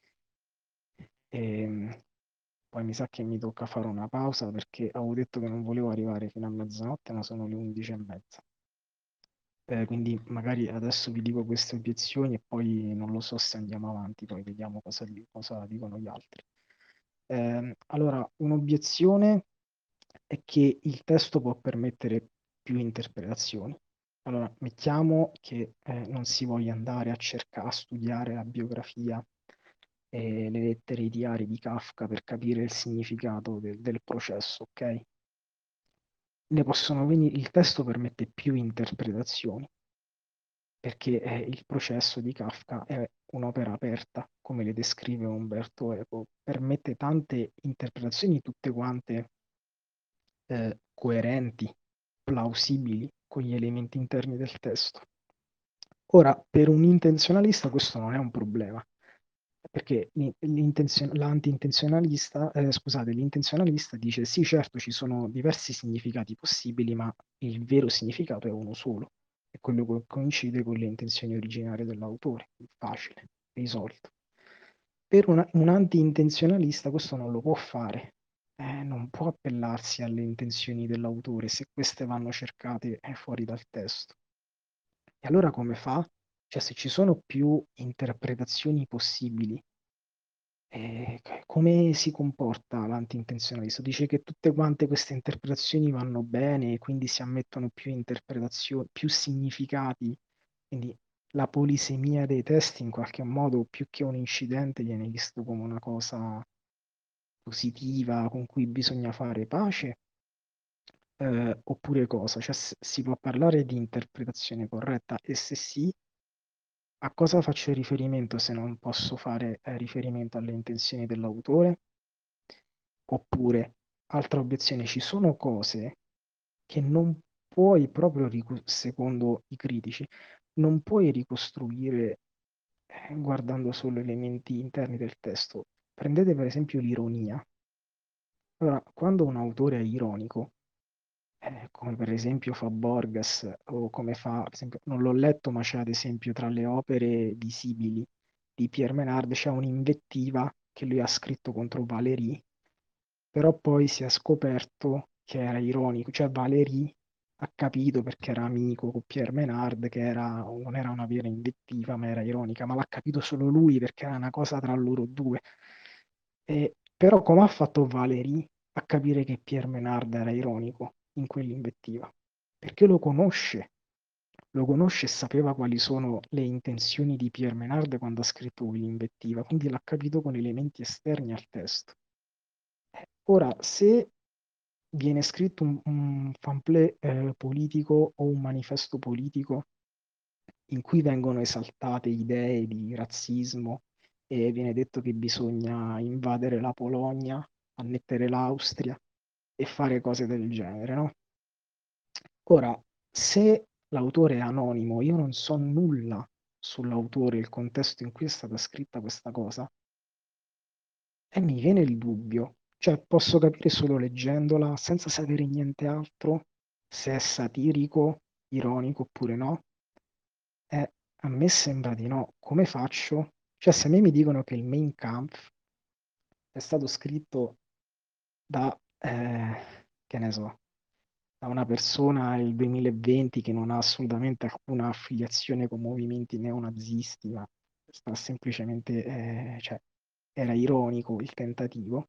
Ehm, Poi mi sa che mi tocca fare una pausa perché avevo detto che non volevo arrivare fino a mezzanotte, ma sono le 11:30. Quindi magari adesso vi dico queste obiezioni e poi non lo so se andiamo avanti, poi vediamo cosa dicono gli altri. Allora, un'obiezione è che il testo può permettere più interpretazioni. Allora, mettiamo che non si voglia andare a cercare, a studiare la biografia e le lettere e i diari di Kafka per capire il significato del processo, ok? Il testo permette più interpretazioni perché il processo di Kafka è un'opera aperta, come le descrive Umberto Eco, permette tante interpretazioni, tutte quante coerenti, plausibili con gli elementi interni del testo. Ora, per un intenzionalista questo non è un problema, perché l'intenzionalista dice sì, certo, ci sono diversi significati possibili, ma il vero significato è uno solo, è quello che coincide con le intenzioni originarie dell'autore, facile, risolto. Per un anti-intenzionalista questo non lo può fare, non può appellarsi alle intenzioni dell'autore se queste vanno cercate fuori dal testo. E allora come fa? Cioè, se ci sono più interpretazioni possibili, come si comporta l'anti-intenzionalista? Dice che tutte quante queste interpretazioni vanno bene e quindi si ammettono più interpretazioni, più significati. Quindi la polisemia dei testi in qualche modo, più che un incidente, viene visto come una cosa positiva con cui bisogna fare pace, oppure cosa? Cioè, si può parlare di interpretazione corretta e se sì, a cosa faccio riferimento se non posso fare riferimento alle intenzioni dell'autore? Oppure, altra obiezione, ci sono cose che non puoi proprio, secondo i critici, non puoi ricostruire guardando solo elementi interni del testo. Prendete per esempio l'ironia. Allora, quando un autore è ironico, come per esempio fa Borges, o come fa, per esempio, non l'ho letto, ma c'è ad esempio tra le opere visibili di Pierre Menard, c'è un'invettiva che lui ha scritto contro Valéry, però poi si è scoperto che era ironico, cioè Valéry ha capito perché era amico con Pierre Menard che non era una vera invettiva, ma era ironica, ma l'ha capito solo lui perché era una cosa tra loro due. Però come ha fatto Valéry a capire che Pierre Menard era ironico in quell'invettiva? Perché lo conosce e sapeva quali sono le intenzioni di Pierre Menard quando ha scritto quell'invettiva, quindi l'ha capito con elementi esterni al testo. Ora, se viene scritto un pamphlet politico o un manifesto politico in cui vengono esaltate idee di razzismo e viene detto che bisogna invadere la Polonia, annettere l'Austria e fare cose del genere, no? Ora, se l'autore è anonimo, io non so nulla sull'autore, il contesto in cui è stata scritta questa cosa, e mi viene il dubbio, cioè posso capire solo leggendola, senza sapere niente altro, se è satirico, ironico oppure no. A me sembra di no. Come faccio? Cioè, se a me mi dicono che il Mein Kampf è stato scritto da, che ne so, da una persona nel 2020 che non ha assolutamente alcuna affiliazione con movimenti neonazisti, ma sta semplicemente, cioè, era ironico il tentativo,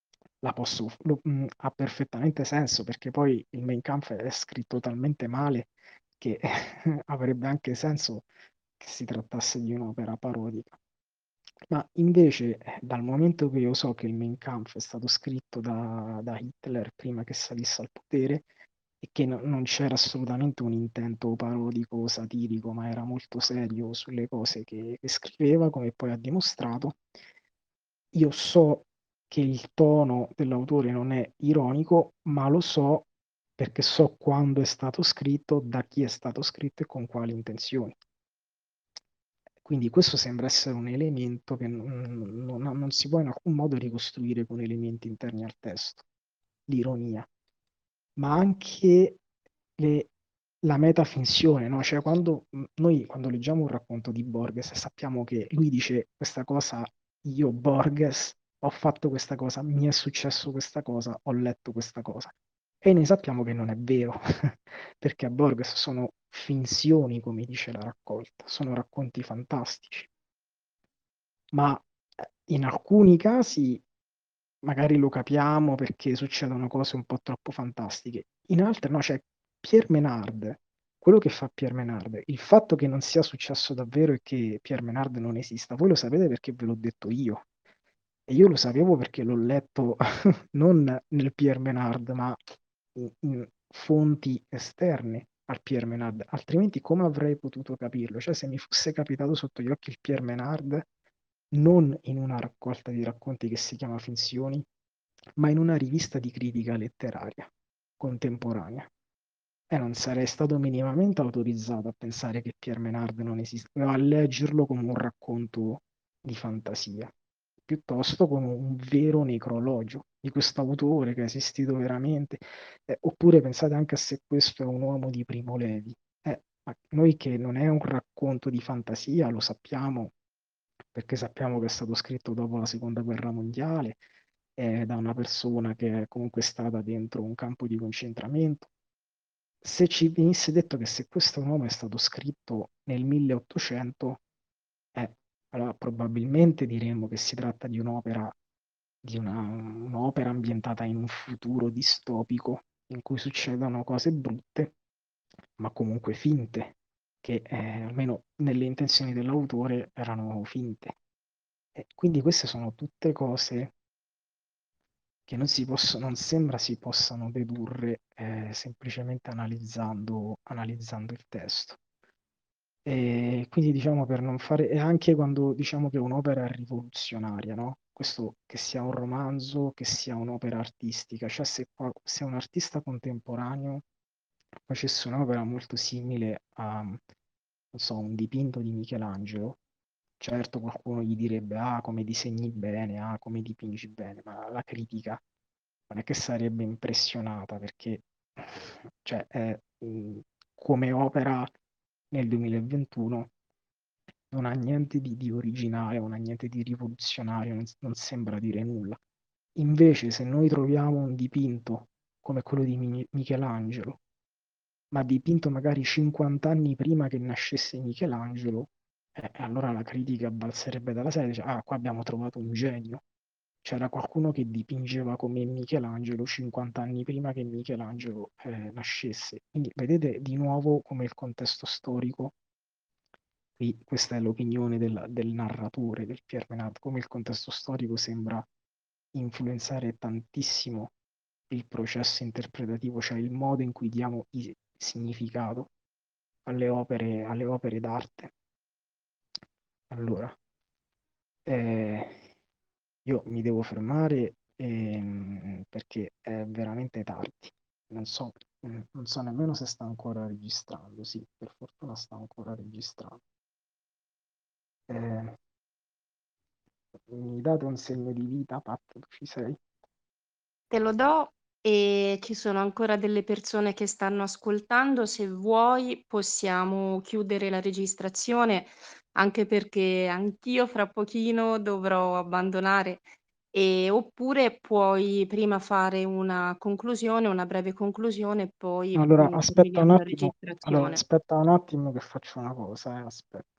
ha perfettamente senso perché poi il Mein Kampf è scritto talmente male che avrebbe anche senso che si trattasse di un'opera parodica. Ma invece, dal momento che io so che il Mein Kampf è stato scritto da Hitler prima che salisse al potere e che non c'era assolutamente un intento parodico o satirico, ma era molto serio sulle cose che scriveva, come poi ha dimostrato, io so che il tono dell'autore non è ironico, ma lo so perché so quando è stato scritto, da chi è stato scritto e con quali intenzioni. Quindi questo sembra essere un elemento che non si può in alcun modo ricostruire con elementi interni al testo, l'ironia, ma anche le- la metafinzione, no? Cioè noi quando leggiamo un racconto di Borges sappiamo che lui dice questa cosa, io Borges ho fatto questa cosa, mi è successo questa cosa, ho letto questa cosa. E noi sappiamo che non è vero, perché a Borges sono finzioni, come dice la raccolta, sono racconti fantastici, ma in alcuni casi magari lo capiamo perché succedono cose un po' troppo fantastiche, in altri no, cioè Pierre Menard, quello che fa Pierre Menard, il fatto che non sia successo davvero e che Pierre Menard non esista, voi lo sapete perché ve l'ho detto io. E io lo sapevo perché l'ho letto non nel Pierre Menard, ma in fonti esterne al Pierre Menard, altrimenti come avrei potuto capirlo? Cioè, se mi fosse capitato sotto gli occhi il Pierre Menard, non in una raccolta di racconti che si chiama Finzioni, ma in una rivista di critica letteraria contemporanea. E non sarei stato minimamente autorizzato a pensare che Pierre Menard non esiste, o a leggerlo come un racconto di fantasia, piuttosto come un vero necrologio di questo autore che è esistito veramente. Oppure pensate anche a se questo è un uomo di Primo Levi. Ma noi che non è un racconto di fantasia, lo sappiamo perché sappiamo che è stato scritto dopo la seconda guerra mondiale, da una persona che è comunque stata dentro un campo di concentramento. Se ci venisse detto che se questo nome è stato scritto nel 1800, allora probabilmente diremmo che si tratta di un'opera ambientata in un futuro distopico in cui succedono cose brutte, ma comunque finte, che almeno nelle intenzioni dell'autore erano finte. E quindi queste sono tutte cose che non sembra si possano dedurre semplicemente analizzando il testo. E quindi diciamo per non fare, e anche quando diciamo che un'opera è rivoluzionaria, no? Questo che sia un romanzo, che sia un'opera artistica, cioè se un artista contemporaneo facesse un'opera molto simile a, non so, un dipinto di Michelangelo, certo qualcuno gli direbbe, ah, come disegni bene, ah, come dipingi bene, ma la critica non è che sarebbe impressionata perché cioè, come opera nel 2021 non ha niente di originale, non ha niente di rivoluzionario, non sembra dire nulla. Invece, se noi troviamo un dipinto come quello di Michelangelo, ma dipinto magari 50 anni prima che nascesse Michelangelo, allora la critica balzerebbe dalla sedia e dice, ah, qua abbiamo trovato un genio. C'era qualcuno che dipingeva come Michelangelo 50 anni prima che Michelangelo nascesse. Quindi vedete di nuovo come il contesto storico, qui questa è l'opinione del narratore, del Pierre Menard, come il contesto storico sembra influenzare tantissimo il processo interpretativo, cioè il modo in cui diamo significato alle opere d'arte. Allora, io mi devo fermare perché è veramente tardi. Non so, non so nemmeno se sta ancora registrando. Sì, per fortuna sta ancora registrando. Eh, Mi date un segno di vita, Pat, tu ci sei? Te lo do e ci sono ancora delle persone che stanno ascoltando. Se vuoi possiamo chiudere la registrazione, anche perché anch'io fra pochino dovrò abbandonare. Oppure puoi prima fare una conclusione, una breve conclusione, e poi Allora, aspetta un terminiamo la attimo. Allora, registrazione. aspetta un attimo che faccio una cosa, aspetta.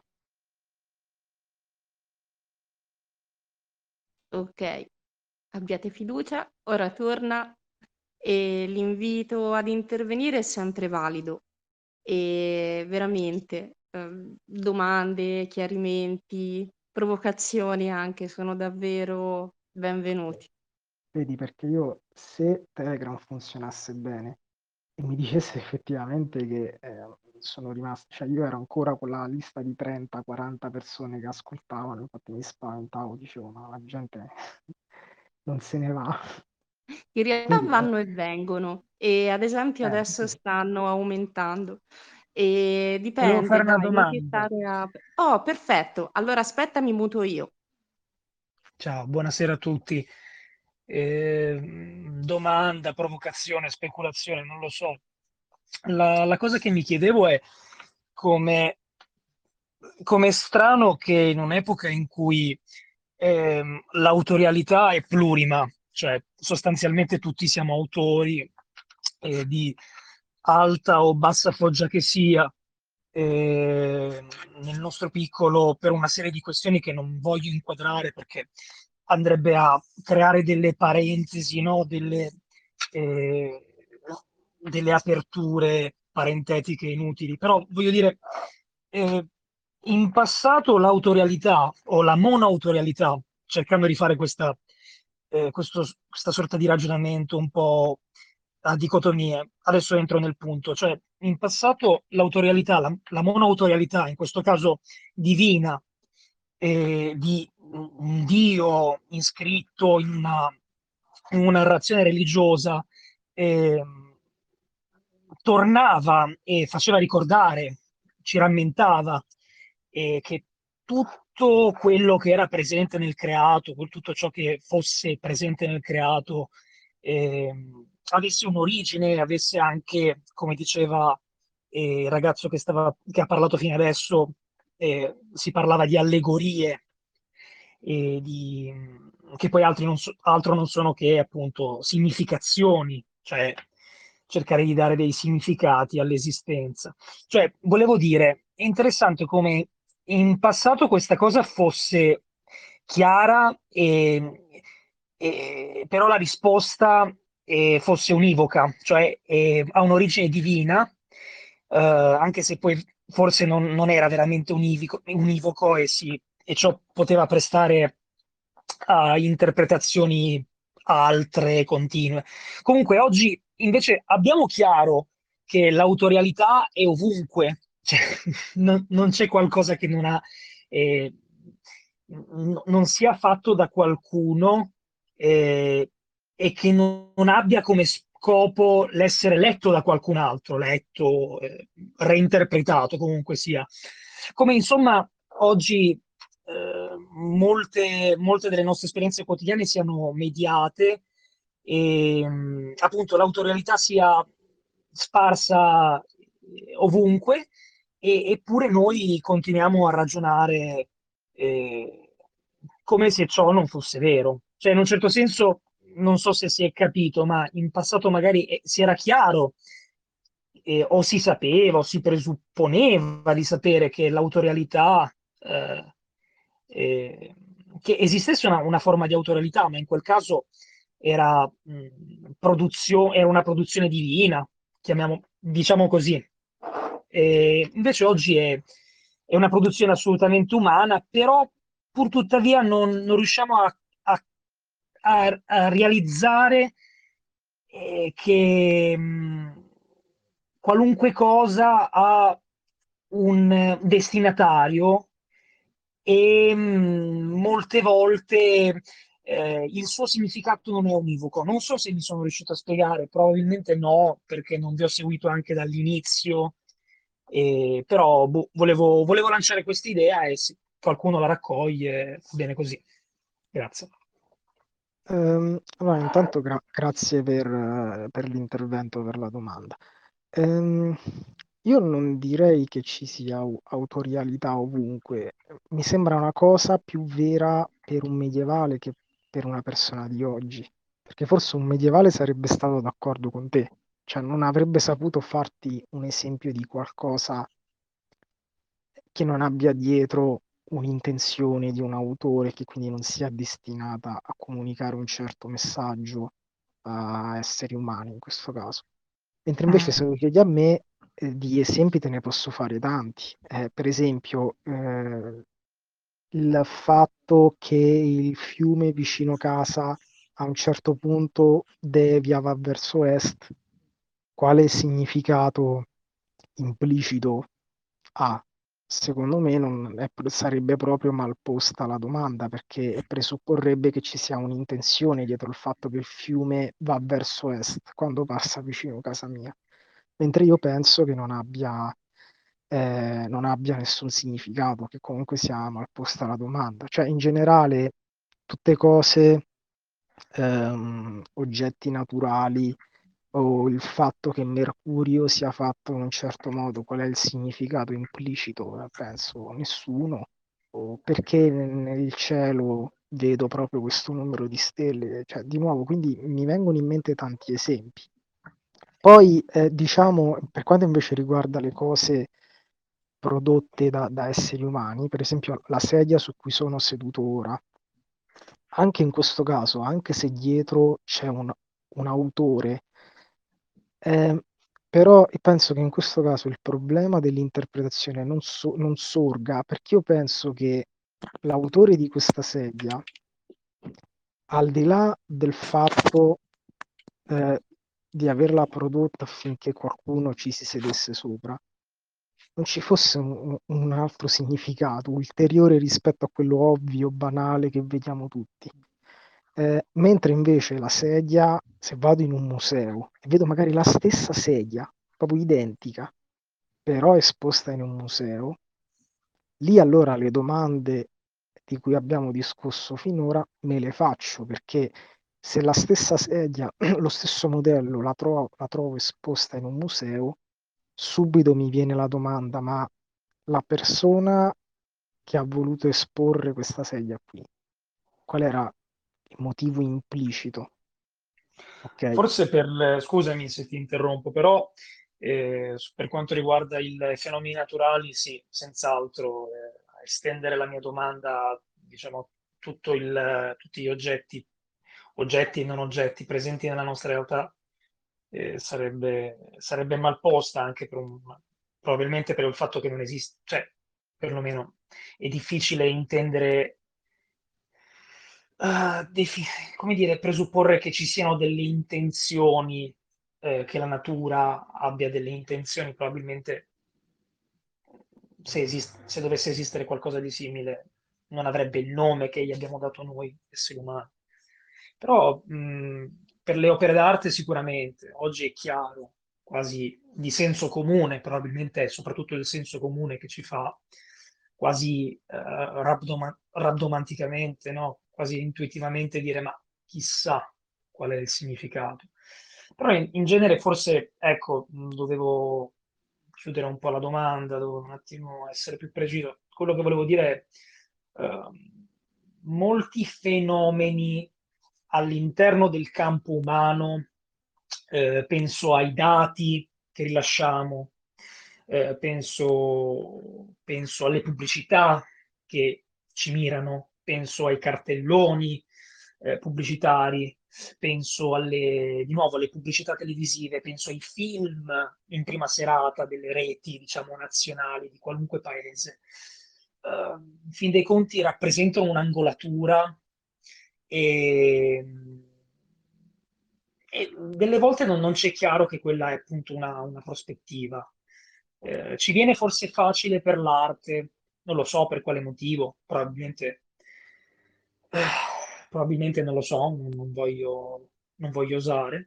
Ok, abbiate fiducia, ora torna e l'invito ad intervenire è sempre valido. E veramente domande, chiarimenti, provocazioni anche sono davvero benvenuti. Vedi, perché io se Telegram funzionasse bene e mi dicesse effettivamente che sono rimasto, cioè io ero ancora con la lista di 30-40 persone che ascoltavano, infatti mi spaventavo, dicevo, ma la gente non se ne va. In realtà Quindi, vanno e vengono e ad esempio adesso sì. stanno aumentando e Volevo fare dipende, una dai, in che domanda. area... Oh, perfetto, allora aspetta, mi muto io. Ciao, buonasera a tutti. Domanda, provocazione, speculazione, non lo so. La cosa che mi chiedevo è come com'è strano che in un'epoca in cui l'autorialità è plurima, cioè sostanzialmente tutti siamo autori di alta o bassa foggia che sia, eh, nel nostro piccolo per una serie di questioni che non voglio inquadrare perché andrebbe a creare delle parentesi, no? Eh, delle aperture parentetiche inutili. Però voglio dire, eh, in passato l'autorialità o la monautorialità, cercando di fare questa sorta di ragionamento un po' a dicotomie, adesso entro nel punto, cioè in passato l'autorialità, la monautorialità, in questo caso divina, di un Dio iscritto in una narrazione religiosa, tornava e faceva ricordare, ci rammentava che tutto quello che era presente nel creato, tutto ciò che fosse presente nel creato, avesse un'origine, avesse anche, come diceva il ragazzo che ha parlato fino adesso, si parlava di allegorie, che poi altro non sono che appunto significazioni, cioè cercare di dare dei significati all'esistenza. Cioè, volevo dire, è interessante come in passato questa cosa fosse chiara, però la risposta fosse univoca, cioè ha un'origine divina, anche se poi forse non era veramente univoco e ciò poteva prestare a interpretazioni altre, continue. Comunque oggi invece abbiamo chiaro che l'autorialità è ovunque, cioè, non c'è qualcosa che non ha, non sia fatto da qualcuno e che non abbia come scopo l'essere letto da qualcun altro, letto, reinterpretato comunque sia. Come insomma oggi molte delle nostre esperienze quotidiane siano mediate e appunto l'autorialità sia sparsa ovunque, eppure noi continuiamo a ragionare come se ciò non fosse vero. Cioè, in un certo senso, non so se si è capito, ma in passato magari si era chiaro, o si sapeva, o si presupponeva di sapere che l'autorialità, eh, che esistesse una forma di autorialità, ma in quel caso era, era una produzione divina, diciamo così. E invece oggi è una produzione assolutamente umana, però pur tuttavia non riusciamo a- a realizzare che qualunque cosa ha un destinatario e molte volte il suo significato non è univoco. Non so se mi sono riuscito a spiegare, probabilmente no, perché non vi ho seguito anche dall'inizio, però boh, volevo lanciare questa idea e se qualcuno la raccoglie, va bene così. Grazie. Allora, intanto grazie per l'intervento, per la domanda. Ehm, io non direi che ci sia autorialità ovunque. Mi sembra una cosa più vera per un medievale che per una persona di oggi. Perché forse un medievale sarebbe stato d'accordo con te, cioè non avrebbe saputo farti un esempio di qualcosa che non abbia dietro un'intenzione di un autore, che quindi non sia destinata a comunicare un certo messaggio a esseri umani in questo caso. Mentre invece se lo chiedi a me, di esempi te ne posso fare tanti. Per esempio, il fatto che il fiume vicino casa a un certo punto devia, va verso est, quale significato implicito ha? Secondo me sarebbe proprio mal posta la domanda, perché presupporrebbe che ci sia un'intenzione dietro il fatto che il fiume va verso est quando passa vicino a casa mia, mentre io penso che non abbia nessun significato, che comunque sia mal posta la domanda. Cioè, in generale, tutte cose, oggetti naturali, o il fatto che Mercurio sia fatto in un certo modo, qual è il significato implicito? Penso nessuno. O perché nel cielo vedo proprio questo numero di stelle? Cioè, di nuovo, quindi mi vengono in mente tanti esempi. Poi, diciamo, per quanto invece riguarda le cose prodotte da esseri umani, per esempio la sedia su cui sono seduto ora, anche in questo caso, anche se dietro c'è un autore, eh, però penso che in questo caso il problema dell'interpretazione non sorga, perché io penso che l'autore di questa sedia, al di là del fatto eh, di averla prodotta affinché qualcuno ci si sedesse sopra, non ci fosse un altro significato ulteriore rispetto a quello ovvio, banale che vediamo tutti. Mentre invece la sedia, se vado in un museo e vedo magari la stessa sedia, proprio identica, però esposta in un museo, lì allora le domande di cui abbiamo discusso finora me le faccio, perché se la stessa sedia, lo stesso modello, la trovo esposta in un museo, subito mi viene la domanda: ma la persona che ha voluto esporre questa sedia qui, qual era il motivo implicito? Ok? Forse scusami se ti interrompo, però per quanto riguarda i fenomeni naturali, sì, senz'altro, a estendere la mia domanda, diciamo, a tutti gli oggetti e non oggetti presenti nella nostra realtà, sarebbe mal posta anche probabilmente per il fatto che non esiste, cioè, perlomeno è difficile intendere come dire, presupporre che ci siano delle intenzioni, che la natura abbia delle intenzioni, probabilmente se dovesse esistere qualcosa di simile, non avrebbe il nome che gli abbiamo dato noi esseri umani. Però per le opere d'arte sicuramente, oggi è chiaro, quasi di senso comune, probabilmente è soprattutto il senso comune che ci fa quasi rabdomanticamente, no? Quasi intuitivamente dire ma chissà, qual è il significato. Però in genere forse, ecco, dovevo chiudere un po' la domanda, dovevo un attimo essere più preciso. Quello che volevo dire è molti fenomeni all'interno del campo umano, penso ai dati che rilasciamo, penso alle pubblicità che ci mirano, penso ai cartelloni pubblicitari, penso di nuovo alle pubblicità televisive, penso ai film in prima serata delle reti, diciamo, nazionali di qualunque paese. In fin dei conti rappresentano un'angolatura e, e delle volte non c'è chiaro che quella è appunto una prospettiva. Ci viene forse facile per l'arte, non lo so per quale motivo, probabilmente non lo so, non voglio osare.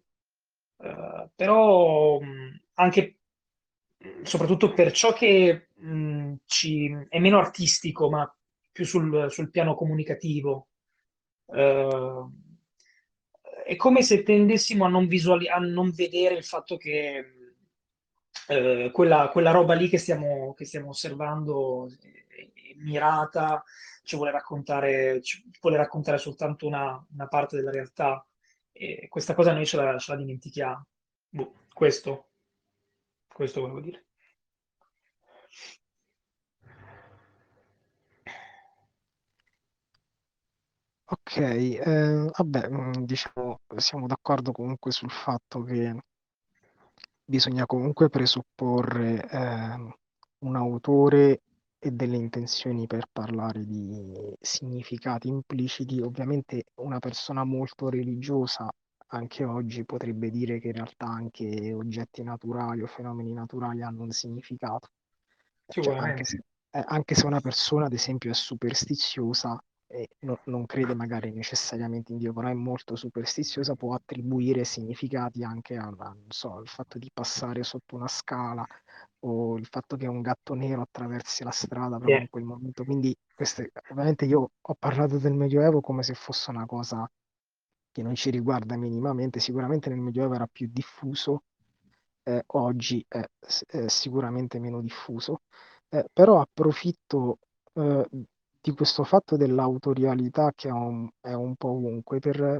Però anche soprattutto per ciò che è meno artistico, ma più sul piano comunicativo, eh, è come se tendessimo a non vedere il fatto che quella roba lì che stiamo osservando è mirata, ci vuole raccontare soltanto una parte della realtà. E questa cosa noi ce la dimentichiamo. Boh, questo volevo dire. Ok, vabbè, diciamo, siamo d'accordo comunque sul fatto che bisogna comunque presupporre un autore e delle intenzioni per parlare di significati impliciti. Ovviamente una persona molto religiosa anche oggi potrebbe dire che in realtà anche oggetti naturali o fenomeni naturali hanno un significato. Cioè, Sicuramente. anche se una persona, ad esempio, è superstiziosa e non crede magari necessariamente in Dio, però è molto superstiziosa, può attribuire significati anche non so, al fatto di passare sotto una scala o il fatto che un gatto nero attraversi la strada proprio Sì. in quel momento. Quindi, ovviamente io ho parlato del Medioevo come se fosse una cosa che non ci riguarda minimamente. Sicuramente nel Medioevo era più diffuso, oggi è sicuramente meno diffuso. Però approfitto di questo fatto dell'autorialità che è un po' ovunque per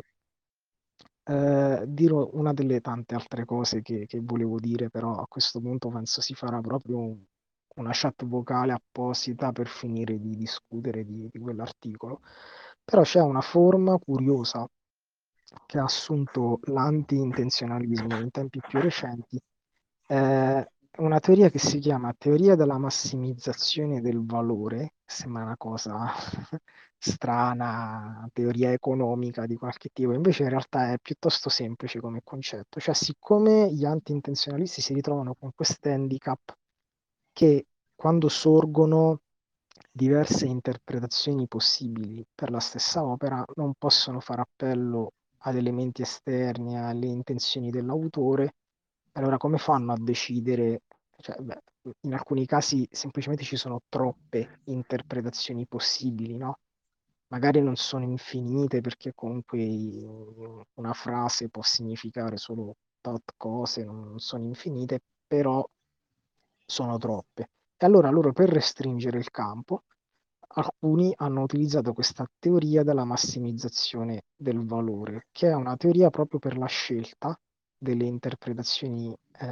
dire una delle tante altre cose che volevo dire, però a questo punto penso si farà proprio una chat vocale apposita per finire di discutere di quell'articolo. Però c'è una forma curiosa che ha assunto l'anti-intenzionalismo in tempi più recenti, è una teoria che si chiama teoria della massimizzazione del valore, sembra una cosa strana, teoria economica di qualche tipo, invece in realtà è piuttosto semplice come concetto, cioè siccome gli anti-intenzionalisti si ritrovano con questo handicap che quando sorgono diverse interpretazioni possibili per la stessa opera non possono fare appello ad elementi esterni, alle intenzioni dell'autore. Allora, come fanno a decidere? Cioè, beh, in alcuni casi semplicemente ci sono troppe interpretazioni possibili, no? Magari non sono infinite perché comunque una frase può significare solo tot cose, non sono infinite, però sono troppe. E allora loro per restringere il campo, alcuni hanno utilizzato questa teoria della massimizzazione del valore, che è una teoria proprio per la scelta delle interpretazioni,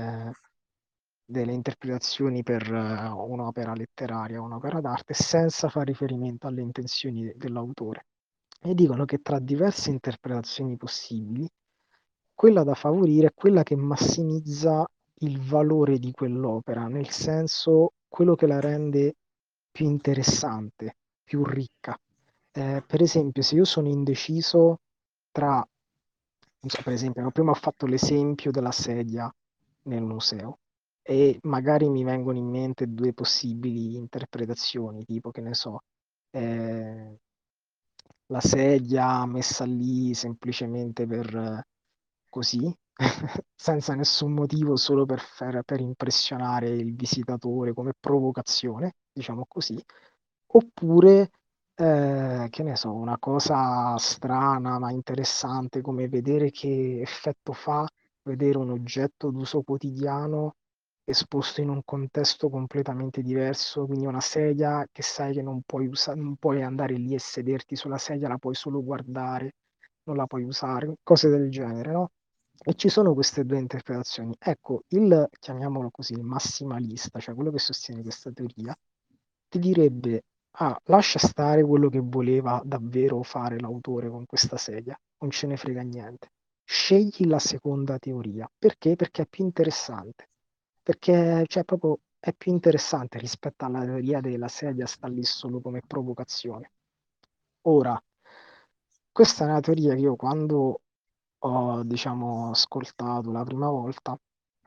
per un'opera letteraria, un'opera d'arte, senza fare riferimento alle intenzioni dell'autore. E dicono che tra diverse interpretazioni possibili, quella da favorire è quella che massimizza il valore di quell'opera, nel senso quello che la rende più interessante, più ricca. Per esempio, se io sono indeciso tra, non so, per esempio, no, prima ho fatto l'esempio della sedia nel museo e magari mi vengono in mente due possibili interpretazioni, tipo che ne so, eh, la sedia messa lì semplicemente per così, senza nessun motivo, solo per impressionare il visitatore come provocazione, diciamo così, oppure che ne so, una cosa strana ma interessante come vedere che effetto fa vedere un oggetto d'uso quotidiano esposto in un contesto completamente diverso, quindi una sedia che sai che non puoi usare, non puoi andare lì e sederti sulla sedia, la puoi solo guardare, non la puoi usare, cose del genere, no? E ci sono queste due interpretazioni. Ecco, chiamiamolo così, il massimalista, cioè quello che sostiene questa teoria, ti direbbe, ah, lascia stare quello che voleva davvero fare l'autore con questa sedia, non ce ne frega niente. Scegli la seconda teoria. Perché? Perché è più interessante. Perché, cioè, proprio è più interessante rispetto alla teoria della sedia sta lì solo come provocazione. Ora, questa è una teoria che io quando ho, diciamo, ascoltato la prima volta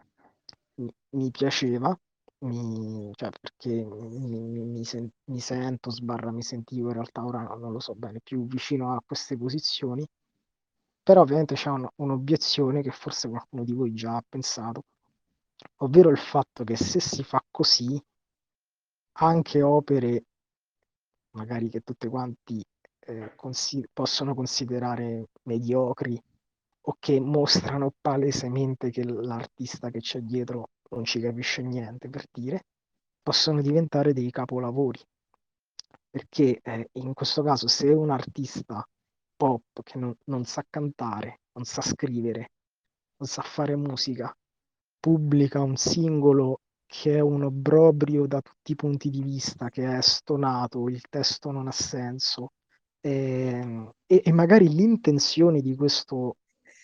mi piaceva, cioè perché mi sento, sbarra, mi sentivo in realtà ora non lo so bene, più vicino a queste posizioni, però ovviamente c'è un'obiezione che forse qualcuno di voi già ha pensato, ovvero il fatto che se si fa così, anche opere magari che tutti quanti possono considerare mediocri o che mostrano palesemente che l'artista che c'è dietro non ci capisce niente, per dire, possono diventare dei capolavori. Perché in questo caso, se un artista pop che non sa cantare, non sa scrivere, non sa fare musica, pubblica un singolo che è un obbrobrio da tutti i punti di vista, che è stonato, il testo non ha senso, e magari l'intenzione di questo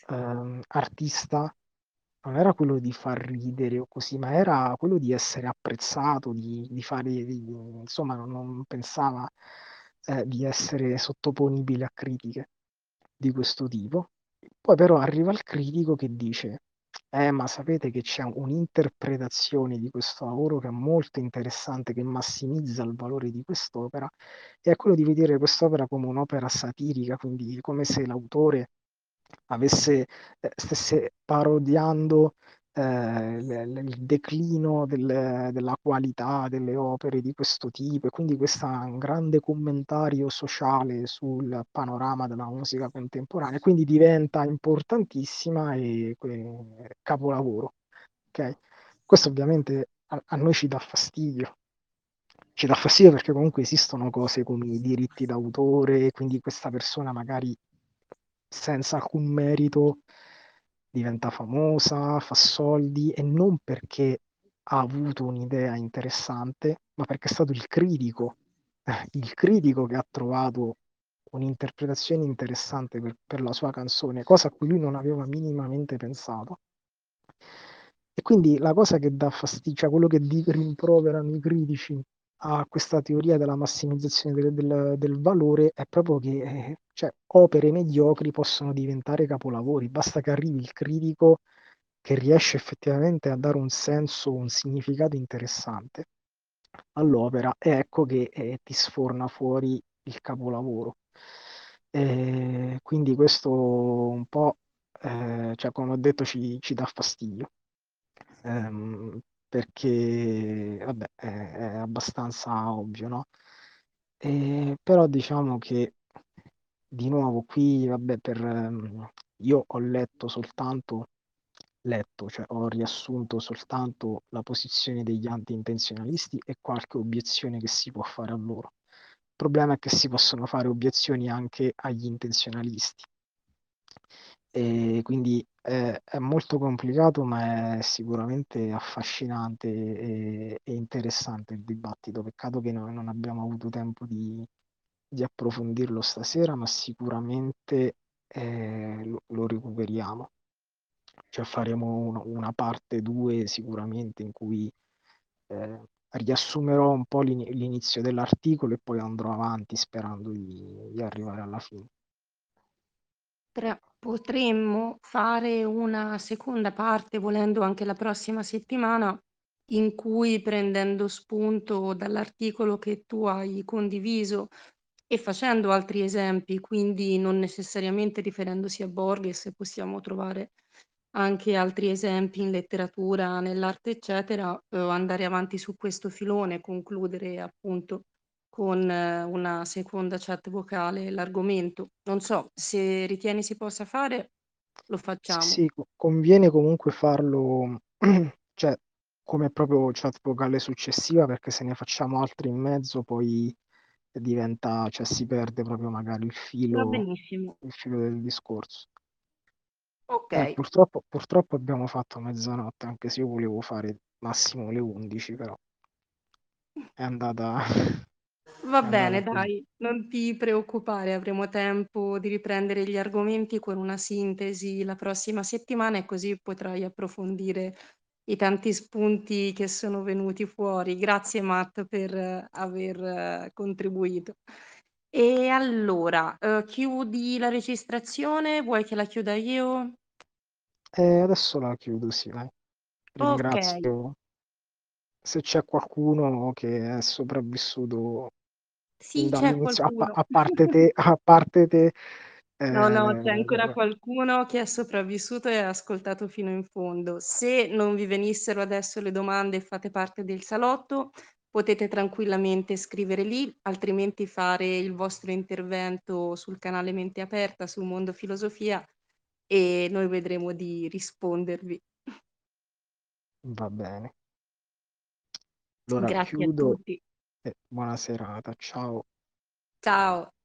artista non era quello di far ridere o così, ma era quello di essere apprezzato, di fare, insomma, non pensava di essere sottoponibile a critiche di questo tipo. Poi però arriva il critico che dice, ma sapete che c'è un'interpretazione di questo lavoro che è molto interessante, che massimizza il valore di quest'opera, e è quello di vedere quest'opera come un'opera satirica, quindi come se l'autore stesse parodiando il declino della qualità delle opere di questo tipo, e quindi questo è un grande commentario sociale sul panorama della musica contemporanea, quindi diventa importantissima e capolavoro. Ok? Questo ovviamente a noi ci dà fastidio. Ci dà fastidio perché comunque esistono cose come i diritti d'autore, quindi questa persona magari senza alcun merito diventa famosa, fa soldi, e non perché ha avuto un'idea interessante, ma perché è stato il critico che ha trovato un'interpretazione interessante per la sua canzone, cosa a cui lui non aveva minimamente pensato. E quindi la cosa che dà fastidio, cioè quello che rimproverano i critici a questa teoria della massimizzazione del valore è proprio che cioè, opere mediocri possono diventare capolavori. Basta che arrivi il critico che riesce effettivamente a dare un senso, un significato interessante all'opera, e ecco che ti sforna fuori il capolavoro. Quindi questo un po', cioè, come ho detto, ci dà fastidio. Perché vabbè, è abbastanza ovvio, no? Però diciamo che di nuovo qui, vabbè, io ho letto, cioè ho riassunto soltanto la posizione degli anti-intenzionalisti e qualche obiezione che si può fare a loro. Il problema è che si possono fare obiezioni anche agli intenzionalisti. E quindi è molto complicato, ma è sicuramente affascinante e interessante il dibattito. Peccato che noi non abbiamo avuto tempo di approfondirlo stasera, ma sicuramente lo recuperiamo. Cioè faremo una parte 2 sicuramente in cui eh, riassumerò un po' l'inizio dell'articolo e poi andrò avanti sperando di arrivare alla fine. Potremmo fare una seconda parte, volendo anche la prossima settimana, in cui, prendendo spunto dall'articolo che tu hai condiviso e facendo altri esempi, quindi non necessariamente riferendosi a Borges, possiamo trovare anche altri esempi in letteratura, nell'arte, eccetera, andare avanti su questo filone, concludere appunto con una seconda chat vocale l'argomento. Non so, se ritieni si possa fare, lo facciamo. Sì, conviene comunque farlo, cioè, come proprio chat vocale successiva, perché se ne facciamo altri in mezzo poi diventa, cioè si perde proprio magari Va benissimo. il filo del discorso. Ok, Purtroppo abbiamo fatto mezzanotte, anche se io volevo fare massimo le 11, però è andata, va è andata bene, così. dai, non ti preoccupare, avremo tempo di riprendere gli argomenti con una sintesi la prossima settimana e così potrai approfondire i tanti spunti che sono venuti fuori. Grazie Matt per aver contribuito. E allora, chiudi la registrazione? Vuoi che la chiuda io? Adesso la chiudo, sì, dai. Ok, Ringrazio. Se c'è qualcuno che è sopravvissuto fin sì, c'è dall'inizio, qualcuno. a parte te, No, no, c'è ancora vabbè, qualcuno che è sopravvissuto e ha ascoltato fino in fondo. Se non vi venissero adesso le domande e fate parte del salotto, potete tranquillamente scrivere lì, altrimenti fare il vostro intervento sul canale Mente Aperta su Mondo Filosofia e noi vedremo di rispondervi. va bene. Allora Grazie a chiudo tutti. e buona serata. Ciao. Ciao.